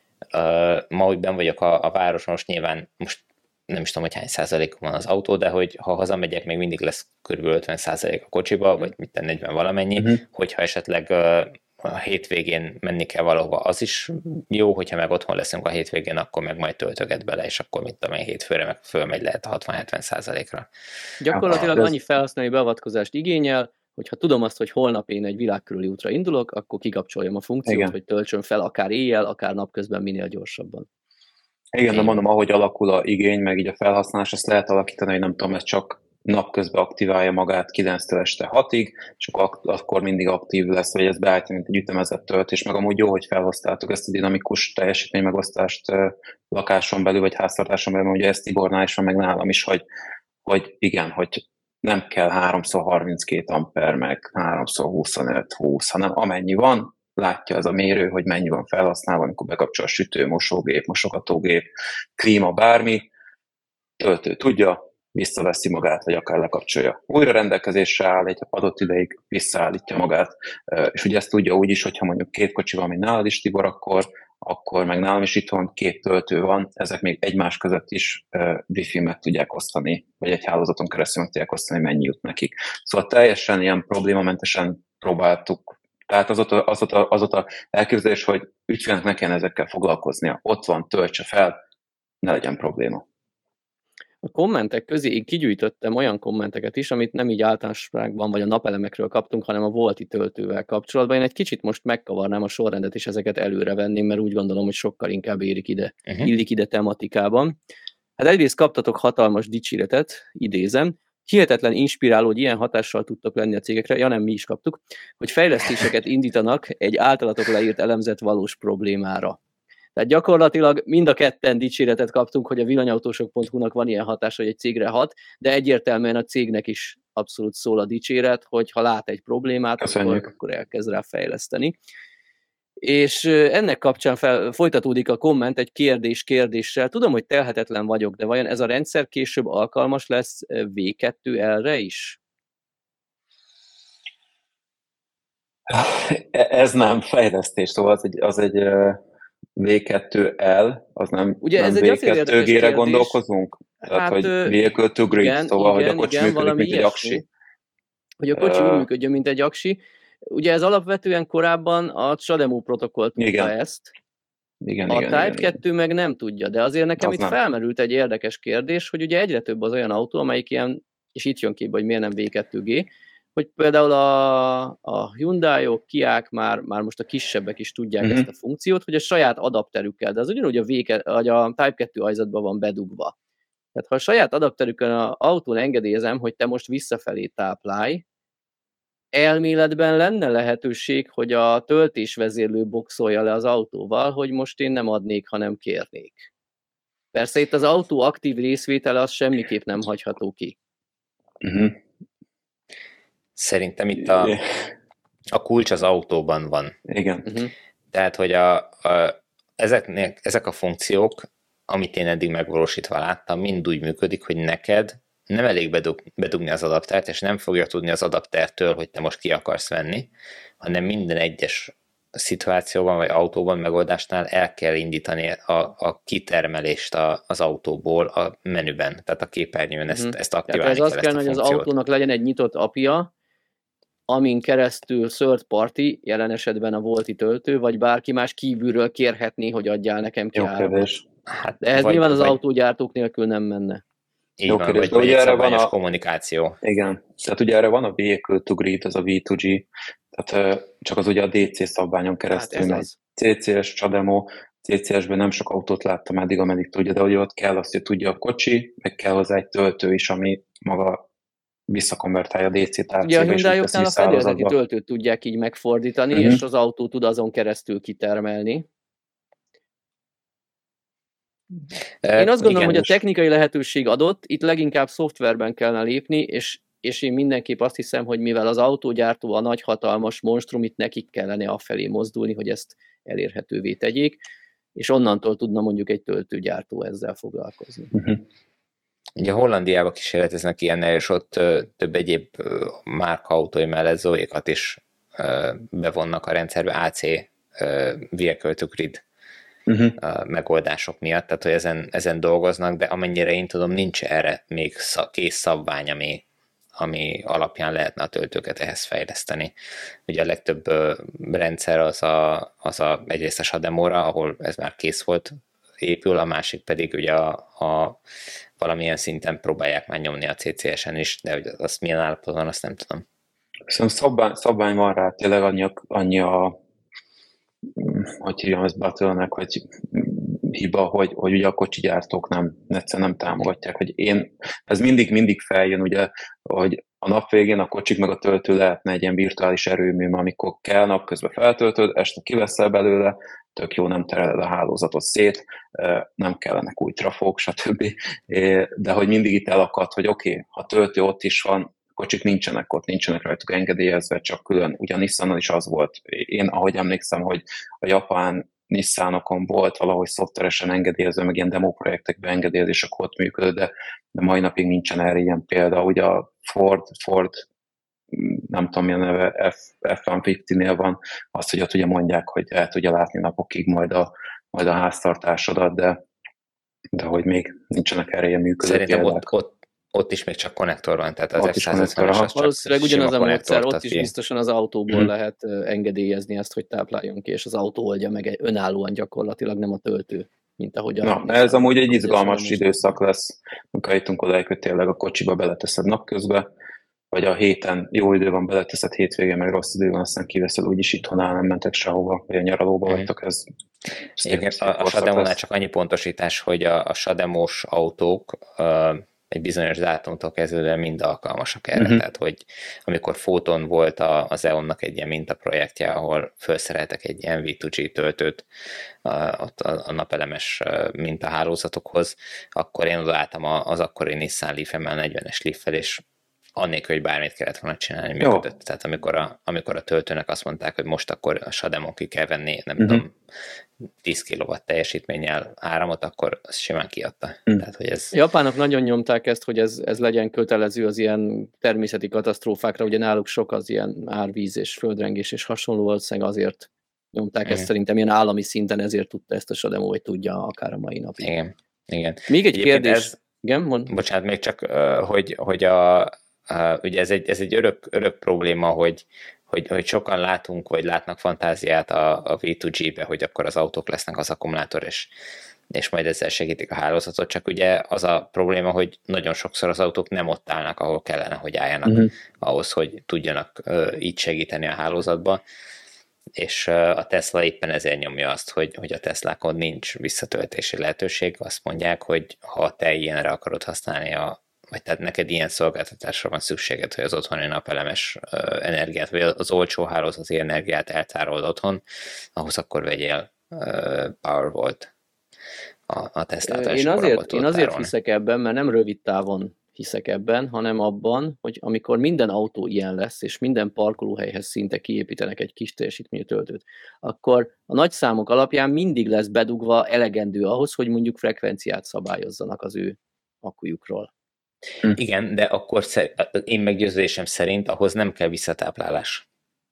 uh, ma, hogy benn vagyok a, a városon, most nyilván most nem is tudom, hogy hány százalék van az autó, de hogy ha hazamegyek, még mindig lesz kb. ötven százalék a kocsiba, vagy mit negyven valamennyi, uh-huh. hogyha esetleg uh, a hétvégén menni kell valahova, az is jó, hogyha meg otthon leszünk a hétvégén, akkor meg majd töltöget bele, és akkor mit tudom én, hétfőre meg fölmegy lehet a hatvan-hetven százalékra. Gyakorlatilag annyi felhasználói beavatkozást igényel, hogyha tudom azt, hogy holnap én egy világkörüli útra indulok, akkor kikapcsoljam a funkciót, igen, hogy töltsön fel akár éjjel, akár napközben minél gyorsabban. Igen, de mondom, ahogy alakul a igény, meg így a felhasználás, azt lehet alakítani, hogy nem tudom, ez csak napközben aktiválja magát kilenctől este hatig, és akkor mindig aktív lesz, vagy ez beállítja, mint egy ütemezett töltés, meg amúgy jó, hogy felhoztátok ezt a dinamikus teljesítménymegosztást lakáson belül, vagy háztartáson belül, ugye ezt Tibornál is van, meg nálam is, hogy, hogy igen, hogy nem kell háromszor harminckét amper, meg háromszor huszonöt húsz, hanem amennyi van, látja ez a mérő, hogy mennyi van felhasználva, amikor bekapcsol a sütő, mosógép, mosogatógép, klíma, bármi, töltő tudja, visszaveszi magát, vagy akár lekapcsolja. Újra rendelkezésre áll, egy adott ideig visszaállítja magát, és ugye ezt tudja úgy is, hogyha mondjuk két kocsi van, mint nálad is, Tibor, akkor, akkor meg nálam is itthon két töltő van, ezek még egymás között is uh, wifi meg tudják osztani, vagy egy hálózaton keresztül meg tudják osztani, mennyi jut nekik. Szóval teljesen ilyen problémamentesen próbáltuk. Tehát az ott a, az ott a, az ott a elképzelés, hogy ügyfélnek ne kellene ezekkel foglalkoznia. Ott van, töltse fel, ne legyen probléma. A kommentek közé én kigyűjtöttem olyan kommenteket is, amit nem így általánosságban vagy a napelemekről kaptunk, hanem a Volti töltővel kapcsolatban. Én egy kicsit most megkavarnám a sorrendet, és ezeket előre venném, mert úgy gondolom, hogy sokkal inkább érik ide, uh-huh. illik ide tematikában. Hát egyrészt kaptatok hatalmas dicséretet, idézem, hihetetlen inspiráló, hogy ilyen hatással tudtok lenni a cégekre, ja nem, mi is kaptuk, hogy fejlesztéseket indítanak egy általatok leírt elemzett valós problémára. Tehát gyakorlatilag mind a ketten dicséretet kaptunk, hogy a villanyautósok pont hu-nak van ilyen hatása, hogy egy cégre hat, de egyértelműen a cégnek is abszolút szól a dicséret, hogy ha lát egy problémát, akkor, akkor elkezd rá fejleszteni. És ennek kapcsán fel, folytatódik a komment egy kérdés-kérdéssel. Tudom, hogy telhetetlen vagyok, de vajon ez a rendszer később alkalmas lesz vé kettő el-re is? Ez nem fejlesztés, szóval az egy... Az egy vé kettő el, az nem, ugye nem ez vé kettő gére gondolkozunk? Tehát, hát, hogy vehicle to grid, igen, szóval, igen, hogy a kocsi igen, működik, mint egy aksi. Hogy a kocsi uh, úgy működjön, mint egy aksi. Ugye ez alapvetően korábban a CHAdeMO protokoll tudta igen. ezt. Igen, a igen, Type igen, kettő meg nem tudja, de azért nekem az itt nem. felmerült egy érdekes kérdés, hogy ugye egyre több az olyan autó, amelyik ilyen, és itt jön képbe, hogy miért nem vé kettő gé, hogy például a, a Hyundai-ok, Kiák már, már most a kisebbek is tudják uh-huh. ezt a funkciót, hogy a saját adapterükkel, de az ugyanúgy a, v- a Type kettő ajzatban van bedugva. Tehát ha a saját adapterükön az autón engedélyezem, hogy te most visszafelé táplálj, elméletben lenne lehetőség, hogy a töltésvezérlő boxolja le az autóval, hogy most én nem adnék, hanem kérnék. Persze itt az autó aktív részvétele az semmiképp nem hagyható ki. Uh-huh. Szerintem itt a, a kulcs az autóban van. Igen. Uh-huh. Tehát, hogy a, a, ezeknek, ezek a funkciók, amit én eddig megvalósítva láttam, mind úgy működik, hogy neked nem elég bedug, bedugni az adaptert, és nem fogja tudni az adaptertől, hogy te most ki akarsz venni, hanem minden egyes szituációban, vagy autóban, megoldásnál el kell indítani a, a kitermelést a, az autóból a menüben, tehát a képernyőn ezt, uh-huh. ezt aktiválni tehát ez kell, azt kell, hogy az autónak legyen egy nyitott apja, amin keresztül third party, jelen esetben a Volti töltő, vagy bárki más kívülről kérhetné, hogy adjál nekem ki áramot. Hát, de ez vagy, nyilván az vagy... autógyártók nélkül nem menne. Így Jó van, kérdés, vagy, vagy egy szabványos a... kommunikáció. Igen, tehát ugye erre van a vehicle to grid, az a vé kettő gé, tehát csak az ugye a dé cé szabványon keresztül, hát cé cé es, CHAdeMO, cé cé es-ben nem sok autót láttam eddig, ameddig tudja, de ugye ott kell azt, hogy tudja a kocsi, meg kell hozzá egy töltő is, ami maga visszakonvertálja dé cé-t á Ugye a cé-be, és úgy teszi Hyundai-oknál a vissza fedélzeti hálózatba. töltőt tudják így megfordítani, Mhm. és az autó tud azon keresztül kitermelni. Én azt gondolom, igen, hogy a és- technikai lehetőség adott, itt leginkább szoftverben kellene lépni, és, és én mindenképp azt hiszem, hogy mivel az autógyártó a nagy hatalmas monstrum, itt nekik kellene afelé mozdulni, hogy ezt elérhetővé tegyék, és onnantól tudna mondjuk egy töltőgyártó ezzel foglalkozni. Mhm. Ugye Hollandiában kísérleteznek ilyennel, és ott ö, több egyéb ö, márka autói mellett Zoe-kat is ö, bevonnak a rendszerbe á cé ö, Vehicle to Grid Uh-huh. ö, megoldások miatt, tehát hogy ezen, ezen dolgoznak, de amennyire én tudom, nincs erre még szak, kész szabvány, ami, ami alapján lehetne a töltőket ehhez fejleszteni. Ugye a legtöbb ö, rendszer az a, az a egyrészt a Shademóra, ahol ez már kész volt, épül, a másik pedig ugye a, a valamilyen szinten próbálják már nyomni a cé cé es-en is, de hogy azt milyen állapotban van, azt nem tudom. Szerintem szabvány, szabvány van rá, tényleg annyi a, annyi a hogy hívjam ezt bottleneck, hogy hiba, hogy, hogy ugye a kocsigyártók nem, egyszerűen nem támogatják, hogy én, ez mindig, mindig feljön, ugye, hogy a nap végén a kocsik meg a töltő lehetne egy ilyen virtuális erőmű, amikor kell, napközben feltöltöd, este kiveszel belőle, tök jó, nem tereled a hálózatot szét, nem kellenek új trafók, stb. De hogy mindig itt elakad, hogy oké, okay, ha töltő ott is van, kocsik nincsenek ott, nincsenek rajtuk engedélyezve, csak külön. Ugye a Nissannal is az volt. Én, ahogy emlékszem, hogy a japán Nissanokon volt valahogy szoftveresen engedélyezve, meg ilyen demo projektekben engedélyezés, akkor ott működött, de, de mai napig nincsen erre ilyen példa. Ugye a Ford, Ford nem tudom milyen neve, F, F százötvennél van, azt, hogy ott ugye mondják, hogy el tudja látni napokig majd a, majd a háztartásodat, de, de hogy még nincsenek erre ilyen működő Szerintem példák. ott, ott ott is még csak konnektor van, tehát az Ott F is százötvenes az csak valószínűleg ugyanaz a módszer, ott ad is ki. biztosan az autóból Mhm. lehet ö, engedélyezni ezt, hogy tápláljon ki, és az autó oldja meg egy- önállóan gyakorlatilag, nem a töltő, mint ahogy a... Na, ez amúgy egy ahogy izgalmas most- időszak lesz, amikor eljutunk odáig, hogy tényleg a kocsiba beleteszed napközben, vagy a héten jó idő van, beleteszed, hétvégén meg rossz idő van, aztán kiveszed, úgyis itthon áll, nem mentek sehova, vagy a nyaralóba Mhm. vagytok, ez... ez Egyébként szép a, a korszak Shademónál lesz. csak annyi pontosítás, hogy a, a Shademos autók uh, egy bizonyos dátumtól kezdődően mind alkalmasak erre. Mhm. Tehát, hogy amikor Photon volt a, az é on-nak egy ilyen mintaprojektje, ahol felszereltek egy ilyen vé kettő gé töltőt uh, ott a, a napelemes uh, mintahálózatokhoz, akkor én odaálltam a- az akkori Nissan Leaf-emmel, negyvenes Leaf-fel, és annélkül, hogy bármit kellett volna csinálni, Jó. működött. Tehát amikor a, amikor a töltőnek azt mondták, hogy most akkor a Shademon ki kell venni, nem Mhm. tudom, tíz kilowatt teljesítménnyel áramot, akkor azt simán kiadta. Mhm. Tehát, hogy ez... A japánok nagyon nyomták ezt, hogy ez, ez legyen kötelező az ilyen természeti katasztrófákra, ugye náluk sok az ilyen árvíz és földrengés és hasonló, valószínűleg azért nyomták Igen. ezt szerintem ilyen állami szinten, ezért tudta ezt a Shademo, hogy tudja akár a mai napig. Igen, igen. Még egy Egyébként kérdés. ez- Igen, mond. Bocsánat, még csak, uh, hogy, hogy a, uh, ugye ez egy, ez egy örök, örök probléma, hogy, hogy, hogy sokan látunk, vagy látnak fantáziát a, a vé kettő gé-be, hogy akkor az autók lesznek az akkumulátor, és, és majd ezzel segítik a hálózatot, csak ugye az a probléma, hogy nagyon sokszor az autók nem ott állnak, ahol kellene, hogy álljanak Mhm. ahhoz, hogy tudjanak uh, így segíteni a hálózatba, és uh, a Tesla éppen ezért nyomja azt, hogy, hogy a Teslákon nincs visszatöltési lehetőség. Azt mondják, hogy ha te ilyenre akarod használni, a, vagy tehát neked ilyen szolgáltatásra van szükséged, hogy az otthoni napelemes uh, energiát, vagy az olcsó hálózati energiát eltárold otthon, ahhoz akkor vegyél uh, Powerwall-t a, a Teslától. és Én akkor abból azért, én tudod azért tárolni. hiszek ebben, mert nem rövid távon hiszek ebben, hanem abban, hogy amikor minden autó ilyen lesz, és minden parkolóhelyhez szinte kiépítenek egy kis teljesítményű töltőt, akkor a nagy számok alapján mindig lesz bedugva elegendő ahhoz, hogy mondjuk frekvenciát szabályozzanak az ő akkujukról. Igen, de akkor szer- én meggyőződésem szerint ahhoz nem kell visszatáplálás.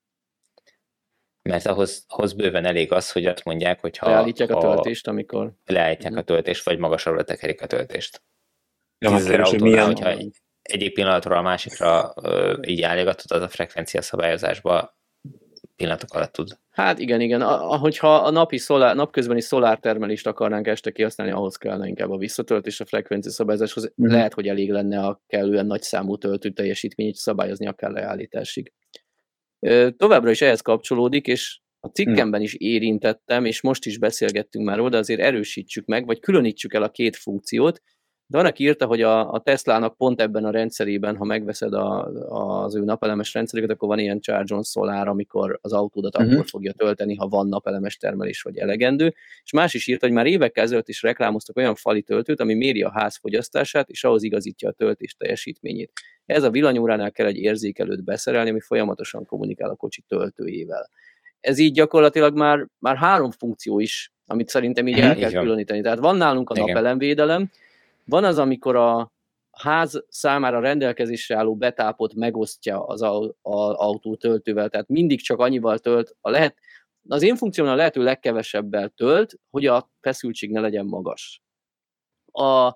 Mert ahhoz, ahhoz bőven elég az, hogy azt mondják, hogy ha, Leállítják ha a töltést, amikor... leállítják Mhm. a töltést, vagy magasabbra tekerik a töltést. Ja, már Tízezer kérdés, hogy autónál, milyen- hogyha egy, egyik pillanatról a másikra ö, így állítgatod, az a frekvencia szabályozásba pillanatok alatt tud. Hát igen, igen. A- Hogyha a napi szolár, napközbeni szolártermelést akarnánk este kihasználni, ahhoz kellene inkább a visszatöltés, a frekvencia szabályozáshoz. Mhm. Lehet, hogy elég lenne a kellően nagy számú töltő teljesítményt szabályozni akár leállításig. Ö, Továbbra is ehhez kapcsolódik, és a cikkemben is érintettem, és most is beszélgettünk már róla, de azért erősítsük meg, vagy különítsük el a két funkciót. De van, aki írta, hogy a, a Teslának pont ebben a rendszerében, ha megveszed a, az ő napelemes rendszerüket, akkor van ilyen Charge on Solar, amikor az autódat uh-huh. akkor fogja tölteni, ha van napelemes termelés vagy elegendő. És más is írta, hogy már évekkel ezelőtt is reklámoztak olyan fali töltőt, ami méri a ház fogyasztását, és ahhoz igazítja a töltés teljesítményét. Ez a villanyóránál kell egy érzékelőt beszerelni, ami folyamatosan kommunikál a kocsi töltőjével. Ez így gyakorlatilag már, már három funkció is, amit szerintem így el kell különíteni. Tehát van nálunk a napelemvédelem, van az, amikor a ház számára rendelkezésre álló betápot megosztja az autó töltővel, tehát mindig csak annyival tölt, a lehet, az én funkciómon a lehető legkevesebbel tölt, hogy a feszültség ne legyen magas. A,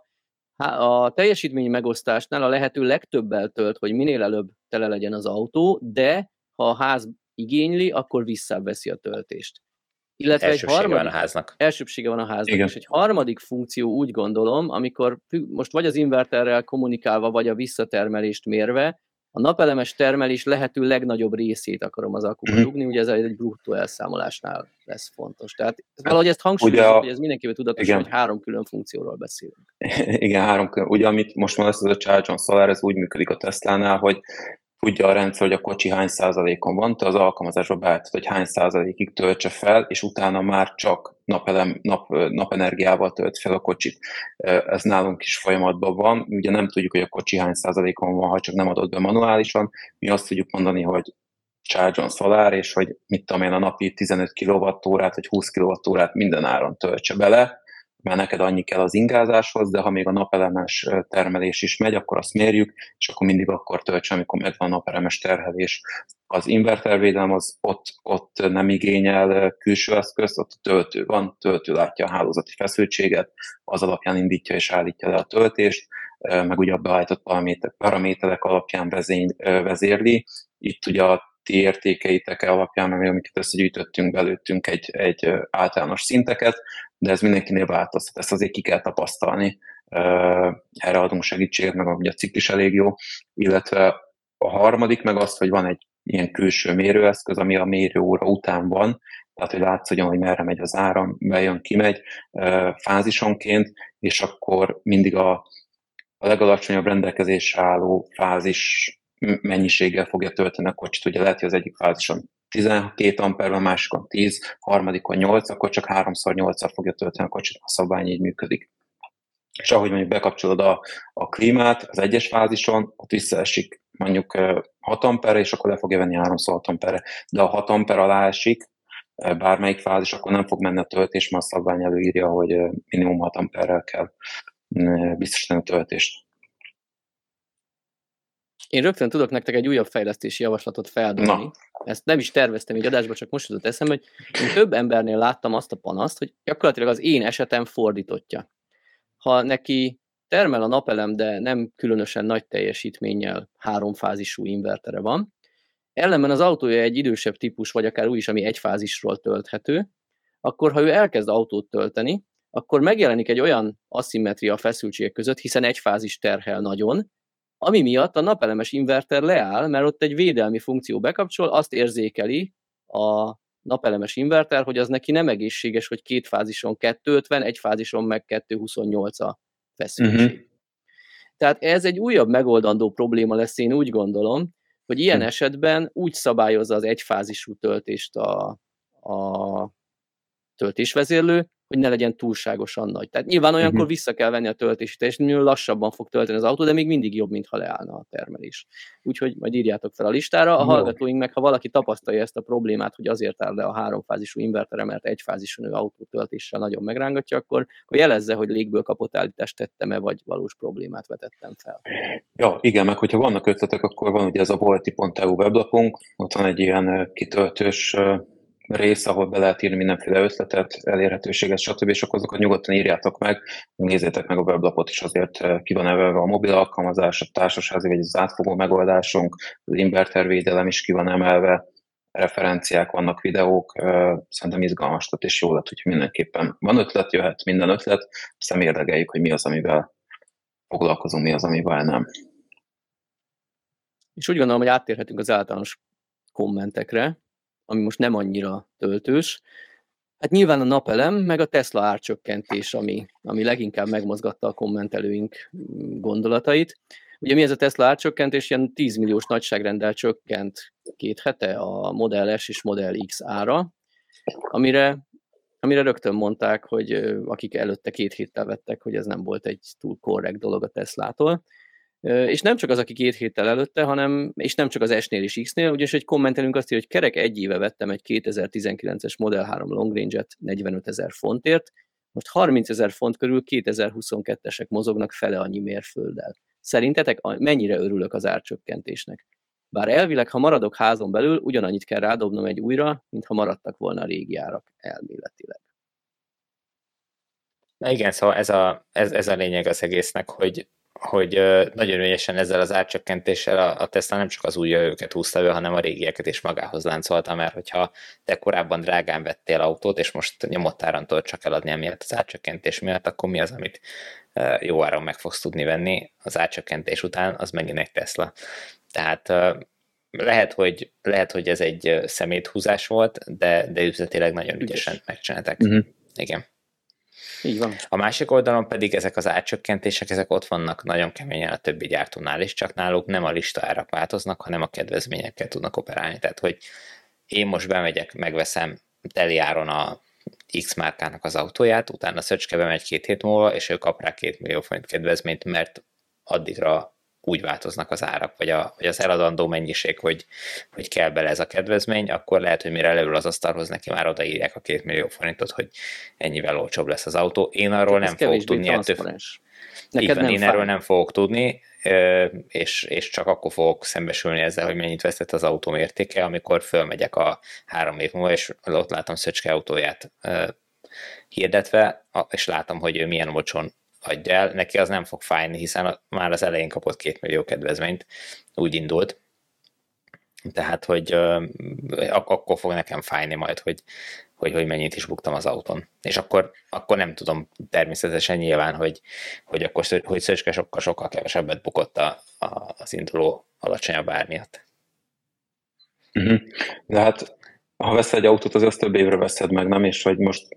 a teljesítmény megosztásnál a lehető legtöbbel tölt, hogy minél előbb tele legyen az autó, de ha a ház igényli, akkor visszaveszi a töltést. Illetve elsőbsége egy harmadik, van a háznak. Elsőbsége van a háznak. Igen. És egy harmadik funkció úgy gondolom, amikor most vagy az inverterrel kommunikálva, vagy a visszatermelést mérve, a napelemes termelés lehető legnagyobb részét akarom az akuba mm. dugni, ugye ez egy bruttó elszámolásnál lesz fontos. Tehát valahogy ezt hangsúlyozunk, hogy ez mindenképpen tudatos, igen. hogy három külön funkcióról beszélünk. Igen, három külön. Ugye amit most mondasz, ez a Charge on Solar, ez úgy működik a Teslánál, hogy tudja a rendszer, hogy a kocsi hány százalékon van, te az alkalmazásba beállítod, hogy hány százalékig töltse fel, és utána már csak napelem, nap, napenergiával tölt fel a kocsit. Ez nálunk is folyamatban van. Ugye nem tudjuk, hogy a kocsi hány százalékon van, ha csak nem adod be manuálisan. Mi azt tudjuk mondani, hogy Charge on Solar, és hogy mit tudom én, a napi tizenöt kilowattórát vagy húsz kilowattórát minden áron töltse bele, mert neked annyi kell az ingázáshoz, de ha még a napelemes termelés is megy, akkor azt mérjük, és akkor mindig akkor töltse, amikor megvan a napelemes terhelés. Az invertervédelem az ott, ott nem igényel külső eszközt, ott a töltő van, töltő látja a hálózati feszültséget, az alapján indítja és állítja le a töltést, meg ugye a beállított paraméterek alapján vezény, vezérli. Itt ugye a ti értékeitek alapján, meg amiket összegyűjtöttünk, belőttünk egy, egy általános szinteket, de ez mindenkinél változtat, ezt azért ki kell tapasztalni. Erre adunk segítséget, meg ugye a ciklus elég jó, illetve a harmadik meg az, hogy van egy ilyen külső mérőeszköz, ami a mérőóra után van, tehát hogy látszódjon, hogy merre megy az áram, bejön, kimegy fázisonként, és akkor mindig a, a legalacsonyabb rendelkezésre álló fázis mennyiséggel fogja tölteni a kocsit. Ugye lehet, hogy az egyik fázison tizenkét amper, a másikon tíz, harmadikon nyolc, akkor csak háromszor nyolccal fogja tölteni a kocsit, a szabvány így működik. És ahogy mondjuk bekapcsolod a, a klímát az egyes fázison, ott visszaesik mondjuk hat amperre, és akkor le fogja venni háromszor hat amperre. De ha hat amper alá esik bármelyik fázis, akkor nem fog menni a töltés, mert a szabvány előírja, hogy minimum hat amperrel kell biztosítani a töltést. Én rögtön tudok nektek egy újabb fejlesztési javaslatot feldobni. Na. Ezt nem is terveztem így adásba, csak most jutott eszembe, hogy én több embernél láttam azt a panaszt, hogy gyakorlatilag az én esetem fordítottja. Ha neki termel a napelem, de nem különösen nagy teljesítménnyel háromfázisú invertere van, ellenben az autója egy idősebb típus, vagy akár úgy is, ami egy fázisról tölthető, akkor ha ő elkezd autót tölteni, akkor megjelenik egy olyan aszimmetria a feszültségek között, hiszen egy fázis terhel nagyon, ami miatt a napelemes inverter leáll, mert ott egy védelmi funkció bekapcsol, azt érzékeli a napelemes inverter, hogy az neki nem egészséges, hogy két fázison kettőszázötven, egy fázison meg kétszázhuszonnyolc a feszültség. Uh-huh. Tehát ez egy újabb megoldandó probléma lesz, én úgy gondolom, hogy ilyen uh-huh. esetben úgy szabályozza az egyfázisú töltést a, a töltésvezérlő, hogy ne legyen túlságosan nagy. Tehát nyilván olyankor uh-huh. vissza kell venni a töltési teljesítményt, lassabban fog tölteni az autó, de még mindig jobb, mintha leállna a termelés. Úgyhogy majd írjátok fel a listára. A hallgatóink meg, ha valaki tapasztalja ezt a problémát, hogy azért áll le a háromfázisú invertere, mert egyfázisú autótöltéssel nagyon megrángatja, akkor, akkor jelezze, hogy légből kapott állítást tettem-e, vagy valós problémát vetettem fel. Ja, igen, meg hogyha vannak ötletek, akkor van ugye ez a volti pont e u weblapunk, ott van egy ilyen kitöltős rész, ahol be lehet írni mindenféle ötletet, elérhetőséget, stb. És akkor azokat nyugodtan írjátok meg, nézzétek meg a weblapot is, azért ki van emelve a mobil alkalmazás, a társasházi vagy az átfogó megoldásunk, az invertervédelem is ki van emelve, referenciák vannak, videók, szerintem izgalmas, és jó lett, hogy mindenképpen van ötlet, jöhet minden ötlet, aztán mérlegeljük, hogy mi az, amivel foglalkozunk, mi az, amivel nem. És úgy gondolom, hogy áttérhetünk az általános kommentekre, ami most nem annyira töltős. Hát nyilván a napelem, meg a Tesla árcsökkentés, ami, ami leginkább megmozgatta a kommentelőink gondolatait. Ugye mi ez a Tesla árcsökkentés? Ilyen tíz milliós nagyságrenddel csökkent két hete a Model S és Model X ára, amire, amire rögtön mondták, hogy akik előtte két héttel vettek, hogy ez nem volt egy túl korrekt dolog a Teslától. És nem csak az, aki két héttel előtte, hanem, és nem csak az S-nél és X-nél, ugyanis egy kommentelünk azt írja, hogy kerek egy éve vettem egy kétezer-tizenkilences Model három Long Range-et negyvenötezer fontért, most harmincezer font körül kétezer-huszonkettesek mozognak fele annyi mérfölddel. Szerintetek mennyire örülök az árcsökkentésnek? Bár elvileg, ha maradok házon belül, ugyanannyit kell rádobnom egy újra, mintha maradtak volna a régi árak elméletileg. Na igen, szóval ez a, ez, ez a lényeg az egésznek, hogy hogy nagyon ügyesen ezzel az árcsökkentéssel a, a Tesla nem csak az új jövőket húzta elő, hanem a régieket is magához láncolta, mert hogyha te korábban drágán vettél autót, és most nyomott áron tudod csak eladni emiatt az árcsökkentés miatt, akkor mi az, amit jó áron meg fogsz tudni venni az árcsökkentés után, az megint egy Tesla. Tehát lehet, hogy, lehet, hogy ez egy szeméthúzás volt, de, de üzletileg nagyon ügyesen Ügyes. megcsinálták. Uh-huh. Igen. Így van. A másik oldalon pedig ezek az árcsökkentések, ezek ott vannak nagyon keményen a többi gyártónál is, csak náluk nem a listaárak változnak, hanem a kedvezményekkel tudnak operálni. Tehát, hogy én most bemegyek, megveszem teli áron a X márkának az autóját, utána Szöcske bemegy két hét múlva, és ő kap rá két millió forint kedvezményt, mert addigra úgy változnak az árak, vagy, a, vagy az eladandó mennyiség, hogy, hogy kell bele ez a kedvezmény, akkor lehet, hogy mire leül az asztalhoz, neki már odaírják a két millió forintot, hogy ennyivel olcsóbb lesz az autó. Én arról nem fogok tudni. Ettől... Így van, én erről nem fogok tudni, és, és csak akkor fogok szembesülni ezzel, hogy mennyit vesztett az autóm értéke, amikor fölmegyek a három év múlva, és ott látom Szöcske autóját hirdetve, és látom, hogy ő milyen olcsón adja el, neki az nem fog fájni, hiszen már az elején kapott két millió kedvezményt, úgy indult. Tehát, hogy uh, akkor fog nekem fájni majd, hogy, hogy, hogy mennyit is buktam az autón. És akkor, akkor nem tudom természetesen nyilván, hogy, hogy akkor hogy Szöcske sokkal, sokkal kevesebbet bukott a, a, az induló alacsonyabb ár miatt. Uh-huh. De hát, ha veszel egy autót, az több évre veszed meg, nem? És hogy most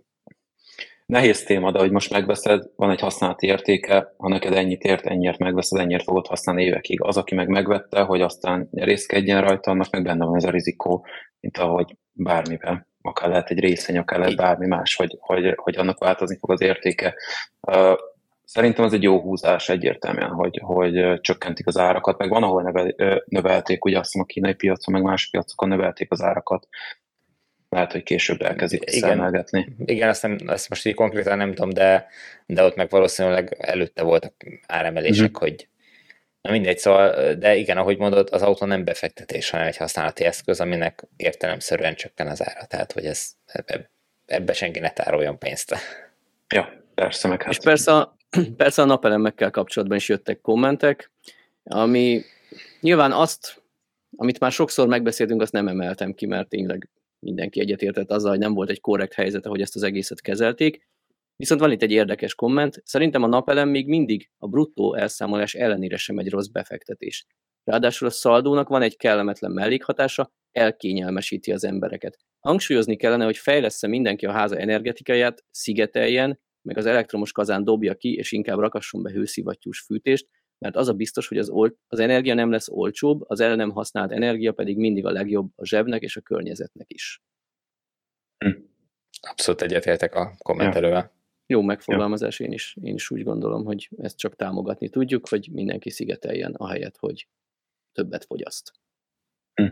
nehéz téma, de hogy most megveszed, van egy használati értéke, ha neked ennyit ért, ennyiért megveszed, ennyiért fogod használni évekig. Az, aki meg megvette, hogy aztán nyerészkedjen rajta, annak meg benne van ez a rizikó, mint ahogy bármiben. Akár lehet egy részvény, akár lehet bármi más, hogy, hogy, hogy annak változni fog az értéke. Szerintem ez egy jó húzás egyértelműen, hogy, hogy csökkentik az árakat, meg van, ahol nevel, növelték, ugye azt hiszem a kínai piacon, meg más piacokon növelték az árakat. Lehet, hogy később elkezdik szemmelgetni. Igen, azt, nem, azt most így konkrétan nem tudom, de, de ott meg valószínűleg előtte voltak áremelések, uh-huh. hogy na mindegy, szóval, de igen, ahogy mondod, az autó nem befektetés, hanem egy használati eszköz, aminek értelemszerűen csökken az ára, tehát hogy ez, ebbe, ebbe senki ne tároljon pénzt. Ja, persze, meg hát. És persze a, persze a napelemekkel kapcsolatban is jöttek kommentek, ami nyilván azt, amit már sokszor megbeszéltünk, azt nem emeltem ki, mert tényleg mindenki egyetértett azzal, hogy nem volt egy korrekt helyzet, ahogy ezt az egészet kezelték. Viszont van itt egy érdekes komment. Szerintem a napelem még mindig a bruttó elszámolás ellenére sem egy rossz befektetés. Ráadásul a szaldónak van egy kellemetlen mellékhatása, elkényelmesíti az embereket. Hangsúlyozni kellene, hogy fejlessze mindenki a háza energetikáját, szigeteljen, meg az elektromos kazán dobja ki, és inkább rakasson be hőszivattyús fűtést, mert az a biztos, hogy az, ol- az energia nem lesz olcsóbb, az el nem használt energia pedig mindig a legjobb a zsebnek és a környezetnek is. Abszolút egyetértek a kommentelővel. Ja. Jó megfogalmazás, én is, én is úgy gondolom, hogy ezt csak támogatni tudjuk, hogy mindenki szigeteljen ahelyett, hogy többet fogyaszt. Hm.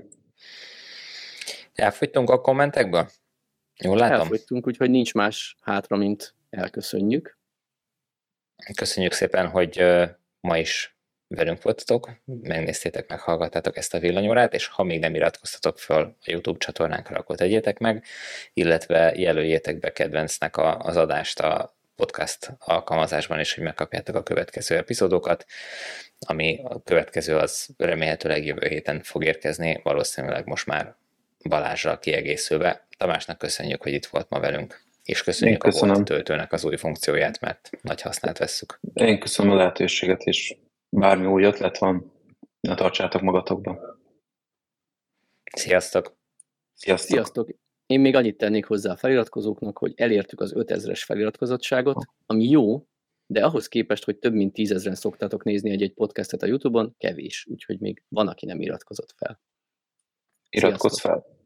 Elfogytunk a kommentekből? Jól látom? Elfogytunk, úgyhogy nincs más hátra, mint elköszönjük. Köszönjük szépen, hogy ma is velünk voltatok, megnéztétek, meghallgattátok ezt a villanyórát, és ha még nem iratkoztatok föl a YouTube csatornánkra, akkor tegyétek meg, illetve jelöljétek be kedvencnek a, az adást a podcast alkalmazásban is, hogy megkapjátok a következő epizódokat, ami a következő az remélhetőleg jövő héten fog érkezni, valószínűleg most már Balázsral kiegészülve. Tamásnak köszönjük, hogy itt volt ma velünk, és köszönjük a Volt töltőnek az új funkcióját, mert nagy hasznát vesszük. Én köszönöm a lehetőséget, és bármi új ötlet van, ne tartsátok magatokban. Sziasztok! Sziasztok! Sziasztok! Én még annyit tennék hozzá a feliratkozóknak, hogy elértük az ötezres feliratkozottságot, ami jó, de ahhoz képest, hogy több mint tízezren szoktatok nézni egy-egy podcastet a YouTube-on, kevés. Úgyhogy még van, aki nem iratkozott fel. Iratkozz fel!